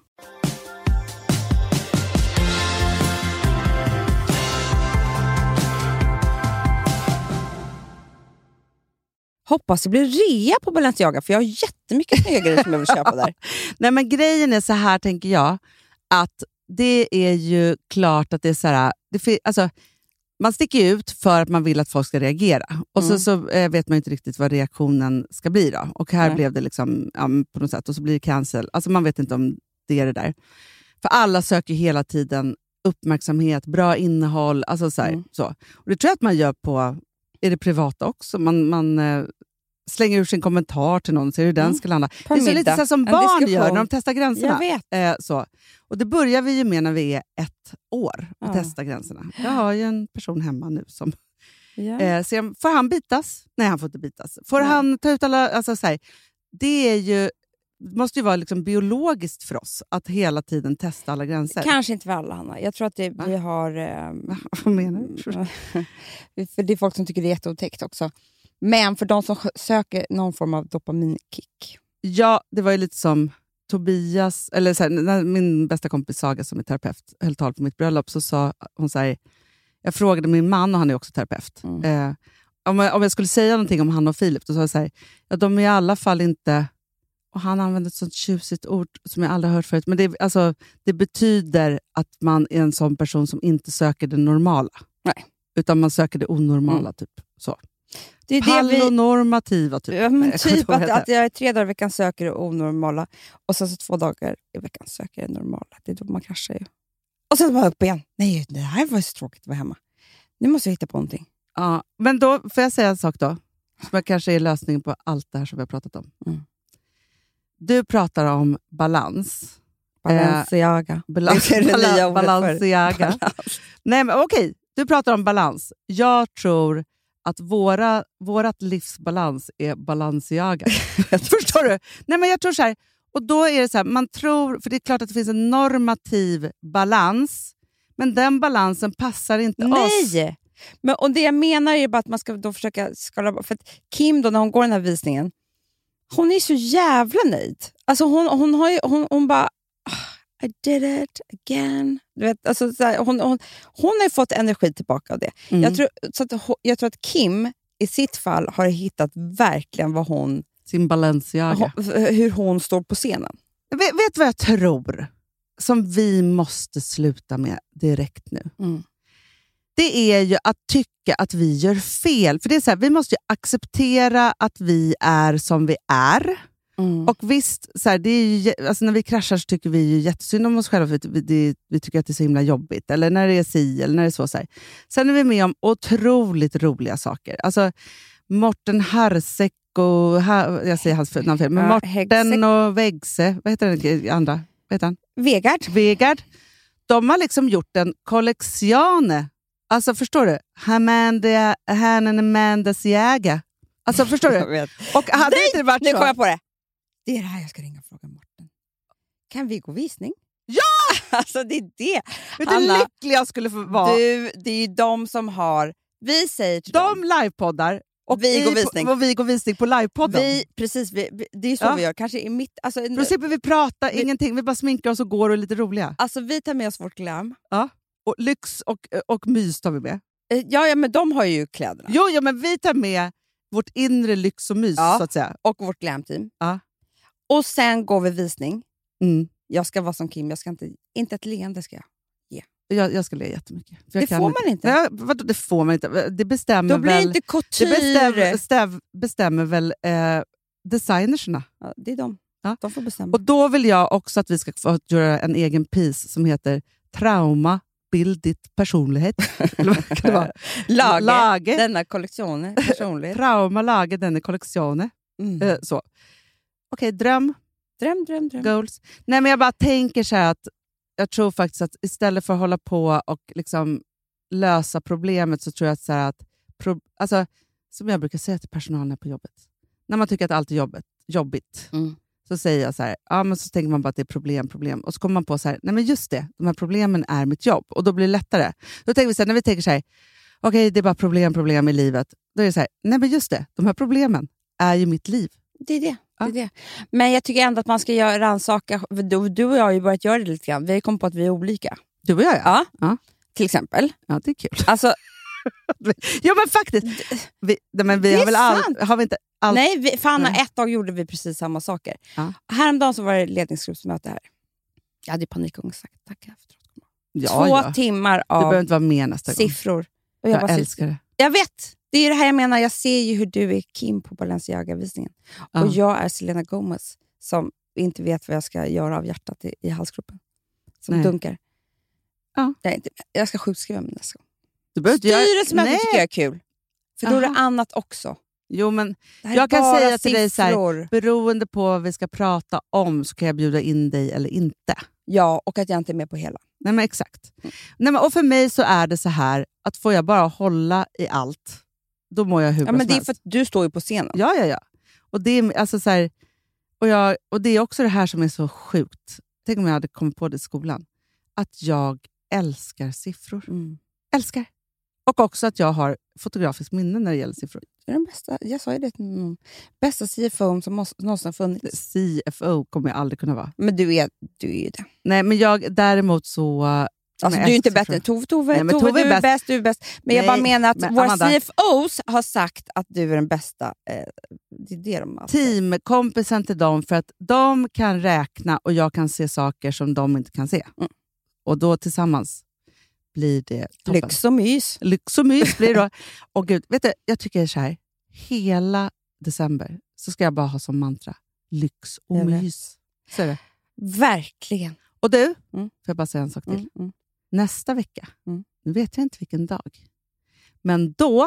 [SPEAKER 6] Hoppas det blir rea på Balenciaga för jag har jättemycket snygga grejer som jag vill köpa där.
[SPEAKER 5] Nej, men grejen är så här, tänker jag, att det är ju klart att det är så här, det, alltså, man sticker ut för att man vill att folk ska reagera. Och mm. så, så eh, vet man inte riktigt vad reaktionen ska bli då. Och här Nej. blev det liksom ja, på något sätt och så blir det cancel. Alltså man vet inte om det är det där. För alla söker hela tiden uppmärksamhet, bra innehåll, alltså så här, mm. så. Och det tror jag att man gör på är det privata också. Man, man eh, slänger ur sin kommentar till någon, ser hur den mm. ska landa. På det är så lite så som barn diskussion. gör när de testar gränserna.
[SPEAKER 6] Jag vet.
[SPEAKER 5] Eh, så. Och det börjar vi ju med när vi är ett år och ja. testa gränserna. Jag har ju en person hemma nu som ja. eh, ser, får han bitas? Nej, han får inte bitas. Får ja. han ta ut alla, alltså så här, det är ju det måste ju vara liksom biologiskt för oss att hela tiden testa alla gränser.
[SPEAKER 6] Kanske inte för alla, Hanna. Jag tror att det, vi har... Eh,
[SPEAKER 5] Vad menar du?
[SPEAKER 6] för det är folk som tycker det är jätteotäckt också. Men för de som söker någon form av dopaminkick.
[SPEAKER 5] Ja, det var ju lite som Tobias, eller så här, när min bästa kompis Saga som är terapeut höll tal på mitt bröllop så sa hon så här, jag frågade min man och han är också terapeut. Mm. Eh, om, jag, om jag skulle säga någonting om han och Filip då sa jag så här, ja, de är i alla fall inte Och han använder ett sånt tjusigt ord som jag aldrig hört förut. Men det, alltså, det betyder att man är en sån person som inte söker det normala.
[SPEAKER 6] Nej.
[SPEAKER 5] Utan man söker det onormala, mm. typ. Så.
[SPEAKER 6] Det är det vi...
[SPEAKER 5] Pallonormativa, typ.
[SPEAKER 6] Ja, men typ att, att jag är tre dagar i veckan söker det onormala. Och sen så två dagar i veckan söker det normala. Det är då man kraschar ju. Och sen bara upp igen. Nej, det här var ju så tråkigt att vara hemma. Nu måste jag hitta på någonting.
[SPEAKER 5] Ja, men då får jag säga en sak då. Som kanske är lösningen på allt det här som vi har pratat om.
[SPEAKER 6] Mm.
[SPEAKER 5] Du pratar om balans.
[SPEAKER 6] Balansiaga.
[SPEAKER 5] Eh, balans,
[SPEAKER 6] det är det
[SPEAKER 5] balans,
[SPEAKER 6] nya
[SPEAKER 5] balansiaga. Balans. Nej, men okej. Du pratar om balans. Jag tror att våra, vårat livsbalans är balansiaga. Förstår du? Nej, men jag tror så här. Och då är det så här, man tror, för det är klart att det finns en normativ balans. Men den balansen passar inte
[SPEAKER 6] Nej.
[SPEAKER 5] oss.
[SPEAKER 6] Nej! Men, och det jag menar är bara att man ska då försöka skala bort. För att Kim då, när hon går den här visningen, hon är så jävla nöjd. Alltså hon, hon har ju, hon, hon bara, oh, I did it again. Du vet, alltså, så här, hon, hon, hon har ju fått energi tillbaka av det. Mm. Jag, tror, så att, jag tror att Kim i sitt fall har hittat verkligen vad hon...
[SPEAKER 5] Sin balansiaga.
[SPEAKER 6] Hur hon står på scenen.
[SPEAKER 5] Vet, vet vad jag tror? Som vi måste sluta med direkt nu.
[SPEAKER 6] Mm.
[SPEAKER 5] Det är ju att tycka att vi gör fel. För det är så här, vi måste ju acceptera att vi är som vi är. Mm. Och visst, så här, det är ju, alltså när vi kraschar så tycker vi ju jättesynd om oss själva. För vi, det, vi tycker att det är så himla jobbigt. Eller när det är si, eller när det är så. så här. Sen är vi med om otroligt roliga saker. Alltså Morten Harsäck och... Jag säger hans namn fel. Men Morten och Vägse. Vad heter den andra? Vad heter han?
[SPEAKER 6] Vegard.
[SPEAKER 5] Vegard. De har liksom gjort en kollektione. Alltså förstår du? Amanda, Hanen Amandas jäga. Alltså förstår du? Och hade
[SPEAKER 6] Nej,
[SPEAKER 5] inte varit
[SPEAKER 6] nu
[SPEAKER 5] så...
[SPEAKER 6] kom jag på det. Det är det här jag ska ringa och fråga Morten. Kan vi gå visning?
[SPEAKER 5] Ja!
[SPEAKER 6] Alltså det är det.
[SPEAKER 5] Vet du hur lycklig jag skulle få vara?
[SPEAKER 6] Du, det är ju de som har... Vi säger till
[SPEAKER 5] de
[SPEAKER 6] dem.
[SPEAKER 5] De livepoddar.
[SPEAKER 6] Och vi går visning.
[SPEAKER 5] Och vi går visning på livepodden.
[SPEAKER 6] Vi, precis, vi, vi, det är så ja. vi gör. Kanske i mitt... Alltså,
[SPEAKER 5] För då slipper vi prata, vi, ingenting. Vi bara sminkar oss och går och är lite roliga.
[SPEAKER 6] Alltså vi tar med oss vårt glam.
[SPEAKER 5] Ja. Och lyx och, och mys tar vi med.
[SPEAKER 6] Ja, ja, men de har ju kläderna.
[SPEAKER 5] Jo, ja, men vi tar med vårt inre lyx och mys,
[SPEAKER 6] ja,
[SPEAKER 5] så att säga.
[SPEAKER 6] Och vårt glamteam.
[SPEAKER 5] Ja.
[SPEAKER 6] Och sen går vi visning.
[SPEAKER 5] Mm.
[SPEAKER 6] Jag ska vara som Kim. Jag ska inte, inte ett leende ska jag ge.
[SPEAKER 5] Jag, jag ska le jättemycket. För
[SPEAKER 6] det
[SPEAKER 5] jag
[SPEAKER 6] får man inte.
[SPEAKER 5] Nej, vadå, det får man inte. Det bestämmer
[SPEAKER 6] Då blir
[SPEAKER 5] väl...
[SPEAKER 6] inte couture.
[SPEAKER 5] Det bestämmer, stäv, bestämmer väl eh, designerserna.
[SPEAKER 6] Ja, det är de.
[SPEAKER 5] Ja.
[SPEAKER 6] De får bestämma.
[SPEAKER 5] Och då vill jag också att vi ska få göra en egen piece som heter Trauma, bild ditt personlighet. Eller vad kan det vara?
[SPEAKER 6] Lage,
[SPEAKER 5] lage.
[SPEAKER 6] denna kollektion. Personlighet.
[SPEAKER 5] Trauma, lage, denna kollektion.
[SPEAKER 6] Mm.
[SPEAKER 5] Eh, så. Okej, okay, dröm.
[SPEAKER 6] Dröm, dröm, dröm.
[SPEAKER 5] Goals. Nej, men jag bara tänker så här att jag tror faktiskt att istället för att hålla på och liksom lösa problemet så tror jag att, så här att pro, alltså, som jag brukar säga till personalen på jobbet. När man tycker att allt är jobbet, jobbigt
[SPEAKER 6] mm. så
[SPEAKER 5] säger jag så här, ja, men så tänker man bara att det är problem, problem. Och så kommer man på så här, nej men just det, de här problemen är mitt jobb. Och då blir det lättare. Då tänker vi så här, när vi tänker så här, okej okay, det är bara problem, problem i livet. Då är det så här, nej men just det, de här problemen är ju mitt liv.
[SPEAKER 6] Det är det. Det är det. Men jag tycker ändå att man ska göra rannsaka. Du, du och jag har ju börjat göra det lite grann. Vi har kommit på att vi är olika.
[SPEAKER 5] Du och jag, ja.
[SPEAKER 6] ja.
[SPEAKER 5] ja.
[SPEAKER 6] Till exempel.
[SPEAKER 5] Ja, det är kul.
[SPEAKER 6] Alltså,
[SPEAKER 5] ja, men faktiskt. Vi, men vi
[SPEAKER 6] det
[SPEAKER 5] har väl all, har vi inte all...
[SPEAKER 6] Nej, vi, för Anna, ett dag gjorde vi precis samma saker.
[SPEAKER 5] Ja.
[SPEAKER 6] Häromdagen så var det ledningsgruppsmöte här. Jag hade panikångest. Tack efteråt.
[SPEAKER 5] Ja,
[SPEAKER 6] Två
[SPEAKER 5] ja.
[SPEAKER 6] timmar av
[SPEAKER 5] du behöver inte vara med nästa
[SPEAKER 6] siffror.
[SPEAKER 5] gång.
[SPEAKER 6] Och
[SPEAKER 5] jag
[SPEAKER 6] jag
[SPEAKER 5] jag älskar det.
[SPEAKER 6] Jag vet. Det är det här jag menar. Jag ser ju hur du är Kim på Balenciaga-visningen. Ja. Och jag är Selena Gomez som inte vet vad jag ska göra av hjärtat i, i halsgropen. Som
[SPEAKER 5] Nej.
[SPEAKER 6] dunkar.
[SPEAKER 5] Ja.
[SPEAKER 6] Jag, inte, jag ska sjukskriva mig nästa gång.
[SPEAKER 5] Styrelsemöte
[SPEAKER 6] tycker jag är kul. För då är det annat också.
[SPEAKER 5] Jo, men jag kan säga till dig så här, beroende på vad vi ska prata om så kan jag bjuda in dig eller inte.
[SPEAKER 6] Ja, och att jag inte är med på hela.
[SPEAKER 5] Nej, men exakt. Mm. Nej, men, och för mig så är det så här att får jag bara hålla i allt, då mår jag hur
[SPEAKER 6] ja,
[SPEAKER 5] bra
[SPEAKER 6] men det är
[SPEAKER 5] helst.
[SPEAKER 6] för att du står ju på scenen.
[SPEAKER 5] Ja, ja, ja. Och det är, alltså, så här, och, jag, och det är också det här som är så sjukt. Tänk om jag hade kommit på det i skolan. Att jag älskar siffror.
[SPEAKER 6] Mm.
[SPEAKER 5] Älskar. Och också att jag har fotografisk minne när det gäller siffror.
[SPEAKER 6] Det är den bästa, jag sa ju det, mm, bästa C F O som måste, någonsin har funnits.
[SPEAKER 5] C F O kommer jag aldrig kunna vara.
[SPEAKER 6] Men du är, du är ju det.
[SPEAKER 5] Nej, men jag däremot så...
[SPEAKER 6] Alltså, du är ju inte bättre än Tove. Tove, Nej, Tove, Tove du är bäst. bäst, du är bäst. Men Nej, jag bara menar att men, våra Amanda. C F Os har sagt att du är den bästa. Eh, det är det de har
[SPEAKER 5] Teamkompisen till dem, för att de kan räkna och jag kan se saker som de inte kan se. Mm. Och då tillsammans blir det toppen.
[SPEAKER 6] Lyx och mys.
[SPEAKER 5] Lyx och mys blir det då. Och gud, vet du, jag tycker så här. Hela december så ska jag bara ha som mantra. Lyx och mys. Så är det.
[SPEAKER 6] Verkligen.
[SPEAKER 5] Och du, mm. får jag bara säga en sak till.
[SPEAKER 6] Mm, mm.
[SPEAKER 5] Nästa vecka, mm. nu vet jag inte vilken dag. Men då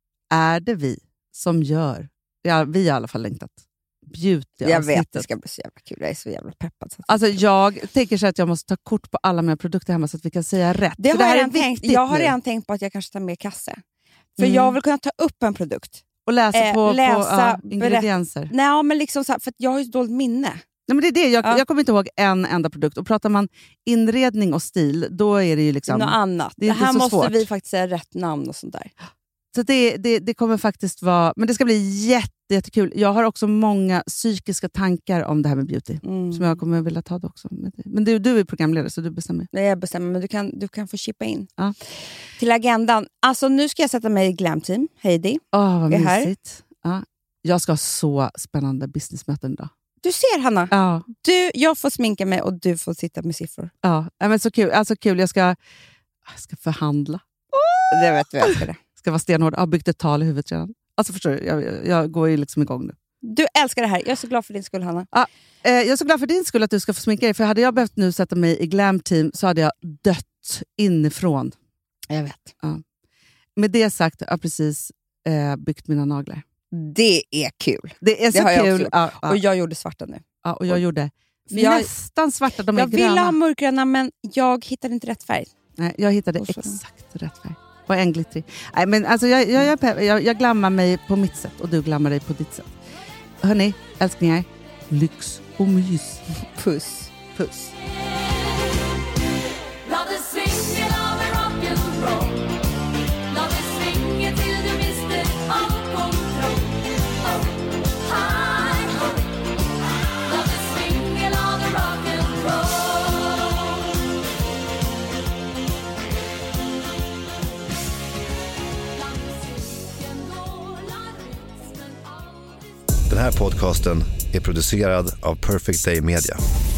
[SPEAKER 5] är det vi som gör, ja, vi har i alla fall längtat, beauty.
[SPEAKER 6] Jag vet, det ska bli så jävla kul. Jag är så jävla peppad. Så
[SPEAKER 5] alltså jag tänker så att jag måste ta kort på alla mina produkter hemma så att vi kan säga rätt.
[SPEAKER 6] Det har
[SPEAKER 5] det här
[SPEAKER 6] jag, tänkt, jag har redan tänkt på att jag kanske tar med kasse. För mm. jag vill kunna ta upp en produkt.
[SPEAKER 5] Och läsa
[SPEAKER 6] eh,
[SPEAKER 5] på,
[SPEAKER 6] läsa,
[SPEAKER 5] på ja, ingredienser.
[SPEAKER 6] Nej, men liksom så här, för att jag har ju så dåligt minne.
[SPEAKER 5] Nej, men det är det. Jag,
[SPEAKER 6] ja.
[SPEAKER 5] jag kommer inte ihåg en enda produkt. Och pratar man inredning och stil, då är det ju liksom...
[SPEAKER 6] Något annat.
[SPEAKER 5] Det, är
[SPEAKER 6] det här
[SPEAKER 5] inte så
[SPEAKER 6] måste
[SPEAKER 5] svårt.
[SPEAKER 6] vi faktiskt säga rätt namn och sånt där.
[SPEAKER 5] Så det, det, det kommer faktiskt vara... Men det ska bli jätte, jättekul. Jag har också många psykiska tankar om det här med beauty. Mm. Som jag kommer vilja ta det också. Men du, du är programledare så du bestämmer.
[SPEAKER 6] Nej, jag bestämmer. Men du kan, du kan få chippa in.
[SPEAKER 5] Ja.
[SPEAKER 6] Till agendan. Alltså nu ska jag sätta mig i Glam Team. Heidi.
[SPEAKER 5] Åh, vad
[SPEAKER 6] är
[SPEAKER 5] mysigt. Ja. Jag ska ha så spännande businessmöten idag.
[SPEAKER 6] Du ser, Hanna.
[SPEAKER 5] Ja.
[SPEAKER 6] Du, jag får sminka mig och du får sitta med siffror.
[SPEAKER 5] Ja, men så kul. Alltså kul. Jag ska, jag ska förhandla.
[SPEAKER 6] Oh! Det vet vi, jag älskar det.
[SPEAKER 5] Ska vara stenhård. Jag har byggt ett tal i huvudet redan. Alltså förstår du, jag, jag går ju liksom igång nu.
[SPEAKER 6] Du älskar det här. Jag är så glad för din skull, Hanna.
[SPEAKER 5] Ja, eh, jag är så glad för din skull att du ska få sminka dig. För hade jag behövt nu sätta mig i Glam Team så hade jag dött inifrån.
[SPEAKER 6] Jag vet.
[SPEAKER 5] Ja. Med det sagt har jag precis eh, byggt mina naglar.
[SPEAKER 6] Det är kul.
[SPEAKER 5] Det är så
[SPEAKER 6] det
[SPEAKER 5] kul.
[SPEAKER 6] Ja,
[SPEAKER 5] ja.
[SPEAKER 6] Och jag gjorde svarta nu.
[SPEAKER 5] Ja, och jag och gjorde
[SPEAKER 6] jag,
[SPEAKER 5] nästan svarta. De är
[SPEAKER 6] jag
[SPEAKER 5] gröna.
[SPEAKER 6] ville ha mörkgröna men jag hittade inte rätt färg.
[SPEAKER 5] Nej, jag hittade exakt rätt färg. Och en glittrig. Nej, men alltså jag, jag, jag, jag, jag glammar mig på mitt sätt och du glammar dig på ditt sätt. Hörni, älsklingar. Lyx och mys.
[SPEAKER 6] Puss.
[SPEAKER 5] Puss.
[SPEAKER 7] Den här podcasten är producerad av Perfect Day Media.